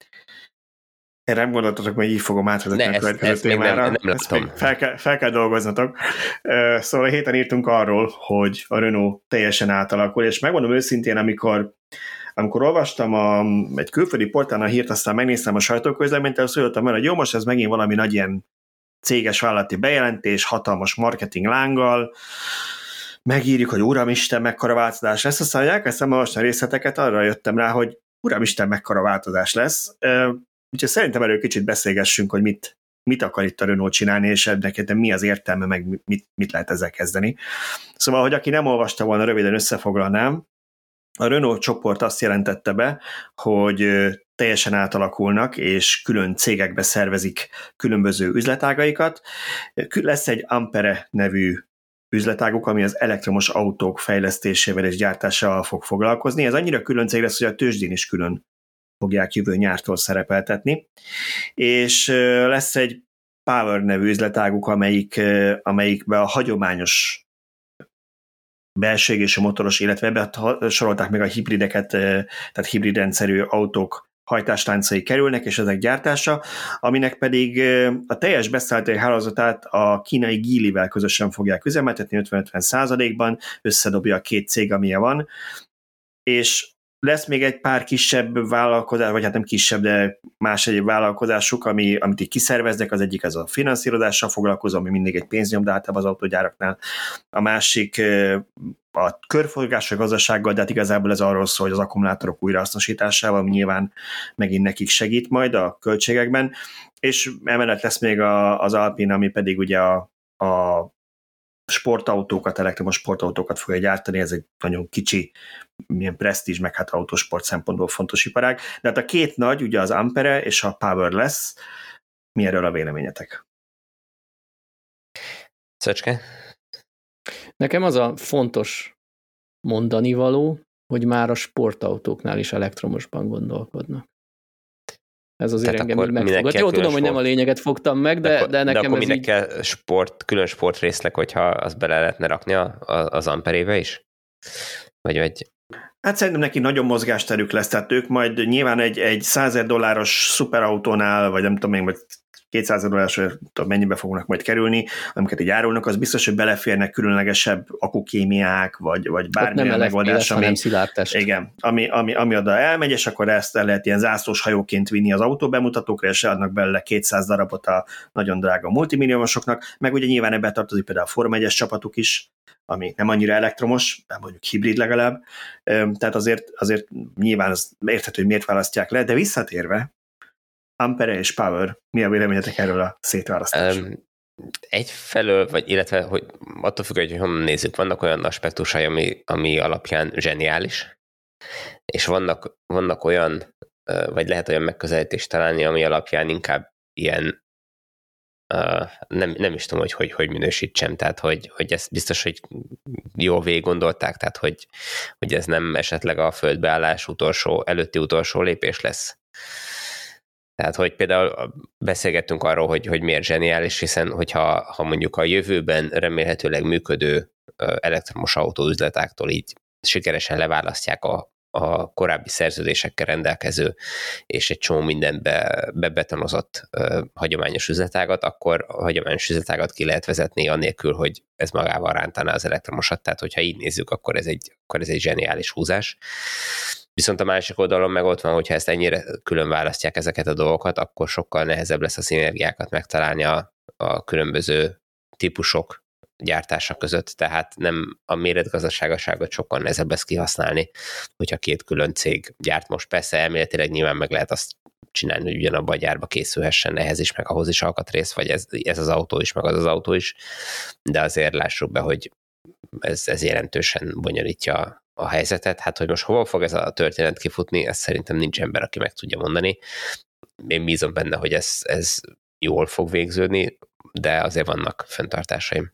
Erre nem gondoltatok, hogy így fogom átvezetni a következő témára. Nem, nem ezt fel, kell, fel kell dolgoznatok. Szóval a héten írtunk arról, hogy a Renault teljesen átalakul, és megmondom őszintén, amikor, amikor olvastam a, egy külföldi portálon a hírt, aztán megnéztem a sajtóközleményt, és szóltam el, hogy jó, most ez megint valami nagy ilyen céges vállalati bejelentés, hatalmas marketing lánggal, megírjuk, hogy uramisten, mekkora változás lesz, aztán, hogy elkezdtem olvasni a részleteket, arra jöttem rá, hogy uramisten, mekkora változás lesz. Úgyhogy szerintem erről kicsit beszélgessünk, hogy mit, mit akar itt a Renault csinálni, és ennek mi az értelme, meg mit, mit lehet ezzel kezdeni. Szóval, hogy aki nem olvasta volna, röviden összefoglalnám, a Renault csoport azt jelentette be, hogy teljesen átalakulnak, és külön cégekbe szervezik különböző üzletágaikat. Lesz egy Ampere nevű üzletáguk, ami az elektromos autók fejlesztésével és gyártásával fog foglalkozni. Ez annyira külön cég lesz, hogy a tőzsdén is külön fogják jövő nyártól szerepeltetni. És lesz egy Power nevű üzletáguk, amelyik, amelyikbe a hagyományos belségésű motoros, illetve ebbe sorolták meg a hibrideket, tehát hibrid rendszerű autók hajtásláncai kerülnek, és ezek gyártása, aminek pedig a teljes beszállítói hálózatát a kínai Geely-vel közösen fogják üzemeltetni ötven-ötven százalékban, összedobja a két cég, amilyen van, és lesz még egy pár kisebb vállalkozás, vagy hát nem kisebb, de más egyéb vállalkozásuk, ami, amit így kiszerveznek, az egyik az a finanszírozással foglalkozó, ami mindig egy pénznyomda általában az autógyáraknál, a másik a körforgásra gazdasággal, de hát igazából ez arról szól, hogy az akkumulátorok újrahasznosításával, ami nyilván megint nekik segít majd a költségekben, és emellett lesz még a, az Alpine, ami pedig ugye a, a sportautókat, elektromos sportautókat fogja gyártani, ez egy nagyon kicsi, milyen presztízs, meg hát autósport szempontból fontos iparág, de hát a két nagy, ugye az Ampere és a Power lesz. Mi erről a véleményetek? Szöcske? Nekem az a fontos mondani való, hogy már a sportautóknál is elektromosban gondolkodnak. Ez azért Tehát engem így megfogott. Jó, tudom, sport. Hogy nem a lényeget fogtam meg, de, de, de nekem de akkor ez minek így... kell sport, külön sportrészleg, hogyha azt bele lehetne rakni a, a, az Amperébe is? Vagy egy... Hát szerintem neki nagyon mozgásterük lesz, tehát ők majd nyilván egy, egy százezer dolláros szuperautónál, vagy nem tudom én, vagy kétszázezer dolláros, mennyibe fognak majd kerülni, amiket így árulnak, az biztos, hogy beleférnek különlegesebb akukémiák, vagy, vagy bármilyen megoldás, ami, igen, ami, ami, ami oda elmegy, és akkor ezt el lehet ilyen zászlós hajóként vinni az autóbemutatókra, és adnak belőle kétszáz darabot a nagyon drága multimilliómosoknak, meg ugye nyilván ebbe tartozik például a Forma egyes csapatuk is, ami nem annyira elektromos, de mondjuk hibrid legalább, tehát azért, azért nyilván az érthető, hogy miért választják le, de visszatérve, Ampere és Power, mi a véleményetek erről a szétválasztásról? Um, egyfelől, vagy illetve, hogy attól függ, hogy honnan nézzük, vannak olyan aspektusai, ami, ami alapján zseniális, és vannak, vannak olyan, vagy lehet olyan megközelítést találni, ami alapján inkább ilyen, uh, nem, nem is tudom, hogy hogy, hogy minősítsem, tehát hogy, hogy ezt biztos, hogy jól végig gondolták, tehát hogy, hogy ez nem esetleg a földbeállás utolsó, előtti utolsó lépés lesz. Tehát, hogy például beszélgettünk arról, hogy, hogy miért zseniális, hiszen hogyha ha mondjuk a jövőben remélhetőleg működő elektromos autóüzletáktól így sikeresen leválasztják a, a korábbi szerződésekkel rendelkező és egy csomó mindenbe bebetonozott uh, hagyományos üzletágat, akkor a hagyományos üzletágat ki lehet vezetni annélkül, hogy ez magával rántaná az elektromosat. Tehát, hogyha így nézzük, akkor ez egy, akkor ez egy zseniális húzás. Viszont a másik oldalon meg ott van, hogyha ezt ennyire külön választják ezeket a dolgokat, akkor sokkal nehezebb lesz a szinergiákat megtalálni a, a különböző típusok gyártása között, tehát nem a méretgazdaságosságot sokkal nehezebb lesz kihasználni, hogyha két külön cég gyárt. Most persze elméletileg nyilván meg lehet azt csinálni, hogy ugyanabban a gyárba készülhessen ehhez is, meg ahhoz is alkatrész, vagy ez, ez az autó is, meg az az autó is, de azért lássuk be, hogy ez, ez jelentősen bonyolítja a helyzetet. Hát, hogy most hova fog ez a történet kifutni, ez szerintem nincs ember, aki meg tudja mondani. Én bízom benne, hogy ez, ez jól fog végződni, de azért vannak fenntartásaim.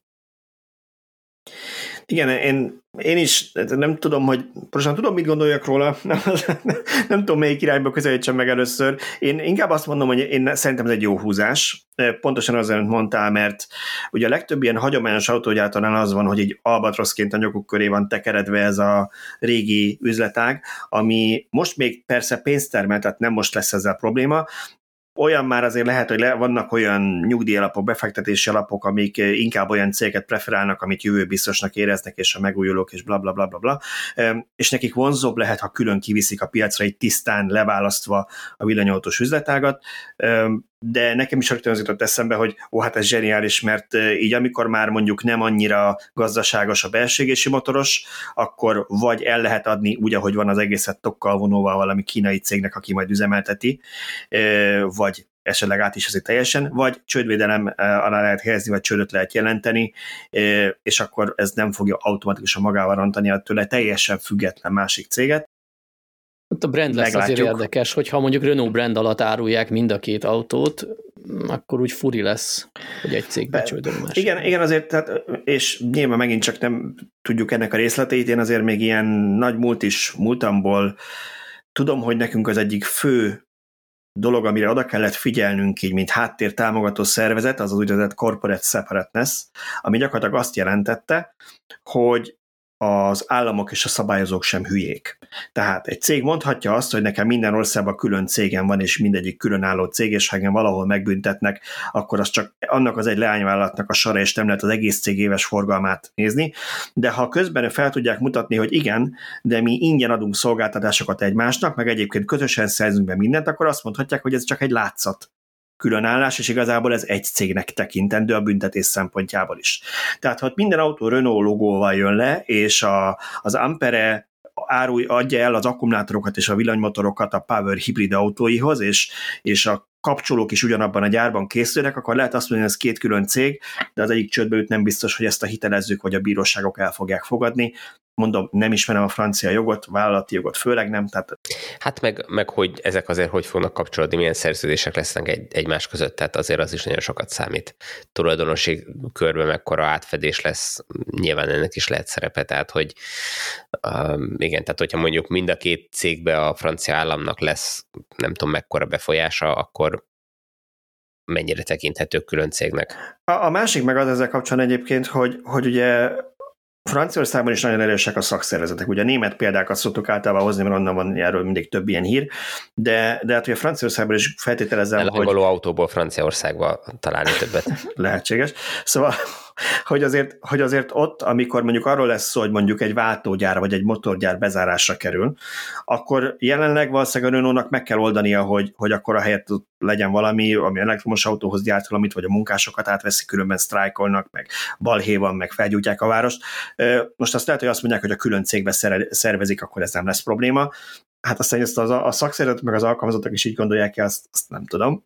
Igen, én, én is nem tudom, hogy pontosan tudom, mit gondoljak róla, nem, nem tudom, melyik irányba közelítsem meg először. Én inkább azt mondom, hogy én szerintem ez egy jó húzás. Pontosan azért, amit mondtál, mert ugye a legtöbb ilyen hagyományos autógyártónál az van, hogy egy albatroszként a nyakuk köré van tekeredve ez a régi üzletág, ami most még persze pénzt termel, tehát nem most lesz ezzel probléma. Olyan már azért lehet, hogy le, vannak olyan nyugdíjalapok, befektetési alapok, amik inkább olyan cégeket preferálnak, amit jövőbiztosnak éreznek, és a megújulók, és bla bla bla bla bla. És nekik vonzóbb lehet, ha külön kiviszik a piacra, így tisztán leválasztva a villanyautós üzletágat. De nekem is rögtön az jutott eszembe, hogy ó, hát ez zseniális, mert így amikor már mondjuk nem annyira gazdaságos a belségési motoros, akkor vagy el lehet adni úgy, ahogy van az egészet tokkal vonóval valami kínai cégnek, aki majd üzemelteti, vagy esetleg át is azért teljesen, vagy csődvédelem alá lehet helyezni, vagy csődöt lehet jelenteni, és akkor ez nem fogja automatikusan magával rontani tőle teljesen független másik céget. Ott a brand lesz Meglátjuk. Azért érdekes, hogyha mondjuk Renault brand alatt árulják mind a két autót, akkor úgy furi lesz, hogy egy cég becsődöl a másik. Igen, igen, azért, tehát, és nyilván megint csak nem tudjuk ennek a részleteit, én azért még ilyen nagy multis múltamból tudom, hogy nekünk az egyik fő dolog, amire oda kellett figyelnünk így, mint háttértámogató szervezet, az az úgynevezett corporate separateness, ami gyakorlatilag azt jelentette, hogy az államok és a szabályozók sem hülyék. Tehát egy cég mondhatja azt, hogy nekem minden országban külön cégem van, és mindegyik különálló cég, és ha engem valahol megbüntetnek, akkor az csak annak az egy leányvállalatnak a sara, és nem lehet az egész cég éves forgalmát nézni. De ha közben fel tudják mutatni, hogy igen, de mi ingyen adunk szolgáltatásokat egymásnak, meg egyébként közösen szerzünk be mindent, akkor azt mondhatják, hogy ez csak egy látszat különállás, és igazából ez egy cégnek tekintendő a büntetés szempontjából is. Tehát, ha minden autó Renault logóval jön le, és a, az Ampere árulj, adja el az akkumulátorokat és a villanymotorokat a Power hibrid autóihoz, és, és a kapcsolók is ugyanabban a gyárban készülnek, akkor lehet azt mondani, hogy ez két külön cég, de az egyik csődbe őt nem biztos, hogy ezt a hitelezők vagy a bíróságok el fogják fogadni. Mondom, nem ismerem a francia jogot, vállalati jogot főleg nem. Tehát... Hát meg, meg hogy ezek azért hogy fognak kapcsolódni, milyen szerződések lesznek egy, egymás között, tehát azért az is nagyon sokat számít. Tulajdonosi körben mekkora átfedés lesz, nyilván ennek is lehet szerepe, tehát hogy um, igen, tehát hogyha mondjuk mind a két cégbe a francia államnak lesz nem tudom mekkora befolyása, akkor mennyire tekinthető külön cégnek. A, a másik meg az ezzel kapcsolatban egyébként, hogy, hogy ugye Franciaországban is nagyon erősek a szakszervezetek. Ugye a német példákat szoktuk általában hozni, mert onnan van erről mindig több ilyen hír, de, de hát ugye Franciaországban is feltételezem, hogy... Elhangoló autóból Franciaországba találni többet. Lehetséges. Szóval, hogy azért, hogy azért ott, amikor mondjuk arról lesz szó, hogy mondjuk egy váltógyár vagy egy motorgyár bezárásra kerül, akkor jelenleg valószínűleg a Renault-nak meg kell oldania, hogy, hogy akkor a helyett legyen valami, ami elektromos autóhoz gyárt valamit, vagy a munkásokat átveszik, különben sztrájkolnak, meg balhé van, meg felgyújtják a várost. Most azt lehet, hogy azt mondják, hogy a külön cégbe szervezik, akkor ez nem lesz probléma. Hát aztán ezt az, a szakszervezet, meg az alkalmazottak is így gondolják el, azt, azt nem tudom.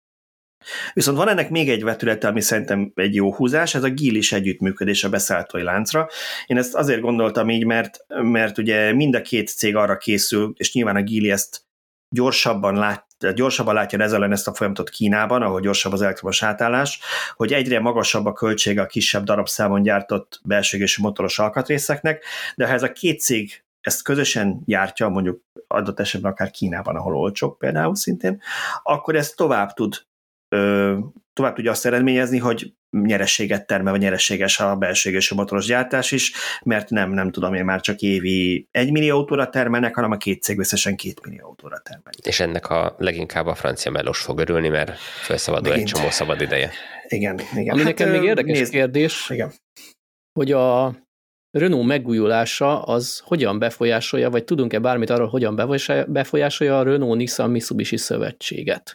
Viszont van ennek még egy vetülete, ami szerintem egy jó húzás, ez a Geely-is együttműködés a beszállítói láncra. Én ezt azért gondoltam így, mert, mert ugye mind a két cég arra készül, és nyilván a Geely ezt gyorsabban, lát, gyorsabban látja ezzel ellen ezt a folyamatot Kínában, ahol gyorsabb az elektromos átállás, hogy egyre magasabb a költsége a kisebb darabszámon gyártott belső égésű motoros alkatrészeknek, de ha ez a két cég ezt közösen gyártja, mondjuk adott esetben akár Kínában, ahol olcsóbb például szintén, akkor ez tovább tud tovább tudja azt eredményezni, hogy nyerességet termel, vagy nyerességes a belső égésű motoros gyártás is, mert nem, nem tudom én, már csak évi egy millió autóra termelnek, hanem a két cég összesen két millió autóra termel. És ennek a leginkább a francia melós fog örülni, mert felszabadul egy csomó szabad ideje. Igen, igen. Ami hát, nekem még érdekes nézd, kérdés, igen. hogy a Renault megújulása az hogyan befolyásolja, vagy tudunk-e bármit arról, hogyan befolyásolja a Renault-Nissan-Mitsubishi szövetséget?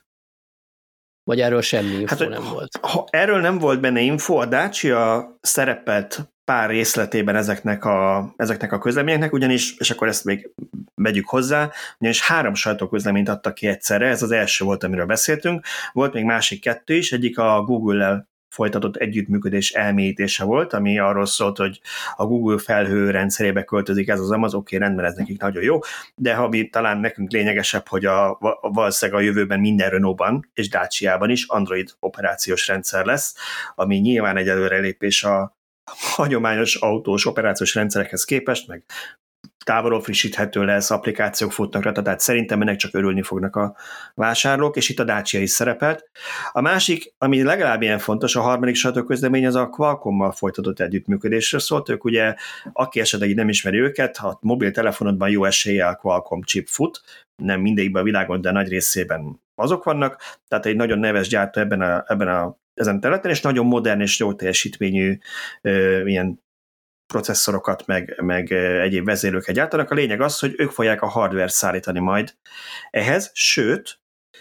Vagy erről semmi info hát, nem volt? Ha erről nem volt benne info, a Dacia szerepelt pár részletében ezeknek a, ezeknek a közleményeknek, ugyanis, és akkor ezt még vegyük hozzá, ugyanis három sajtóközleményt adtak ki egyszerre, ez az első volt, amiről beszéltünk, volt még másik kettő is, egyik a Google-lel folytatott együttműködés elmélyítése volt, ami arról szólt, hogy a Google felhő rendszerébe költözik ez az Amazon, oké, okay, rendben, ez nekik nagyon jó, de ami talán nekünk lényegesebb, hogy a, valószínűleg a jövőben minden Renault-ban és Dacia-ban is Android operációs rendszer lesz, ami nyilván egy előrelépés a hagyományos autós operációs rendszerekhez képest, meg távolról frissíthető lesz, applikációk futnak rá, tehát szerintem ennek csak örülni fognak a vásárlók, és itt a Dacia is szerepelt. A másik, ami legalább ilyen fontos, a harmadik sajtóközlemény, az a Qualcomm-mal folytatott együttműködésről szólt. Ők ugye, aki esetleg nem ismeri őket, ha mobiltelefonodban jó eséllyel Qualcomm chip fut, nem mindegyikben a világon, de nagy részében azok vannak, tehát egy nagyon neves gyártó ebben a, ebben a ezen területen, és nagyon modern és jó teljesítményű ö, ilyen processzorokat, meg, meg egyéb vezérlőket gyártanak. A lényeg az, hogy ők fogják a hardware szállítani majd ehhez, sőt,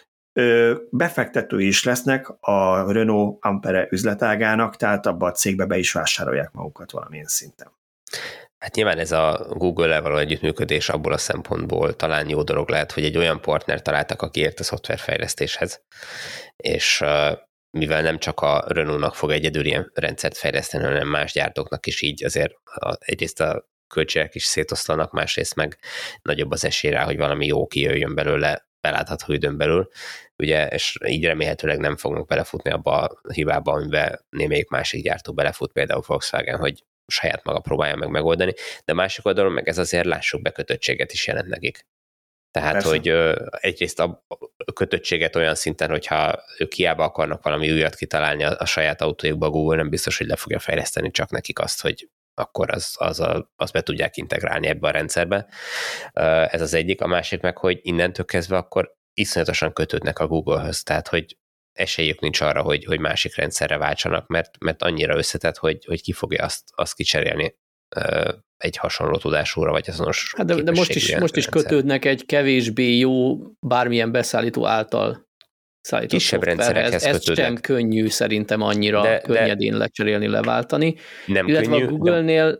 befektetői is lesznek a Renault Ampere üzletágának, tehát abba a cégbe be is vásárolják magukat valamilyen szinten. Hát nyilván ez a Google-el való együttműködés abból a szempontból talán jó dolog lehet, hogy egy olyan partner találtak, aki ért a szoftverfejlesztéshez, és mivel nem csak a Renault-nak fog egyedül ilyen rendszert fejleszteni, hanem más gyártóknak is, így azért a, egyrészt a költségek is szétoszlanak, másrészt meg nagyobb az esély rá, hogy valami jó kijöjjön belőle belátható időn belül, ugye, és így remélhetőleg nem fogunk belefutni abba a hibába, amiben némelyik másik gyártó belefut, például Volkswagen, hogy saját maga próbálja meg megoldani, de másik oldalon meg ez azért lássuk bekötöttséget is jelent nekik. Tehát, Persze. hogy ö, egyrészt a kötöttséget olyan szinten, hogyha ők hiába akarnak valami újat kitalálni a, a saját autójukba, Google nem biztos, hogy le fogja fejleszteni csak nekik azt, hogy akkor az, az a, azt be tudják integrálni ebbe a rendszerbe. Ez az egyik. A másik meg, hogy innentől kezdve akkor iszonyatosan kötődnek a Google-höz, tehát, hogy esélyük nincs arra, hogy, hogy másik rendszerre váltsanak, mert, mert annyira összetett, hogy, hogy ki fogja azt, azt kicserélni egy hasonló tudásúra, vagy azonos hát de, de most is, most is kötődnek egy kevésbé jó bármilyen beszállító által szállított kisebb rendszerekhez ez, kötődnek. Ez sem könnyű szerintem annyira de, könnyedén de lecserélni, leváltani. Nem illetve könnyű. a Google-nél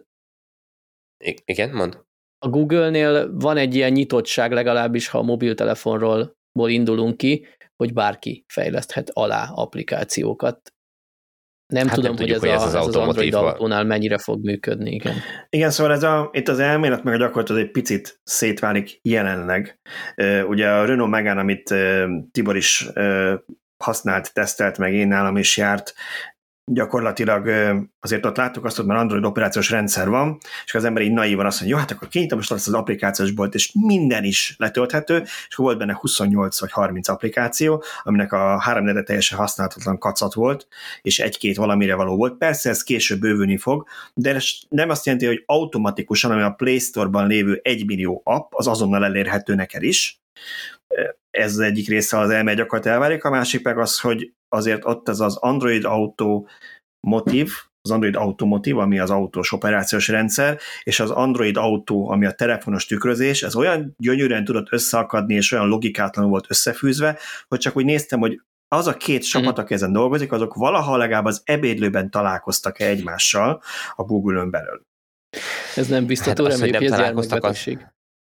de... Igen, mond. A Google-nél van egy ilyen nyitottság, legalábbis ha a mobiltelefonról indulunk ki, hogy bárki fejleszthet alá applikációkat. Nem hát tudom, nem tudjuk, hogy, ez, hogy ez, a, az, ez az Android autónál mennyire fog működni. Igen, igen szóval ez a, itt az elmélet meg a gyakorlat egy picit szétválik jelenleg. Uh, ugye a Renault Megane, amit uh, Tibor is uh, használt, tesztelt, meg én nálam is járt, gyakorlatilag azért ott láttuk azt, hogy már Android operációs rendszer van, és az ember így naívan azt mondja, jó, hát akkor kinyitom most azt az applikációs bolt, és minden is letölthető, és akkor volt benne huszonnyolc vagy harminc applikáció, aminek a háromnegyede teljesen használhatatlan kacat volt, és egy-két valamire való volt. Persze ez később bővülni fog, de ez nem azt jelenti, hogy automatikusan, ami a Play Store-ban lévő egymillió app, az azonnal elérhető neked is. Ez az egyik része az elmélet gyakorlatilag elválik, a másik meg az, hogy azért ott ez az Android Automotive, az Android Automotive, ami az autós operációs rendszer, és az Android Auto, ami a telefonos tükrözés, ez olyan gyönyörűen tudott összeakadni, és olyan logikátlanul volt összefűzve, hogy csak úgy néztem, hogy az a két csapat, aki ezen dolgozik, azok valaha legalább az ebédlőben találkoztak-e egymással a Google-ön belül. Ez nem biztató, hát reméljük, hogy ez gyermekbetegség.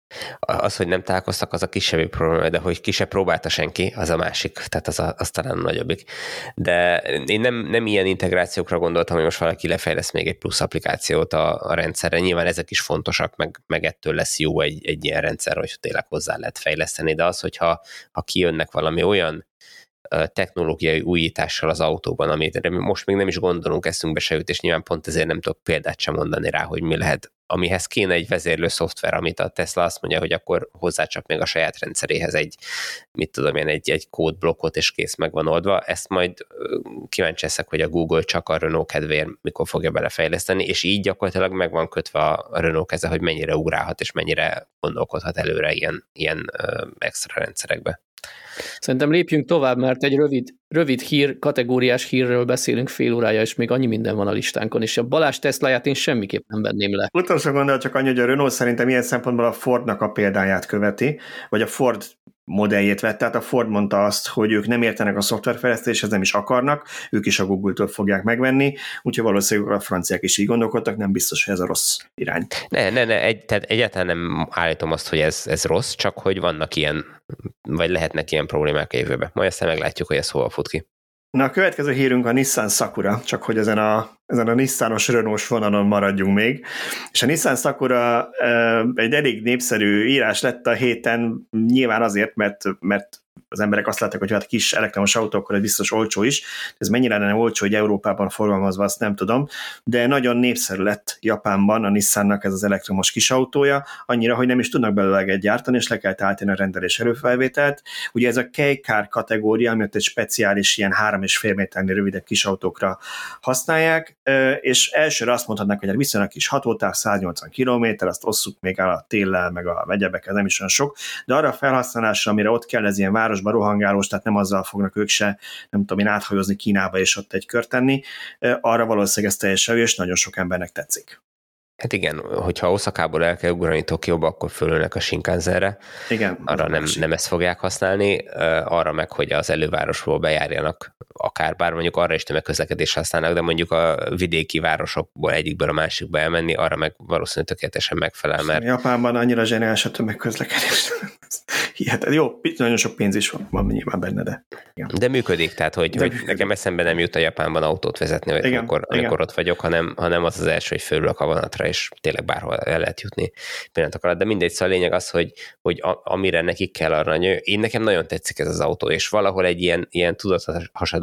Az, hogy nem találkoztak, az a kisebb probléma, de hogy ki se próbálta senki, az a másik, tehát az, a, az talán a nagyobbik. De én nem, nem ilyen integrációkra gondoltam, hogy most valaki lefejlesz még egy plusz applikációt a, a rendszerre. Nyilván ezek is fontosak, meg, meg ettől lesz jó egy, egy ilyen rendszer, hogy tényleg hozzá lehet fejleszteni, de az, hogyha ha kijönnek valami olyan technológiai újítással az autóban, amit most még nem is gondolunk, eszünkbe se jut, és nyilván pont ezért nem tudok példát sem mondani rá, hogy mi lehet, amihez kéne egy vezérlő szoftver, amit a Tesla azt mondja, hogy akkor hozzá csak még a saját rendszeréhez egy, mit tudom én, egy, egy kódblokkot, és kész, meg van oldva. Ezt majd kíváncsi leszek, hogy a Google csak a Renault kedvéért mikor fogja belefejleszteni, és így gyakorlatilag meg van kötve a Renault keze, hogy mennyire ugrálhat, és mennyire gondolkodhat előre ilyen, ilyen extra rendszerekbe. Szerintem lépjünk tovább, mert egy rövid, rövid hír, kategóriás hírről beszélünk fél órája, és még annyi minden van a listánkon, és a Balázs Tesláját én semmiképp nem venném le. Utolsó gondolat csak annyi, hogy a Renault szerintem ilyen szempontból a Fordnak a példáját követi, vagy a Ford modelljét vett, tehát a Ford mondta azt, hogy ők nem értenek a szoftverfejlesztéshez, nem is akarnak, ők is a Google-től fogják megvenni, úgyhogy valószínűleg a franciák is így gondolkodtak, nem biztos, hogy ez a rossz irány. Ne, ne, ne, egy, tehát egyáltalán nem állítom azt, hogy ez, ez rossz, csak hogy vannak ilyen, vagy lehetnek ilyen problémák a jövőben. Majd aztán meglátjuk, hogy ez hova fut ki. Na, a következő hírünk a Nissan Sakura, csak hogy ezen a, ezen a Nissanos Renault-s vonalon maradjunk még. És a Nissan Sakura e, egy elég népszerű írás lett a héten, nyilván azért, mert, mert az emberek azt látták, hogy hát kis elektromos autókkal ez biztos olcsó is. Ez mennyire lenne olcsó, hogy Európában forgalmazva, azt nem tudom, de nagyon népszerű lett Japánban a Nissannak ez az elektromos kis autója, annyira, hogy nem is tudnak belőle egy gyártani, és le kell állítani a rendelés előfelvételt. Ugye ez a Kei-Car kategória, amit egy speciális ilyen három és fél méternél rövidebb kis autókra használják, és elsőre azt mondhatnak, hogy egy viszonylag kis hatótáv, száznyolcvan kilométer, azt osszuk még el a téllel, meg a vegyebekkel, nem is olyan sok, de arra a felhasználásra, amire ott kell, ez ilyen városban rohangálós, tehát nem azzal fognak ők se, nem tudom én, áthajózni Kínába és ott egy kört tenni, arra valószínűleg ez teljesen jó, és nagyon sok embernek tetszik. Hát igen, hogyha Oszakából el kell ugrani Tokióba, akkor fölülnek a Shinkansenre. Igen. Arra nem, nem ezt fogják használni, arra meg, hogy az elővárosból bejárjanak, akár bár mondjuk arra is tömegközlekedést használnak, de mondjuk a vidéki városokból egyikből a másikba elmenni, arra meg valószínűleg tökéletesen megfelel, mert... Japánban annyira zseniális a tömegközlekedés. Hihetetlen. Jó, nagyon sok pénz is van, van nyilván benne, de... Igen. De működik, tehát hogy, de hogy működik. Nekem eszembe nem jut a Japánban autót vezetni, vagy igen, amikor, igen. amikor ott vagyok, hanem, hanem az az első, hogy fölülök a vonatra, és tényleg bárhol el lehet jutni pillanatok alatt. De mindegy, szóval a lényeg az, hogy, hogy a, amire nekik kell arra, én nekem nagyon tetszik ez az autó, és valahol egy ilyen, ilyen tudathasadás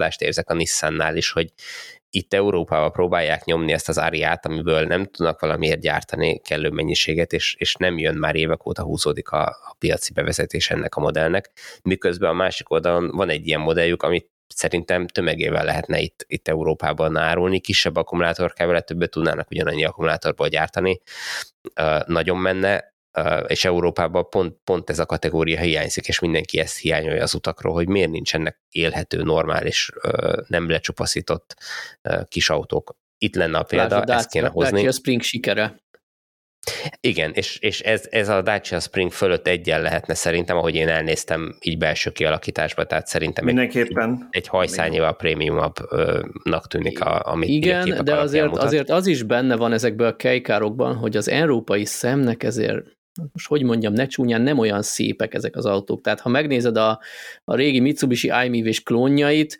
csalódást érzek a Nissannál is, hogy itt Európában próbálják nyomni ezt az Ariát, amiből nem tudnak valamiért gyártani kellő mennyiséget, és, és nem jön már évek óta húzódik a, a piaci bevezetés ennek a modellnek, miközben a másik oldalon van egy ilyen modelljük, amit szerintem tömegével lehetne itt, itt Európában árulni, kisebb akkumulátorkával, többet tudnának ugyanannyi akkumulátorból gyártani, uh, nagyon menne, uh, és Európában pont, pont ez a kategória hiányzik, és mindenki ezt hiányolja az utakról, hogy miért nincsenek élhető, normális, uh, nem lecsupaszított uh, kis autók. Itt lenne a példa, Lásd, ezt kéne hozni. Dacia Spring sikere. Igen, és, és ez, ez a Dacia Spring fölött egyen lehetne szerintem, ahogy én elnéztem így belső kialakításba, tehát szerintem mindenképpen egy, egy hajszányival prémiumabbnak tűnik, a, amit igen, de azért, azért az is benne van ezekből a kejkárokban, hogy az európai szemnek ezért, most hogy mondjam, ne csúnyán, nem olyan szépek ezek az autók. Tehát ha megnézed a, a régi Mitsubishi i-MiEV-s klónjait,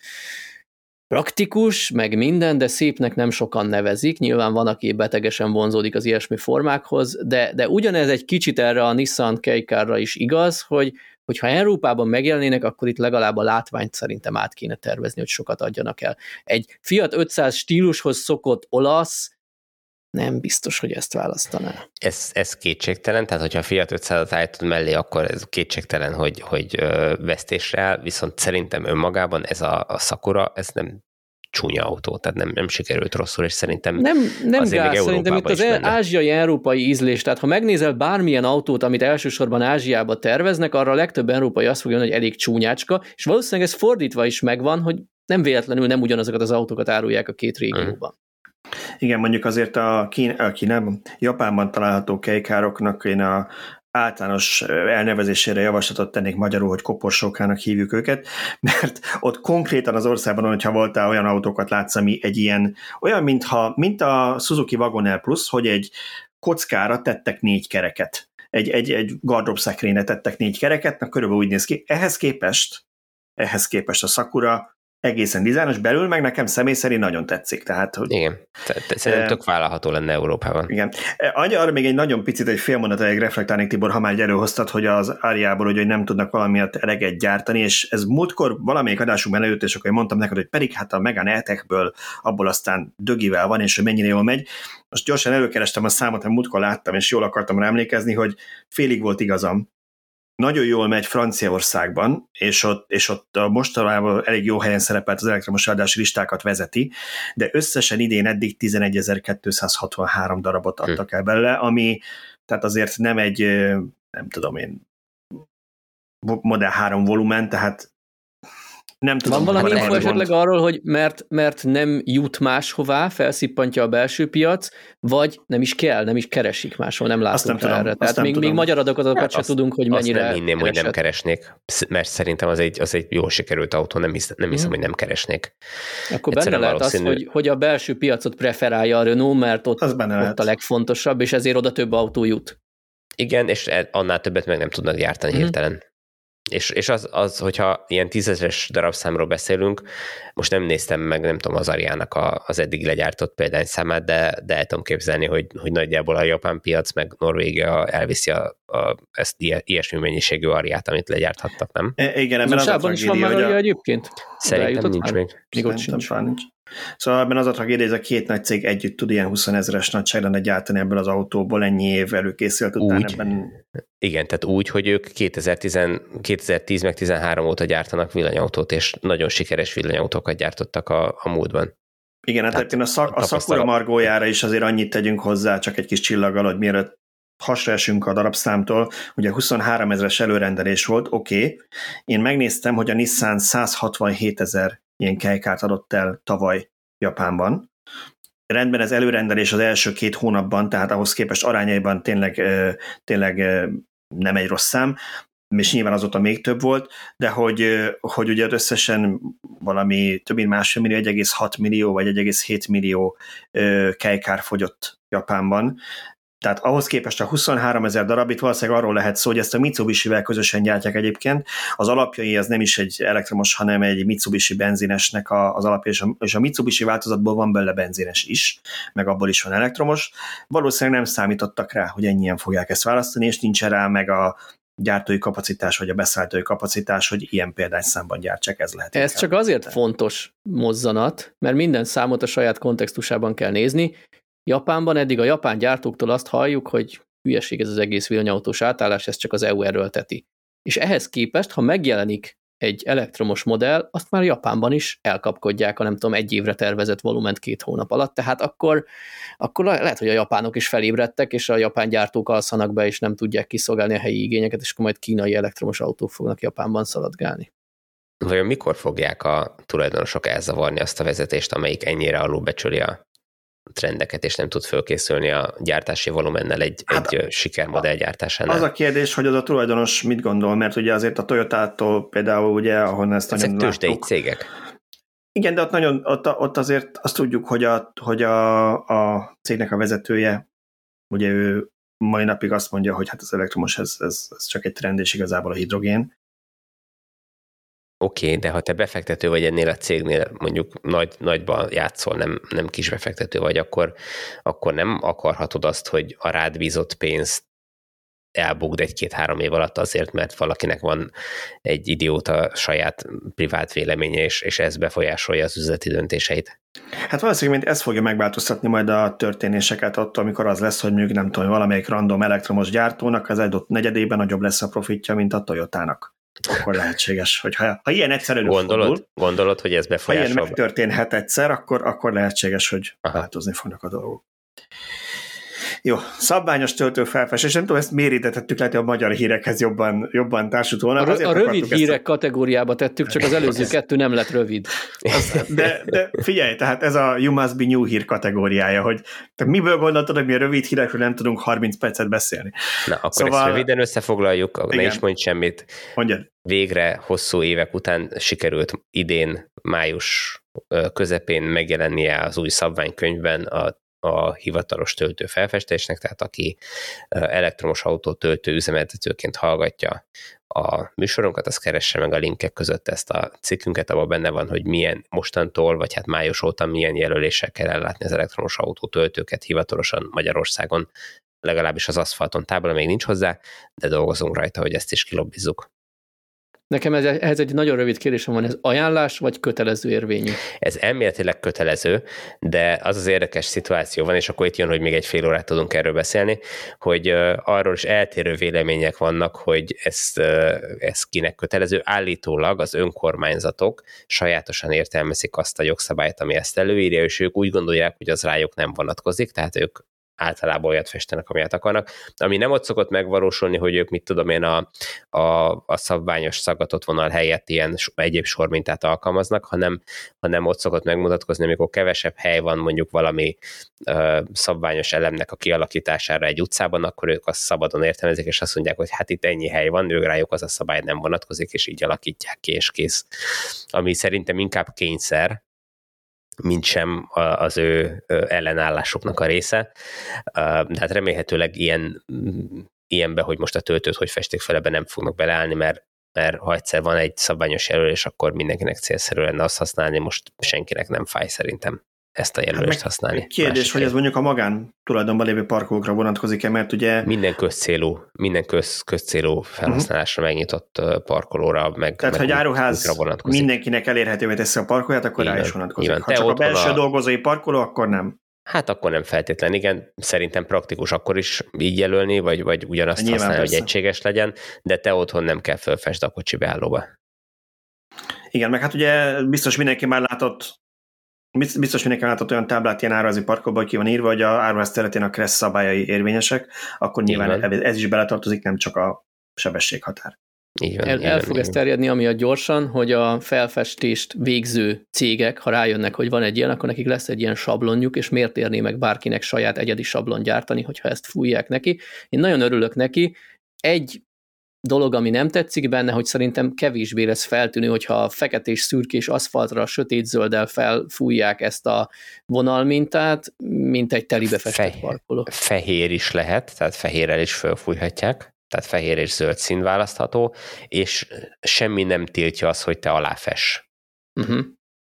praktikus, meg minden, de szépnek nem sokan nevezik. Nyilván van, aki betegesen vonzódik az ilyesmi formákhoz, de, de ugyanez egy kicsit erre a Nissan Kei-Karra is igaz, hogy hogyha Európában megjelennének, akkor itt legalább a látványt szerintem át kéne tervezni, hogy sokat adjanak el. Egy Fiat ötszáz stílushoz szokott olasz nem biztos, hogy ezt választaná. Ez, ez kétségtelen, tehát hogyha a Fiat ötszázat állítod mellé, akkor ez kétségtelen, hogy, hogy vesztésre áll, viszont szerintem önmagában ez a, a Sakura, ez nem csúnya autó, tehát nem, nem sikerült rosszul, és szerintem nem, nem gáz, szerintem itt az ázsiai-európai ízlés, tehát ha megnézel bármilyen autót, amit elsősorban Ázsiába terveznek, arra a legtöbb európai azt fogja mondani, hogy elég csúnyácska, és valószínűleg ez fordítva is megvan, hogy nem véletlenül nem ugyanazokat az autókat árulják a két régióban. Hmm. Igen, mondjuk azért a, Kín, a Kínában, Japánban található kejkároknak én a általános elnevezésére javaslatot tennék magyarul, hogy koporsókának hívjuk őket, mert ott konkrétan az országban, hogyha voltál olyan autókat látsz, ami egy ilyen, olyan, mintha, mint a Suzuki Wagoneer Plus, hogy egy kockára tettek négy kereket. Egy, egy, egy gardróbszekrényre tettek négy kereket, na körülbelül úgy néz ki. Ehhez képest, ehhez képest a Sakura egészen dizájnos, belül meg nekem személy szerint nagyon tetszik. Tehát, hogy, igen, szerintem tök vállalható lenne Európában. Igen. Arra még egy nagyon picit, egy fél mondatáig reflektálnék, Tibor, ha már előhoztad, hogy az Ariából, hogy nem tudnak valamiért eleget gyártani, és ez múltkor valamelyik adásunkban előtt, és akkor mondtam neked, hogy pedig hát a Megane E-Techből abból aztán dögivel van, és hogy mennyire jól megy. Most gyorsan előkerestem a számot, amit múltkor láttam, és jól akartam rá emlékezni, hogy félig volt igazam. Nagyon jól megy Franciaországban, és ott, és ott mostanában elég jó helyen szerepelt, az elektromos eladási listákat vezeti, de összesen idén eddig tizenegyezer-kétszázhatvanhárom darabot adtak el belőle, ami tehát azért nem egy, nem tudom én, Model három volumen, tehát nem tudom. Van valami info esetleg arról, hogy mert, mert nem jut máshová, felszippantja a belső piac, vagy nem is kell, nem is keresik máshol, nem látunk rá erre. Tehát még, még magyar adatokat hát se azt, tudunk, hogy mennyire azt nem hinném, hogy nem keresnék, mert szerintem az egy, az egy jól sikerült autó, nem, hisz, nem hiszem, hmm. hogy nem keresnék. Akkor benne lehet valószínű... az, hogy, hogy a belső piacot preferálja a Renault, mert ott, ott a legfontosabb, és ezért oda több autó jut. Igen, és annál többet meg nem tudnak gyártani hmm. hirtelen. És, és az, az, hogyha ilyen tízezeres darabszámról beszélünk, most nem néztem meg, nem tudom, az Ariának a, az eddig legyártott példányszámát, de, de el tudom képzelni, hogy, hogy nagyjából a japán piac, meg Norvégia elviszi a, a, ezt ilyesmi mennyiségű Ariát, amit legyárthattak, nem? E, igen, ebben az, az a tragédia, is van már Aria egyébként? Szerintem nincs még. Még ott sincs. nincs. Szóval ebben az a tragédia, ez a két nagy cég együtt tud ilyen húszezeres nagyságrendben gyártani ebből az autóból, ennyi év előkészült után úgy, ebben. Igen, tehát úgy, hogy ők kétezer-tíz meg tizenhárom óta gyártanak villanyautót, és nagyon sikeres villanyautókat gyártottak a, a múltban. Igen, hát tehát a, szak, a Sakura margójára is azért annyit tegyünk hozzá, csak egy kis csillaggal, hogy mielőtt hasra esünk a darabszámtól, ugye huszonhárom ezeres előrendelés volt, oké. Okay. Én megnéztem, hogy a Nissan százhatvanhétezer ilyen kejkárt adott el tavaly Japánban. Rendben, ez előrendelés az első két hónapban, tehát ahhoz képest arányaiban tényleg, tényleg nem egy rossz szám, és nyilván azóta még több volt, de hogy, hogy ugye összesen valami több mint másfél millió, egy egész hat millió vagy egy egész hét millió kejkár fogyott Japánban. Tehát ahhoz képest a huszonhárom ezer darab, itt valószínűleg arról lehet szó, hogy ezt a Mitsubishi-vel közösen gyártják egyébként. Az alapjai az nem is egy elektromos, hanem egy Mitsubishi benzinesnek az alapja, és a, és a Mitsubishi változatból van belőle benzines is, meg abból is van elektromos. Valószínűleg nem számítottak rá, hogy ennyien fogják ezt választani, és nincs rá meg a gyártói kapacitás, vagy a beszállítói kapacitás, hogy ilyen példányszámban gyártsák, ez lehet. Ez csak azért de. fontos mozzanat, mert minden számot a saját kontextusában kell nézni. Japánban eddig a japán gyártóktól azt halljuk, hogy hülyeség ez az egész villanyautós átállás, ez csak az é u erőlteti. És ehhez képest, ha megjelenik egy elektromos modell, azt már Japánban is elkapkodják a nem tudom, egy évre tervezett volument két hónap alatt, tehát akkor, akkor lehet, hogy a japánok is felébredtek, és a japán gyártók alszanak be, és nem tudják kiszolgálni a helyi igényeket, és akkor majd kínai elektromos autók fognak Japánban szaladgálni. Vajon mikor fogják a tulajdonosok elzavarni azt a vezetést, amelyik ennyire alulbecsüli a trendeket, és nem tud fölkészülni a gyártási volumennel egy, hát egy sikermodell gyártásánál? Az a kérdés, hogy az a tulajdonos mit gondol, mert ugye azért a Toyotától például, ugye, ahonnan ezt Ezek nagyon tőzsdei láttuk. cégek. Igen, de ott, nagyon, ott, ott azért azt tudjuk, hogy, a, hogy a, a cégnek a vezetője, ugye ő mai napig azt mondja, hogy hát az elektromos, ez, ez, ez csak egy trend, és igazából a hidrogén. Oké, okay, de ha te befektető vagy ennél a cégnél, mondjuk nagy, nagyban játszol, nem, nem kis befektető vagy, akkor, akkor nem akarhatod azt, hogy a rád bízott pénzt elbukd egy-két-három év alatt azért, mert valakinek van egy idióta saját privát véleménye, és, és ez befolyásolja az üzleti döntéseit. Hát valószínűleg ez fogja megváltoztatni majd a történéseket attól, amikor az lesz, hogy mondjuk nem tudom, valamelyik random elektromos gyártónak az adott negyedében nagyobb lesz a profitja, mint a Toyotának. Akkor lehetséges, hogy ha, ha ilyen egyszer előfordul, gondolod, gondolod, hogy ez befolyásol? Ha ilyen megtörténhet egyszer, akkor, akkor lehetséges, hogy Aha. változni fognak a dolgok. Jó, szabványos töltőfelfestés, nem tudom, ezt miért tettük, lehet, hogy a magyar hírekhez jobban, jobban társult volna. A, a rövid hírek a... kategóriába tettük, csak az előző kettő nem lett rövid. De, de figyelj, tehát ez a You Must Be New hír kategóriája, hogy te miből gondoltad, hogy mi a rövid hírekről nem tudunk harminc percet beszélni. Na, akkor szóval... ezt röviden összefoglaljuk, igen. Ne is mondj semmit. Mondjad. Végre hosszú évek után sikerült idén, május közepén megjelennie az új szabványkönyvben a a hivatalos töltő felfestésnek, tehát aki elektromos autó töltő üzemeltetőként hallgatja a műsorunkat, az keresse meg a linkek között ezt a cikkünket, abban benne van, hogy milyen mostantól, vagy hát május óta milyen jelöléssel kell ellátni az elektromos autó töltőket hivatalosan Magyarországon, legalábbis az aszfalton tábla még nincs hozzá, de dolgozunk rajta, hogy ezt is kilobbizzuk. Nekem ez, ehhez egy nagyon rövid kérdésem van, ez ajánlás vagy kötelező érvényű? Ez elméletileg kötelező, de az az érdekes szituáció van, és akkor itt jön, hogy még egy fél órát tudunk erről beszélni, hogy arról is eltérő vélemények vannak, hogy ez, ez kinek kötelező. Állítólag az önkormányzatok sajátosan értelmezik azt a jogszabályt, ami ezt előírja, és ők úgy gondolják, hogy az rájuk nem vonatkozik, tehát ők általában olyat festenek, amilyet akarnak. Ami nem ott szokott megvalósulni, hogy ők mit tudom én a, a, a szabványos szaggatott vonal helyett ilyen egyéb sormintát alkalmaznak, hanem, hanem ott szokott megmutatkozni, amikor kevesebb hely van mondjuk valami ö, szabványos elemnek a kialakítására egy utcában, akkor ők azt szabadon értelmezik, és azt mondják, hogy hát itt ennyi hely van, ők rájuk az a szabály nem vonatkozik, és így alakítják ki, és kész. Ami szerintem inkább kényszer, mint sem az ő ellenállásoknak a része. Tehát remélhetőleg ilyen, ilyenbe, hogy most a töltőt hogy festék fel, ebben nem fognak beleállni, mert, mert ha egyszer van egy szabványos jelölés, akkor mindenkinek célszerű lenne azt használni, most senkinek nem fáj szerintem ezt a jelölést hát használni. Kérdés, hogy ez mondjuk a magán tulajdonban lévő parkolókra vonatkozik-e, mert ugye... Minden közcélú, minden köz, közcélú felhasználásra uh-huh. megnyitott parkolóra, meg Tehát, meg hogy áruház mindenkinek elérhetővé teszi a parkolóját, akkor rá is vonatkozik. Igen. Ha csak a belső a... dolgozói parkoló, akkor nem. Hát akkor nem feltétlen, igen. Szerintem praktikus akkor is így jelölni, vagy, vagy ugyanazt Nyilván használni, persze. hogy egységes legyen, de te otthon nem kell fölfesd a kocsi beállóba. Igen, meg hát ugye biztos mindenki már látott Biztos mindenki látott olyan táblát ilyen áruházi parkolóban, hogy ki van írva, hogy a áruház területén a kressz szabályai érvényesek, akkor nyilván ez is beletartozik, nem csak a sebességhatár. Így van, el, így el van, fog így ez terjedni amiatt gyorsan, hogy a felfestést végző cégek, ha rájönnek, hogy van egy ilyen, akkor nekik lesz egy ilyen sablonjuk, és miért érné meg bárkinek saját egyedi sablon gyártani, hogyha ezt fújják neki. Én nagyon örülök neki. Egy dolog, ami nem tetszik benne, hogy szerintem kevésbé lesz feltűnő, hogyha a feketés, szürkés aszfaltra sötétzölddel felfújják ezt a vonalmintát, mint egy telibe festett Fe- parkoló. Fehér is lehet, tehát fehérrel is felfújhatják, tehát fehér és zöld szín választható, és semmi nem tiltja azt, hogy te aláfess. Uh-huh.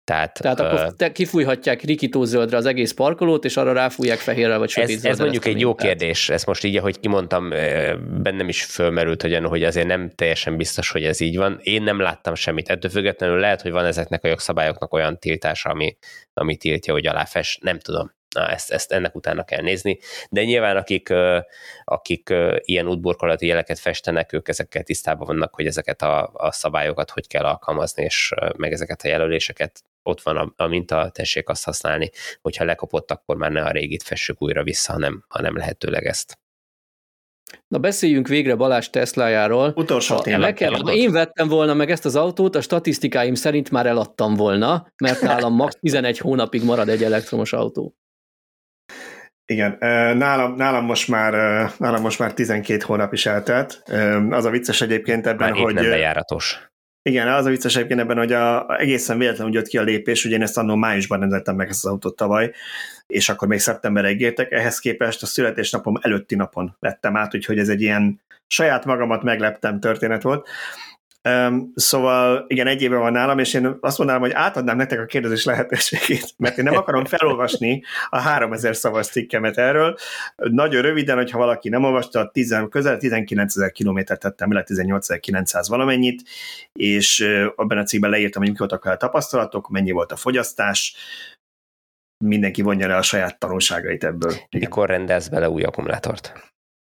Tehát, Tehát uh, akkor te kifújhatják rikítózöldre az egész parkolót, és arra ráfújják fehérrel vagy sötét ez, ez mondjuk egy jó kérdés, ezt most így, ahogy kimondtam, bennem is fölmerült, hogy, hogy azért nem teljesen biztos, hogy ez így van. Én nem láttam semmit. Ettől függetlenül lehet, hogy van ezeknek a jogszabályoknak olyan tiltása, ami, ami tiltja, hogy aláfest. Nem tudom. Na, ezt, ezt ennek utána kell nézni. De nyilván akik, akik ilyen útburkolati jeleket festenek, ők ezekkel tisztában vannak, hogy ezeket a, a szabályokat hogy kell alkalmazni, és meg ezeket a jelöléseket. Ott van a, a minta, tessék azt használni, hogyha lekopott, akkor már ne a régit fessük újra vissza, hanem, hanem lehetőleg ezt. Na beszéljünk végre Balázs Teslájáról. Utolsó témát. Ha én vettem volna meg ezt az autót, a statisztikáim szerint már eladtam volna, mert nálam max. tizenegy hónapig marad egy elektromos autó. Igen, nálam, nálam, most már, nálam most már tizenkét hónap is eltelt. Az a vicces egyébként ebben, már hogy... nem bejáratos. Igen, az a vicces egyébként ebben, hogy a, egészen véletlenül jött ki a lépés, ugye én ezt annól májusban rendeltem meg ezt az autót tavaly, és akkor még szeptemberre ígértek, ehhez képest a születésnapom előtti napon lettem át, úgyhogy ez egy ilyen saját magamat megleptem történet volt. Um, szóval igen, egy éve van nálam, és én azt mondanám, hogy átadnám nektek a kérdezés lehetőségét, mert én nem akarom felolvasni a háromezer szavas cikkemet erről. Nagyon röviden, hogyha valaki nem olvasta, tíz, közel tizenkilencezer kilométert tettem, illetve tizennyolcezer-kilencszáz valamennyit, és abban a cikkben leírtam, hogy mik voltak a tapasztalatok, mennyi volt a fogyasztás, mindenki vonja le a saját tanulságait ebből. Igen. Mikor rendelsz bele új akkumulátort?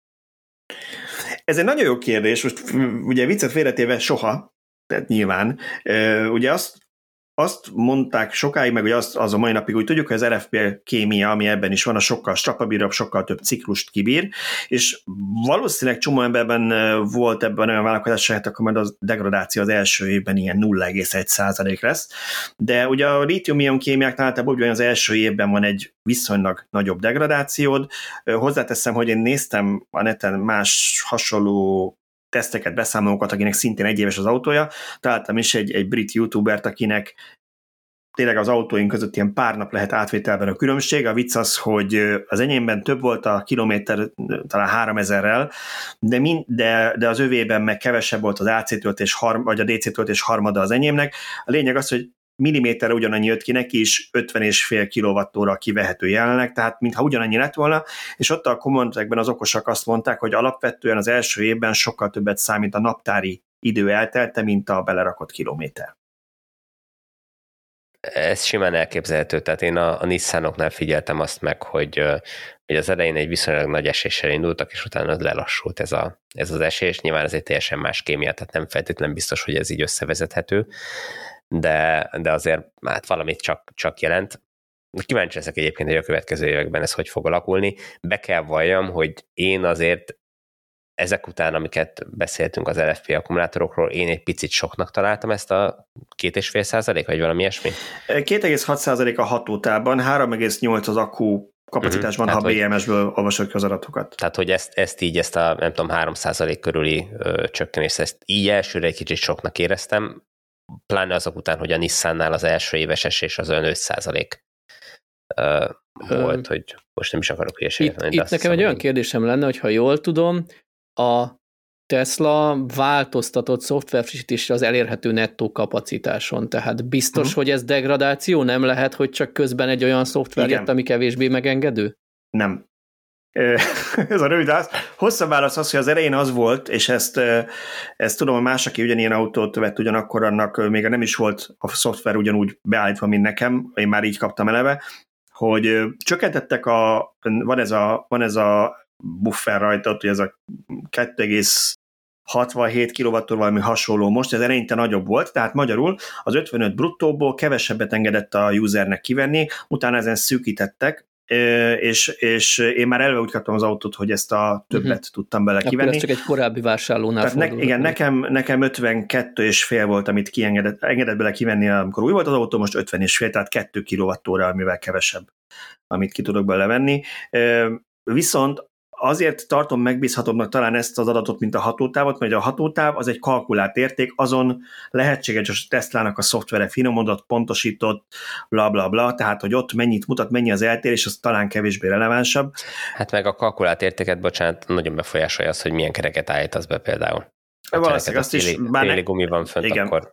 Ez egy nagyon jó kérdés, most ugye viccet félretéve soha, tehát nyilván. Ugye azt, azt mondták sokáig, meg hogy az, az a mai napig úgy tudjuk, hogy az er ef pé kémia, ami ebben is van, a sokkal strapabírabb, sokkal több ciklust kibír, és valószínűleg csomó emberben volt ebben olyan vállalkozás, hogy akkor majd a degradáció az első évben ilyen nulla egész egy százalék lesz, de ugye a lítium-ion kémiáknál általában úgy az első évben van egy viszonylag nagyobb degradációd. Hozzáteszem, hogy én néztem a neten más hasonló teszteket, beszámolókat, akinek szintén egy éves az autója. Találtam is egy, egy brit youtubert, akinek tényleg az autóink között ilyen pár nap lehet átvételben a különbség. A vicc az, hogy az enyémben több volt a kilométer, talán háromezerrel, de, mind, de, de az övében meg kevesebb volt az á cé töltés, harm, vagy a dé cé töltés harmada az enyémnek. A lényeg az, hogy milliméterre ugyanannyi jött ki, neki is ötven és fél kilowattóra kivehető jelenleg, tehát mintha ugyanannyi lett volna, és ott a kommentekben az okosak azt mondták, hogy alapvetően az első évben sokkal többet számít a naptári idő eltelte, mint a belerakott kilométer. Ez simán elképzelhető, tehát én a, a Nissanoknál figyeltem azt meg, hogy, hogy az elején egy viszonylag nagy eséssel indultak, és utána lelassult ez, a, ez az esés. Nyilván ez egy teljesen más kémia, tehát nem feltétlenül biztos, hogy ez így összevezethető, de, de azért hát valamit csak, csak jelent. Kíváncsi leszek egyébként, hogy a következő években ez hogy fog alakulni. Be kell valljam, hogy én azért ezek után, amiket beszéltünk az el ef pé akkumulátorokról, én egy picit soknak találtam ezt a két egész öt százalék, vagy valami ilyesmi? két egész hat százalék a hatótávban, három egész nyolc az akku kapacitásban, uh-huh. ha bé em es-ből olvasod ki az adatokat. Tehát, hogy ezt, ezt így, ezt a nem tudom, három százalék körüli ö, csökkenést, ezt így elsőre egy kicsit soknak éreztem, pláne azok után, hogy a Nissannál az első éves esés az olyan öt százalék ö, volt, uh, hogy most nem is akarok hülyeséget mondani. Itt, itt nekem egy olyan kérdésem lenne, hogy ha jól tudom, a Tesla változtatott szoftverfrissítésre az elérhető nettó kapacitáson, tehát biztos, uh-huh. hogy ez degradáció? Nem lehet, hogy csak közben egy olyan szoftver jött, ami kevésbé megengedő? Nem. Ez a rövid válasz. Hosszabb válasz az, hogy az elején az volt, és ezt, ezt tudom, hogy más, aki ugyanilyen autót vett ugyanakkor, annak még nem is volt a szoftver ugyanúgy beállítva, mint nekem, én már így kaptam eleve, hogy csökkentettek a, van ez a, van ez a buffer rajta, hogy ez a kettő egész hatvanhét kilowattól valami hasonló most, ez eleinte nagyobb volt, tehát magyarul az ötvenöt bruttóból kevesebbet engedett a usernek kivenni, utána ezen szűkítettek, és, és én már eleve úgy kaptam az autót, hogy ezt a többet uh-huh. tudtam bele kivenni. Akkor ez csak egy korábbi vásárlónál ne, igen, nekem, nekem ötvenkettő és fél volt, amit kiengedett engedett bele kivenni, amikor új volt az autó, most ötven és fél, tehát kettő kilowattóra, amivel kevesebb, amit ki tudok bele venni. Viszont azért tartom megbízhatóbbnak talán ezt az adatot, mint a hatótávot, mert a hatótáv az egy kalkulált érték, azon lehetséges, hogy a Teslának a szoftvere finomodott, pontosított, bla bla bla, tehát hogy ott mennyit mutat, mennyi az eltérés, az talán kevésbé relevánsabb. Hát meg a kalkulált értéket, bocsánat, nagyon befolyásolja az, hogy milyen kereket állítasz be például. Valószínűleg azt is, bár téli gumi van fönt, igen. akkor...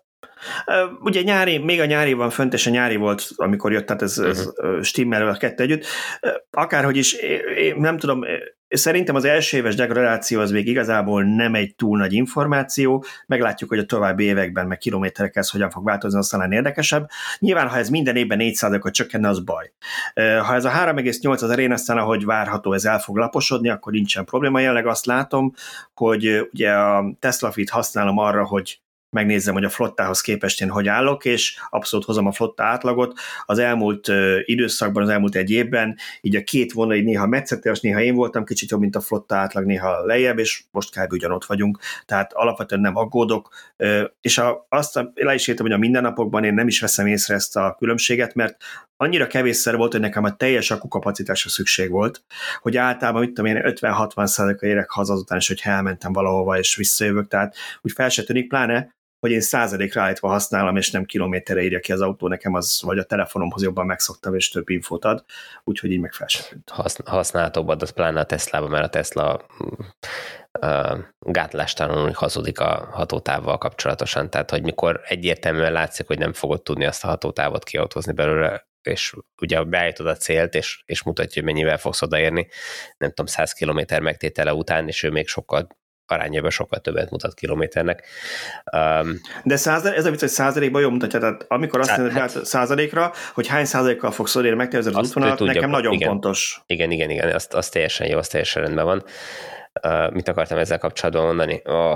Ugye nyári, még a nyári van fönt, és a nyári volt, amikor jött, tehát ez, ez uh-huh. stimmel a kettő együtt. Akárhogy is, én nem tudom, szerintem az első éves degradáció az még igazából nem egy túl nagy információ, meglátjuk, hogy a további években, meg kilométerekkel ez hogyan fog változni, az talán érdekesebb. Nyilván, ha ez minden évben négy százalékot csökkenne, az baj. Ha ez a három egész nyolc az erén, aztán ahogy várható, ez el fog laposodni, akkor nincsen probléma. Jelenleg azt látom, hogy ugye a Tesla Fit használom arra, hogy megnézzem, hogy a flottához képest én hogy állok, és abszolút hozom a flotta átlagot. Az elmúlt uh, időszakban, az elmúlt egy évben, így a két vonal így néha metszetős, néha én voltam, kicsit jobb, mint a flotta átlag, néha lejjebb, és most kb. Ugyanott vagyunk, tehát alapvetően nem aggódok, uh, és a, azt a, le is értem, hogy a mindennapokban én nem is veszem észre ezt a különbséget, mert annyira kevésszer volt, hogy nekem a teljes akkukapacitásra szükség volt, hogy általában, mit tudom én, ötven-hatvan százalékra érek haza azután is, hogy elmentem valahova, és visszajövök, tehát úgy fel se tűnik, pláne, hogy én százalékra állítva használom, és nem kilométerre írja ki az autó, nekem az, vagy a telefonomhoz jobban megszoktam, és több infót ad, úgyhogy így meg fel se tűnt. Használhatóbb az pláne a Teslában, mert a Tesla uh, gátlástalanul hazudik a hatótávval kapcsolatosan, tehát hogy mikor egyértelműen látszik, hogy nem fogod tudni azt a hatótávot kiautózni belőle, és ugye beállítod a célt, és, és mutatja, hogy mennyivel fogsz odaérni, nem tudom, száz kilométer megtétele után, és ő még sokkal arányában sokkal többet mutat kilométernek. Um, De százal, ez a vicc, hogy százalékban jól mutatja, tehát amikor azt mondod hát, százalékra, hogy hány százalékkal fogsz odérni, megtervezed az útvonalat, nekem nagyon igen, pontos. Igen, igen, igen, azt, azt teljesen jó, azt teljesen rendben van. Uh, mit akartam ezzel kapcsolatban mondani? Oh,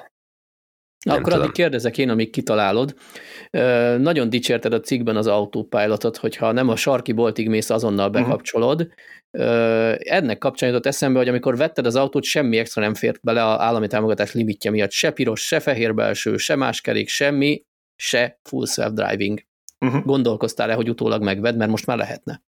Na, akkor addig kérdezek én, amíg kitalálod. Uh, nagyon dicsérted a cikkben az autopilotot, hogyha nem a sarki boltig mész, azonnal bekapcsolod. Uh-huh. Uh, ennek kapcsán jutott eszembe, hogy amikor vetted az autót, semmi extra nem fért bele az állami támogatás limitje miatt. Se piros, se fehér belső, se más kerék, semmi, se full self-driving. Uh-huh. Gondolkoztál-e, hogy utólag megvedd, mert most már lehetne?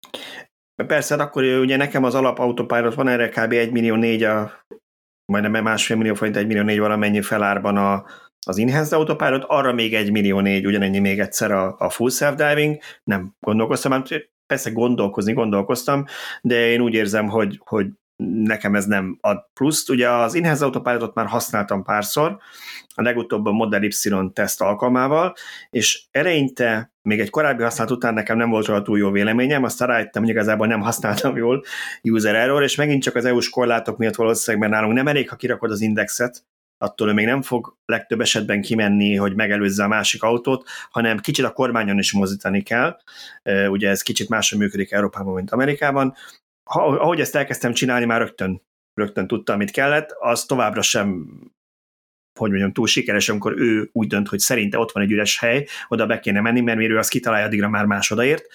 Persze, akkor ugye nekem az alap autopilot van, erre kb. egy millió négy a majdnem másfél millió forint, egy millió négy valamennyi felárban a, az Enhanced Autopilot, arra még egy millió négy, ugyanennyi még egyszer a, a Full Self-Driving, nem gondolkoztam, persze gondolkozni gondolkoztam, de én úgy érzem, hogy, hogy nekem ez nem ad pluszt. Ugye az Enhanced Autopilotot már használtam párszor, a legutóbb a Model Y teszt alkalmával, és eleinte, még egy korábbi használat után nekem nem volt róla túl jó véleményem, aztán rájöttem, hogy igazából nem használtam jól, user error, és megint csak az é u-s korlátok miatt valószínűleg, mert nálunk nem elég, ha kirakod az indexet, attól ő még nem fog legtöbb esetben kimenni, hogy megelőzze a másik autót, hanem kicsit a kormányon is mozdítani kell. Ugye ez kicsit máshogy működik Európában, mint Amerikában. Ha, ahogy ezt elkezdtem csinálni, már rögtön, rögtön tudtam, amit kellett, az továbbra sem, hogy mondjam, túl sikeres, amikor ő úgy dönt, hogy szerinte ott van egy üres hely, oda be kéne menni, mert mire ő azt kitalálja, addigra már más odaért.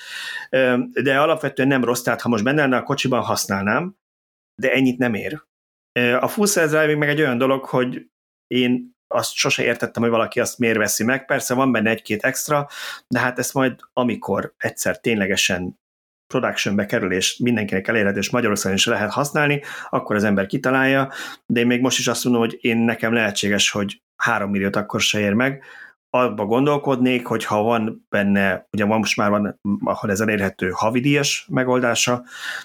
De alapvetően nem rossz, tehát ha most benne lenne a kocsiban, használnám, de ennyit nem ér. A full self-driving meg egy olyan dolog, hogy én azt sose értettem, hogy valaki azt miért veszi meg. Persze van benne egy-két extra, de hát ezt majd amikor egyszer ténylegesen productionbe kerül, és mindenkinek elérhető, és Magyarországon is lehet használni, akkor az ember kitalálja, de én még most is azt mondom, hogy én nekem lehetséges, hogy három milliót akkor se ér meg. Abba gondolkodnék, hogy ha van benne, ugye most már van, ahol ez elérhető havidíjas megoldása,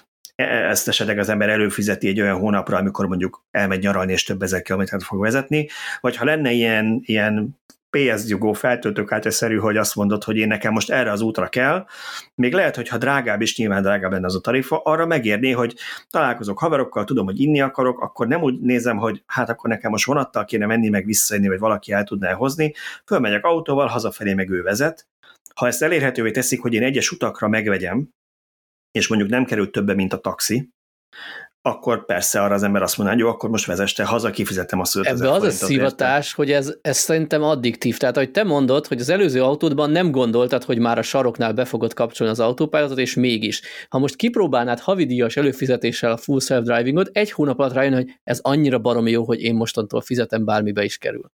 ezt esetleg az ember előfizeti egy olyan hónapra, amikor mondjuk elmegy nyaralni, és több ezer kilométert fog vezetni, vagy ha lenne ilyen, ilyen pé es dugó feltöltőkártyaszerű, hogy azt mondod, hogy én nekem most erre az útra kell, még lehet, hogy ha drágább is, nyilván drágább lenne az a tarifa, arra megérné, hogy találkozok haverokkal, tudom, hogy inni akarok, akkor nem úgy nézem, hogy hát akkor nekem most vonattal kéne menni, meg visszajönni, vagy valaki el tudná hozni, fölmegyek autóval, hazafelé meg ő vezet. Ha ezt elérhetővé teszik, hogy én egyes utakra megvegyem, és mondjuk nem került többe, mint a taxi, akkor persze arra az ember azt mondaná, hogy jó, akkor most vezeste haza, kifizettem azt ötezer forintot. Ebbe az a szivatás, hogy ez, ez szerintem addiktív. Tehát, ahogy te mondod, hogy az előző autódban nem gondoltad, hogy már a saroknál be fogod kapcsolni az autopilotot, és mégis. Ha most kipróbálnád havidíjas előfizetéssel a full self-drivingot, egy hónap alatt rájön, hogy ez annyira baromi jó, hogy én mostantól fizetem, bármibe is kerül.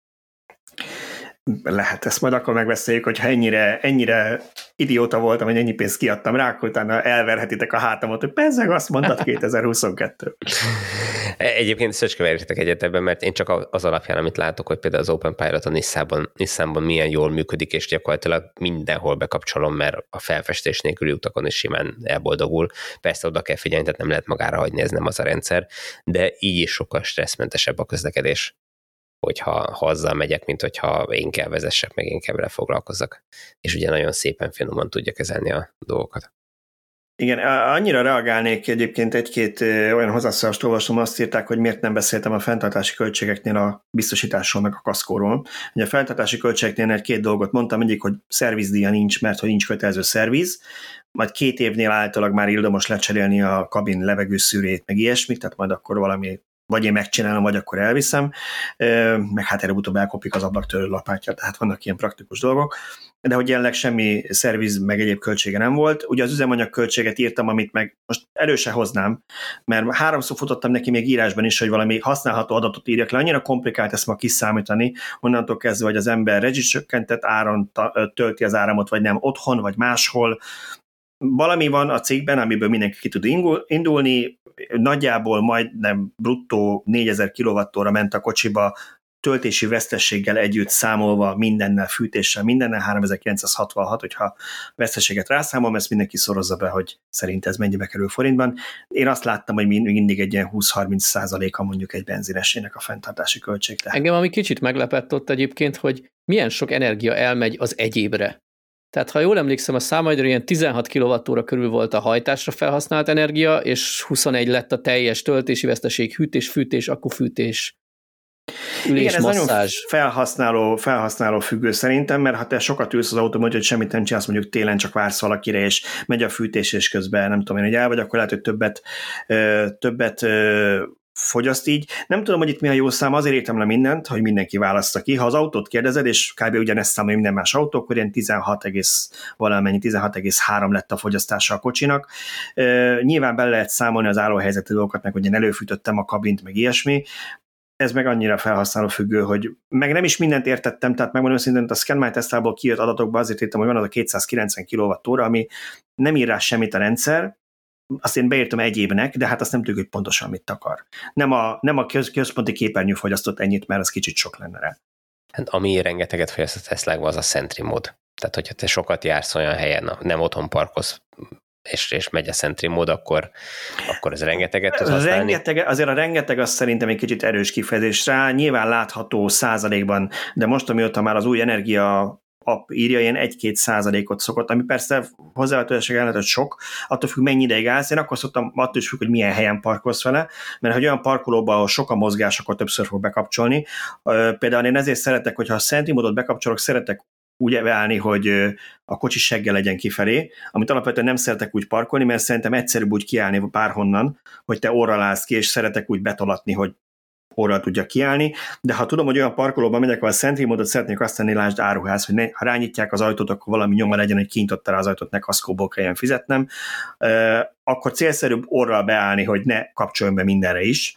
Lehet, ezt majd akkor megbeszéljük, hogyha ennyire, ennyire idióta voltam, hogy ennyi pénzt kiadtam rá, akkor utána elverhetitek a hátamot, hogy pezzeg, azt mondtad kétezer-huszonkettő. Egyébként szöcskeverjétek egyet ebben, mert én csak az alapján, amit látok, hogy például az Open Pilot a Nissanban, Nissanban milyen jól működik, és gyakorlatilag mindenhol bekapcsolom, mert a felfestés nélküli utakon is simán elboldogul. Persze oda kell figyelni, tehát nem lehet magára hagyni, ez nem az a rendszer, de így is sokkal stresszmentesebb a közlekedés. hogyha ha azzal megyek, mint hogyha én kell vezessek, meg én kell vele foglalkozzak. És ugye nagyon szépen finoman tudja kezelni a dolgokat. Igen, annyira reagálnék egyébként egy-két olyan hozzászólást olvasom, azt írták, hogy miért nem beszéltem a fenntartási költségeknél a biztosításról, meg a kaszkóról. Ugye a fenntartási költségeknél egy-két dolgot mondtam, egyik, hogy szervizdíja nincs, mert hogy nincs kötelező szerviz, majd két évnél általában már ildomos lecserélni a kabin levegőszűrét, meg ilyesmit, tehát majd akkor valami vagy én megcsinálom, vagy akkor elviszem, meg hát előbb-utóbb elkopik az ablaktörő lapátja, tehát vannak ilyen praktikus dolgok, de hogy jelenleg semmi szerviz, meg egyéb költsége nem volt. Ugye az üzemanyag költséget írtam, amit meg most elő se hoznám, mert háromszor futottam neki még írásban is, hogy valami használható adatot írjak le, annyira komplikált ezt ma kiszámítani, onnantól kezdve, hogy az ember rezsicsökkentett áron tölti az áramot, vagy nem otthon, vagy máshol. Valami van a cégben, amiből mindenki ki tud indulni, nagyjából majdnem bruttó négyezer kilowattóra ment a kocsiba, töltési vesztességgel együtt számolva mindennel, fűtéssel, mindennel háromezer-kilencszázhatvanhat, hogyha vesztességet rászámolom, ezt mindenki szorozza be, hogy szerint ez mennyibe kerül forintban. Én azt láttam, hogy mindig egy ilyen húsz-harminc százaléka mondjuk egy benzinesének a fenntartási költség. Tehát. Engem ami kicsit meglepett ott egyébként, hogy milyen sok energia elmegy az egyébre. Tehát ha jól emlékszem, a számaidra ilyen tizenhat kilowattóra körül volt a hajtásra felhasznált energia, és huszonegy lett a teljes töltési veszteség, hűtés, fűtés, akkufűtés, ülés, igen, ez masszázs. Nagyon felhasználó, felhasználó függő szerintem, mert ha te sokat ülsz az autóban, hogy semmit nem csinálsz, mondjuk télen csak vársz valakire, és megy a fűtés, és közben nem tudom én, hogy el vagy, akkor lehet, hogy többet, többet fogyaszt így. Nem tudom, hogy itt mi a jó szám, azért írtam le mindent, hogy mindenki választa ki. Ha az autót kérdezed, és kb. Ugyanezt számolja minden más autó, akkor ilyen tizenhat, valamennyi, tizenhat egész három lett a fogyasztása a kocsinak. E, nyilván bele lehet számolni az állóhelyzeti dolgokat, meg hogy én előfűtöttem a kabint, meg ilyesmi. Ez meg annyira felhasználó függő, hogy meg nem is mindent értettem, tehát megmondom szintén, a Scan My Teslából kijött adatokba azért írtam, hogy van az a kétszázkilencven kilowattóra, ami nem ír rá semmit a rendszer, azt én beírtam egyébnek, de hát azt nem tudjuk, hogy pontosan mit akar. Nem a, nem a köz, központi képernyő fogyasztott ennyit, mert az kicsit sok lenne rá. Hát ami rengeteget fogyaszt a Teslákban, az a Sentry mód. Tehát, hogyha te sokat jársz olyan helyen, nem otthon parkolsz, és, és megy a Sentry mód, akkor, akkor ez rengeteget tud használni. Rengeteg, azért a rengeteg az szerintem egy kicsit erős kifejezés rá, nyilván látható százalékban, de most, amióta már az új energia app írja, ilyen egy-két százalékot szokott, ami persze hozzávetőség ellet, hogy sok, attól függ, mennyi ideig állsz. Én akkor szoktam, attól is függ, hogy milyen helyen parkolsz vele, mert hogy olyan parkolóban, ahol sok a mozgás, akkor többször fog bekapcsolni. Például én ezért szeretek, hogyha a Sentry módot bekapcsolok, szeretek úgy állni, hogy a kocsi seggel legyen kifelé, amit alapvetően nem szeretek úgy parkolni, mert szerintem egyszerűbb úgy kiállni bárhonnan, hogy te orral állsz ki, és szeretek úgy betolatni, hogy orral tudja kiállni, de ha tudom, hogy olyan parkolóban megyek, ahol a Sentry módot szeretnék azt tenni, lásd áruház, hogy ne, ha rányitják az ajtót, akkor valami nyoma legyen, hogy kinyitotta rá az ajtót, ne kaszkóból kelljen fizetnem, uh, akkor célszerűbb orral beállni, hogy ne kapcsoljon be mindenre is.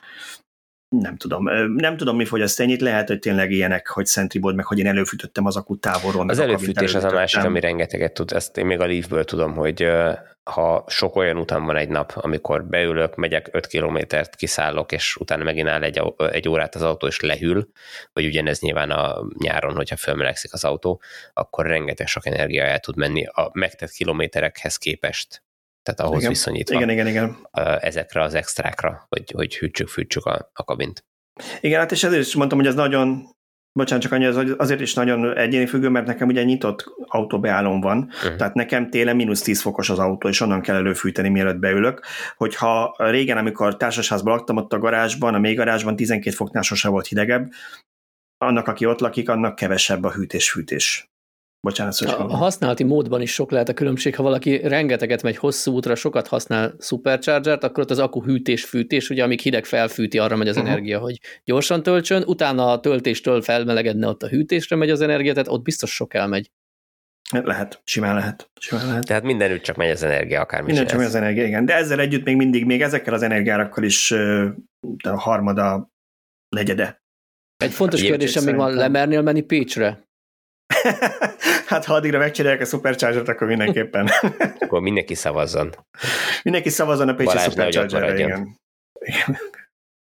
Nem tudom. Nem tudom, mi fogyaszt ennyit. Lehet, hogy tényleg ilyenek, hogy Sentry mód, meg hogy én előfűtöttem az akut távolról. Az előfűtés az a másik, ami rengeteget tud. Ezt én még a Leafből tudom, hogy ha sok olyan utam van egy nap, amikor beülök, megyek öt kilométert, kiszállok, és utána megint áll egy, egy órát az autó, és lehűl, vagy ugyanez nyilván a nyáron, hogyha fölmelegszik az autó, akkor rengeteg sok energia el tud menni a megtett kilométerekhez képest. Tehát ahhoz igen. viszonyítva Igen, igen, igen. ezekre az extrákra, hogy, hogy hűtsük, fűtsük a, a kabint. Igen, hát és ezért is mondtam, hogy ez nagyon, bocsánat, csak annyi, azért is nagyon egyéni függő, mert nekem ugye nyitott autóbeállom van, uh-huh. Tehát nekem télen mínusz tíz fokos az autó, és onnan kell előfűteni, mielőtt beülök. Hogyha régen, amikor társasházban laktam, ott a garázsban, a mély garázsban tizenkét foknál sose volt hidegebb, annak, aki ott lakik, annak kevesebb a hűtés-fűtés. Bocsánat, a, a használati módban is sok lehet a különbség. Ha valaki rengeteget megy hosszú útra, sokat használ superchargert, akkor ott az akku hűtés-fűtés, ugye amíg hideg felfűti, arra megy az uh-huh. energia, hogy gyorsan töltsön, utána a töltéstől felmelegedne, ott a hűtésre megy az energia, tehát ott biztos sok elmegy. Lehet, simán lehet. Simán lehet. Tehát mindenütt csak megy az energia, akármi Minden csak megy az energia, igen. De ezzel együtt még mindig, még ezekkel az energiárakkal is a harmada, negyede. Egy fontos kérdésem még van, lemernél menni Pécsre? Hát ha addigra megcsinálják a Supercharger-t, akkor mindenképpen. Akkor mindenki szavazzon. Mindenki szavazzon a Pécsi Supercharger-re, igen. igen.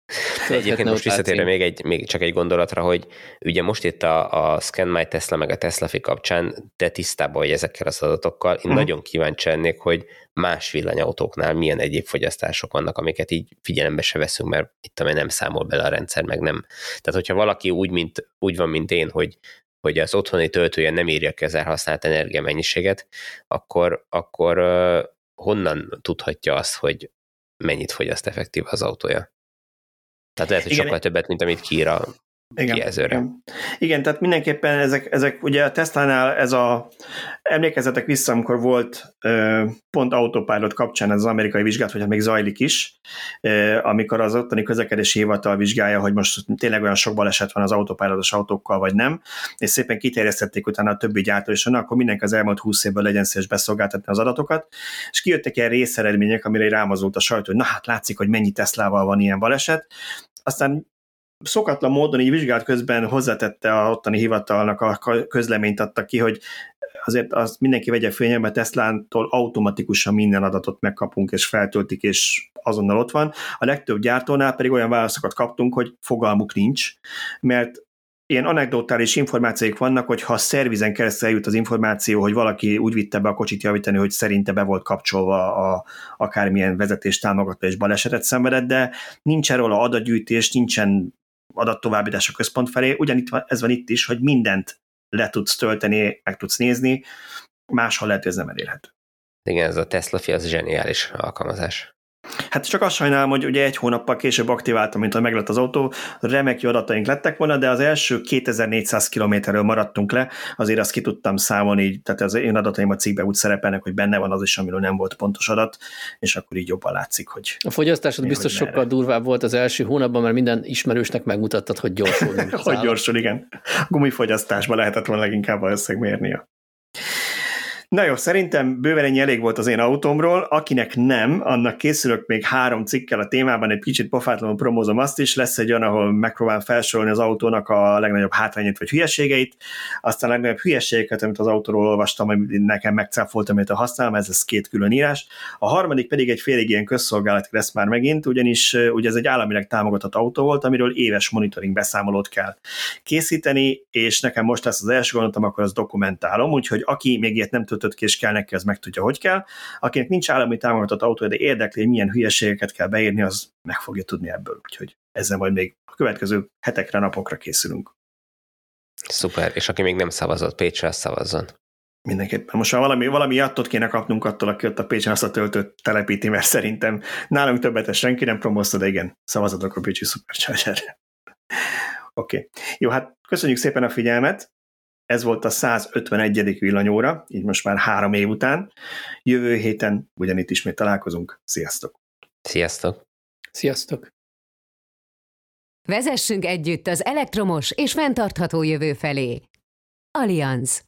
Egyébként most visszatérve még, egy, még csak egy gondolatra, hogy ugye most itt a, a Scan My Tesla meg a Teslafi kapcsán te tisztában vagy ezekkel az adatokkal. Én uh-huh. nagyon kíváncsi lennék, hogy más villanyautóknál milyen egyéb fogyasztások vannak, amiket így figyelembe se veszünk, mert itt amely nem számol bele a rendszer, meg nem. Tehát, hogyha valaki úgy, mint, úgy van, mint én, hogy, hogy az otthoni töltője nem írja ki az elhasznált energiamennyiséget, akkor, akkor uh, honnan tudhatja azt, hogy mennyit fogyaszt effektív az autója? Tehát lehet, hogy igen, sokkal többet, mint amit kiír a kijelzőre. Igen. igen, tehát mindenképpen ezek, ezek ugye a Tesla-nál ez a, emlékezzetek vissza, amikor volt ö, pont Autopilot kapcsán ez az amerikai vizsgálat, vagy hát még zajlik is, ö, amikor az ottani közlekedési hivatal vizsgálja, hogy most tényleg olyan sok baleset van az autopilotos autókkal, vagy nem, és szépen kiterjesztették utána a többi gyártó, és akkor mindenki az elmúlt húsz évben legyen szíves beszolgáltatni az adatokat, és kijöttek ilyen részeredmények, amire rámozult a sajtó, hogy na hát látszik, hogy mennyi Teslával van ilyen baleset. Aztán szokatlan módon így vizsgálat közben hozzátette a ottani hivatalnak a közleményt adta ki, hogy azért azt mindenki vegye fényelme, Teslától automatikusan minden adatot megkapunk, és feltöltik, és azonnal ott van. A legtöbb gyártónál pedig olyan válaszokat kaptunk, hogy fogalmuk nincs, mert ilyen anekdotális információk vannak, hogy ha a szervizen keresztül eljut az információ, hogy valaki úgy vitte be a kocsit javítani, hogy szerinte be volt kapcsolva a, akármilyen vezetés támogató és balesetet szenvedett, de nincs erről a adatgyűjtés, nincsen adattovábbítás a központ felé, ugyanitt van, ez van itt is, hogy mindent le tudsz tölteni, meg tudsz nézni, máshol lehet, hogy ez nem elérhető. Igen, ez a Tesla Fi, az zseniális alkalmazás. Hát csak azt sajnálom, hogy ugye egy hónappal később aktiváltam, mint hogy meglett az autó, remek jó adataink lettek volna, de az első kétezer-négyszáz kilométerről maradtunk le, azért azt ki tudtam számolni, így, tehát az én adataim a cikkben úgy szerepelnek, hogy benne van az is, amiről nem volt pontos adat, és akkor így jobban látszik, hogy... A fogyasztásod biztos sokkal merre. Durvább volt az első hónapban, mert minden ismerősnek megmutattad, hogy gyorsul. Hogy gyorsul, igen. A gumifogyasztásban lehetett volna leginkább valószínűleg mérnie. Na jó, szerintem bőven ennyi elég volt az én autómról, akinek nem, annak készülök még három cikkel a témában, egy kicsit pofátlanul promózom azt is, lesz egy olyan, ahol megpróbálom felsorolni az autónak a legnagyobb hátrányait vagy hülyeségeit, aztán a legnagyobb hülyeségeket, amit az autóról olvastam, amit nekem megcáfoltam, amit a használom, ez lesz két külön írás. A harmadik pedig egy félig ilyen közszolgálati lesz már megint, ugyanis ugye ez egy államileg támogatott autó volt, amiről éves monitoring beszámolót kell készíteni, és nekem most lesz az első gondolatom, akkor azt dokumentálom, úgyhogy aki még ilyet nem töltött ki, és kell neki, az meg tudja, hogy kell. Akinek nincs állami támogatott autó, de érdekli, hogy milyen hülyeségeket kell beírni, az meg fogja tudni ebből. Úgyhogy ezzel majd még a következő hetekre, napokra készülünk. Szuper, és aki még nem szavazott Pécsre, azt szavazzon. Mindenképpen. Most már valami, valami jattot kéne kapnunk attól, aki ott a Pécsen azt a töltőt telepíti, mert szerintem nálunk többet senki nem promózta, de igen, szavazatok a Pécsi Superchargerre. Oké. Okay. Jó, hát köszönjük szépen a figyelmet. Ez volt a százötvenegyedik villanyóra, így most már három év után. Jövő héten ugyanitt ismét találkozunk. Sziasztok! Sziasztok! Sziasztok! Vezessünk együtt az elektromos és fenntartható jövő felé. Allianz.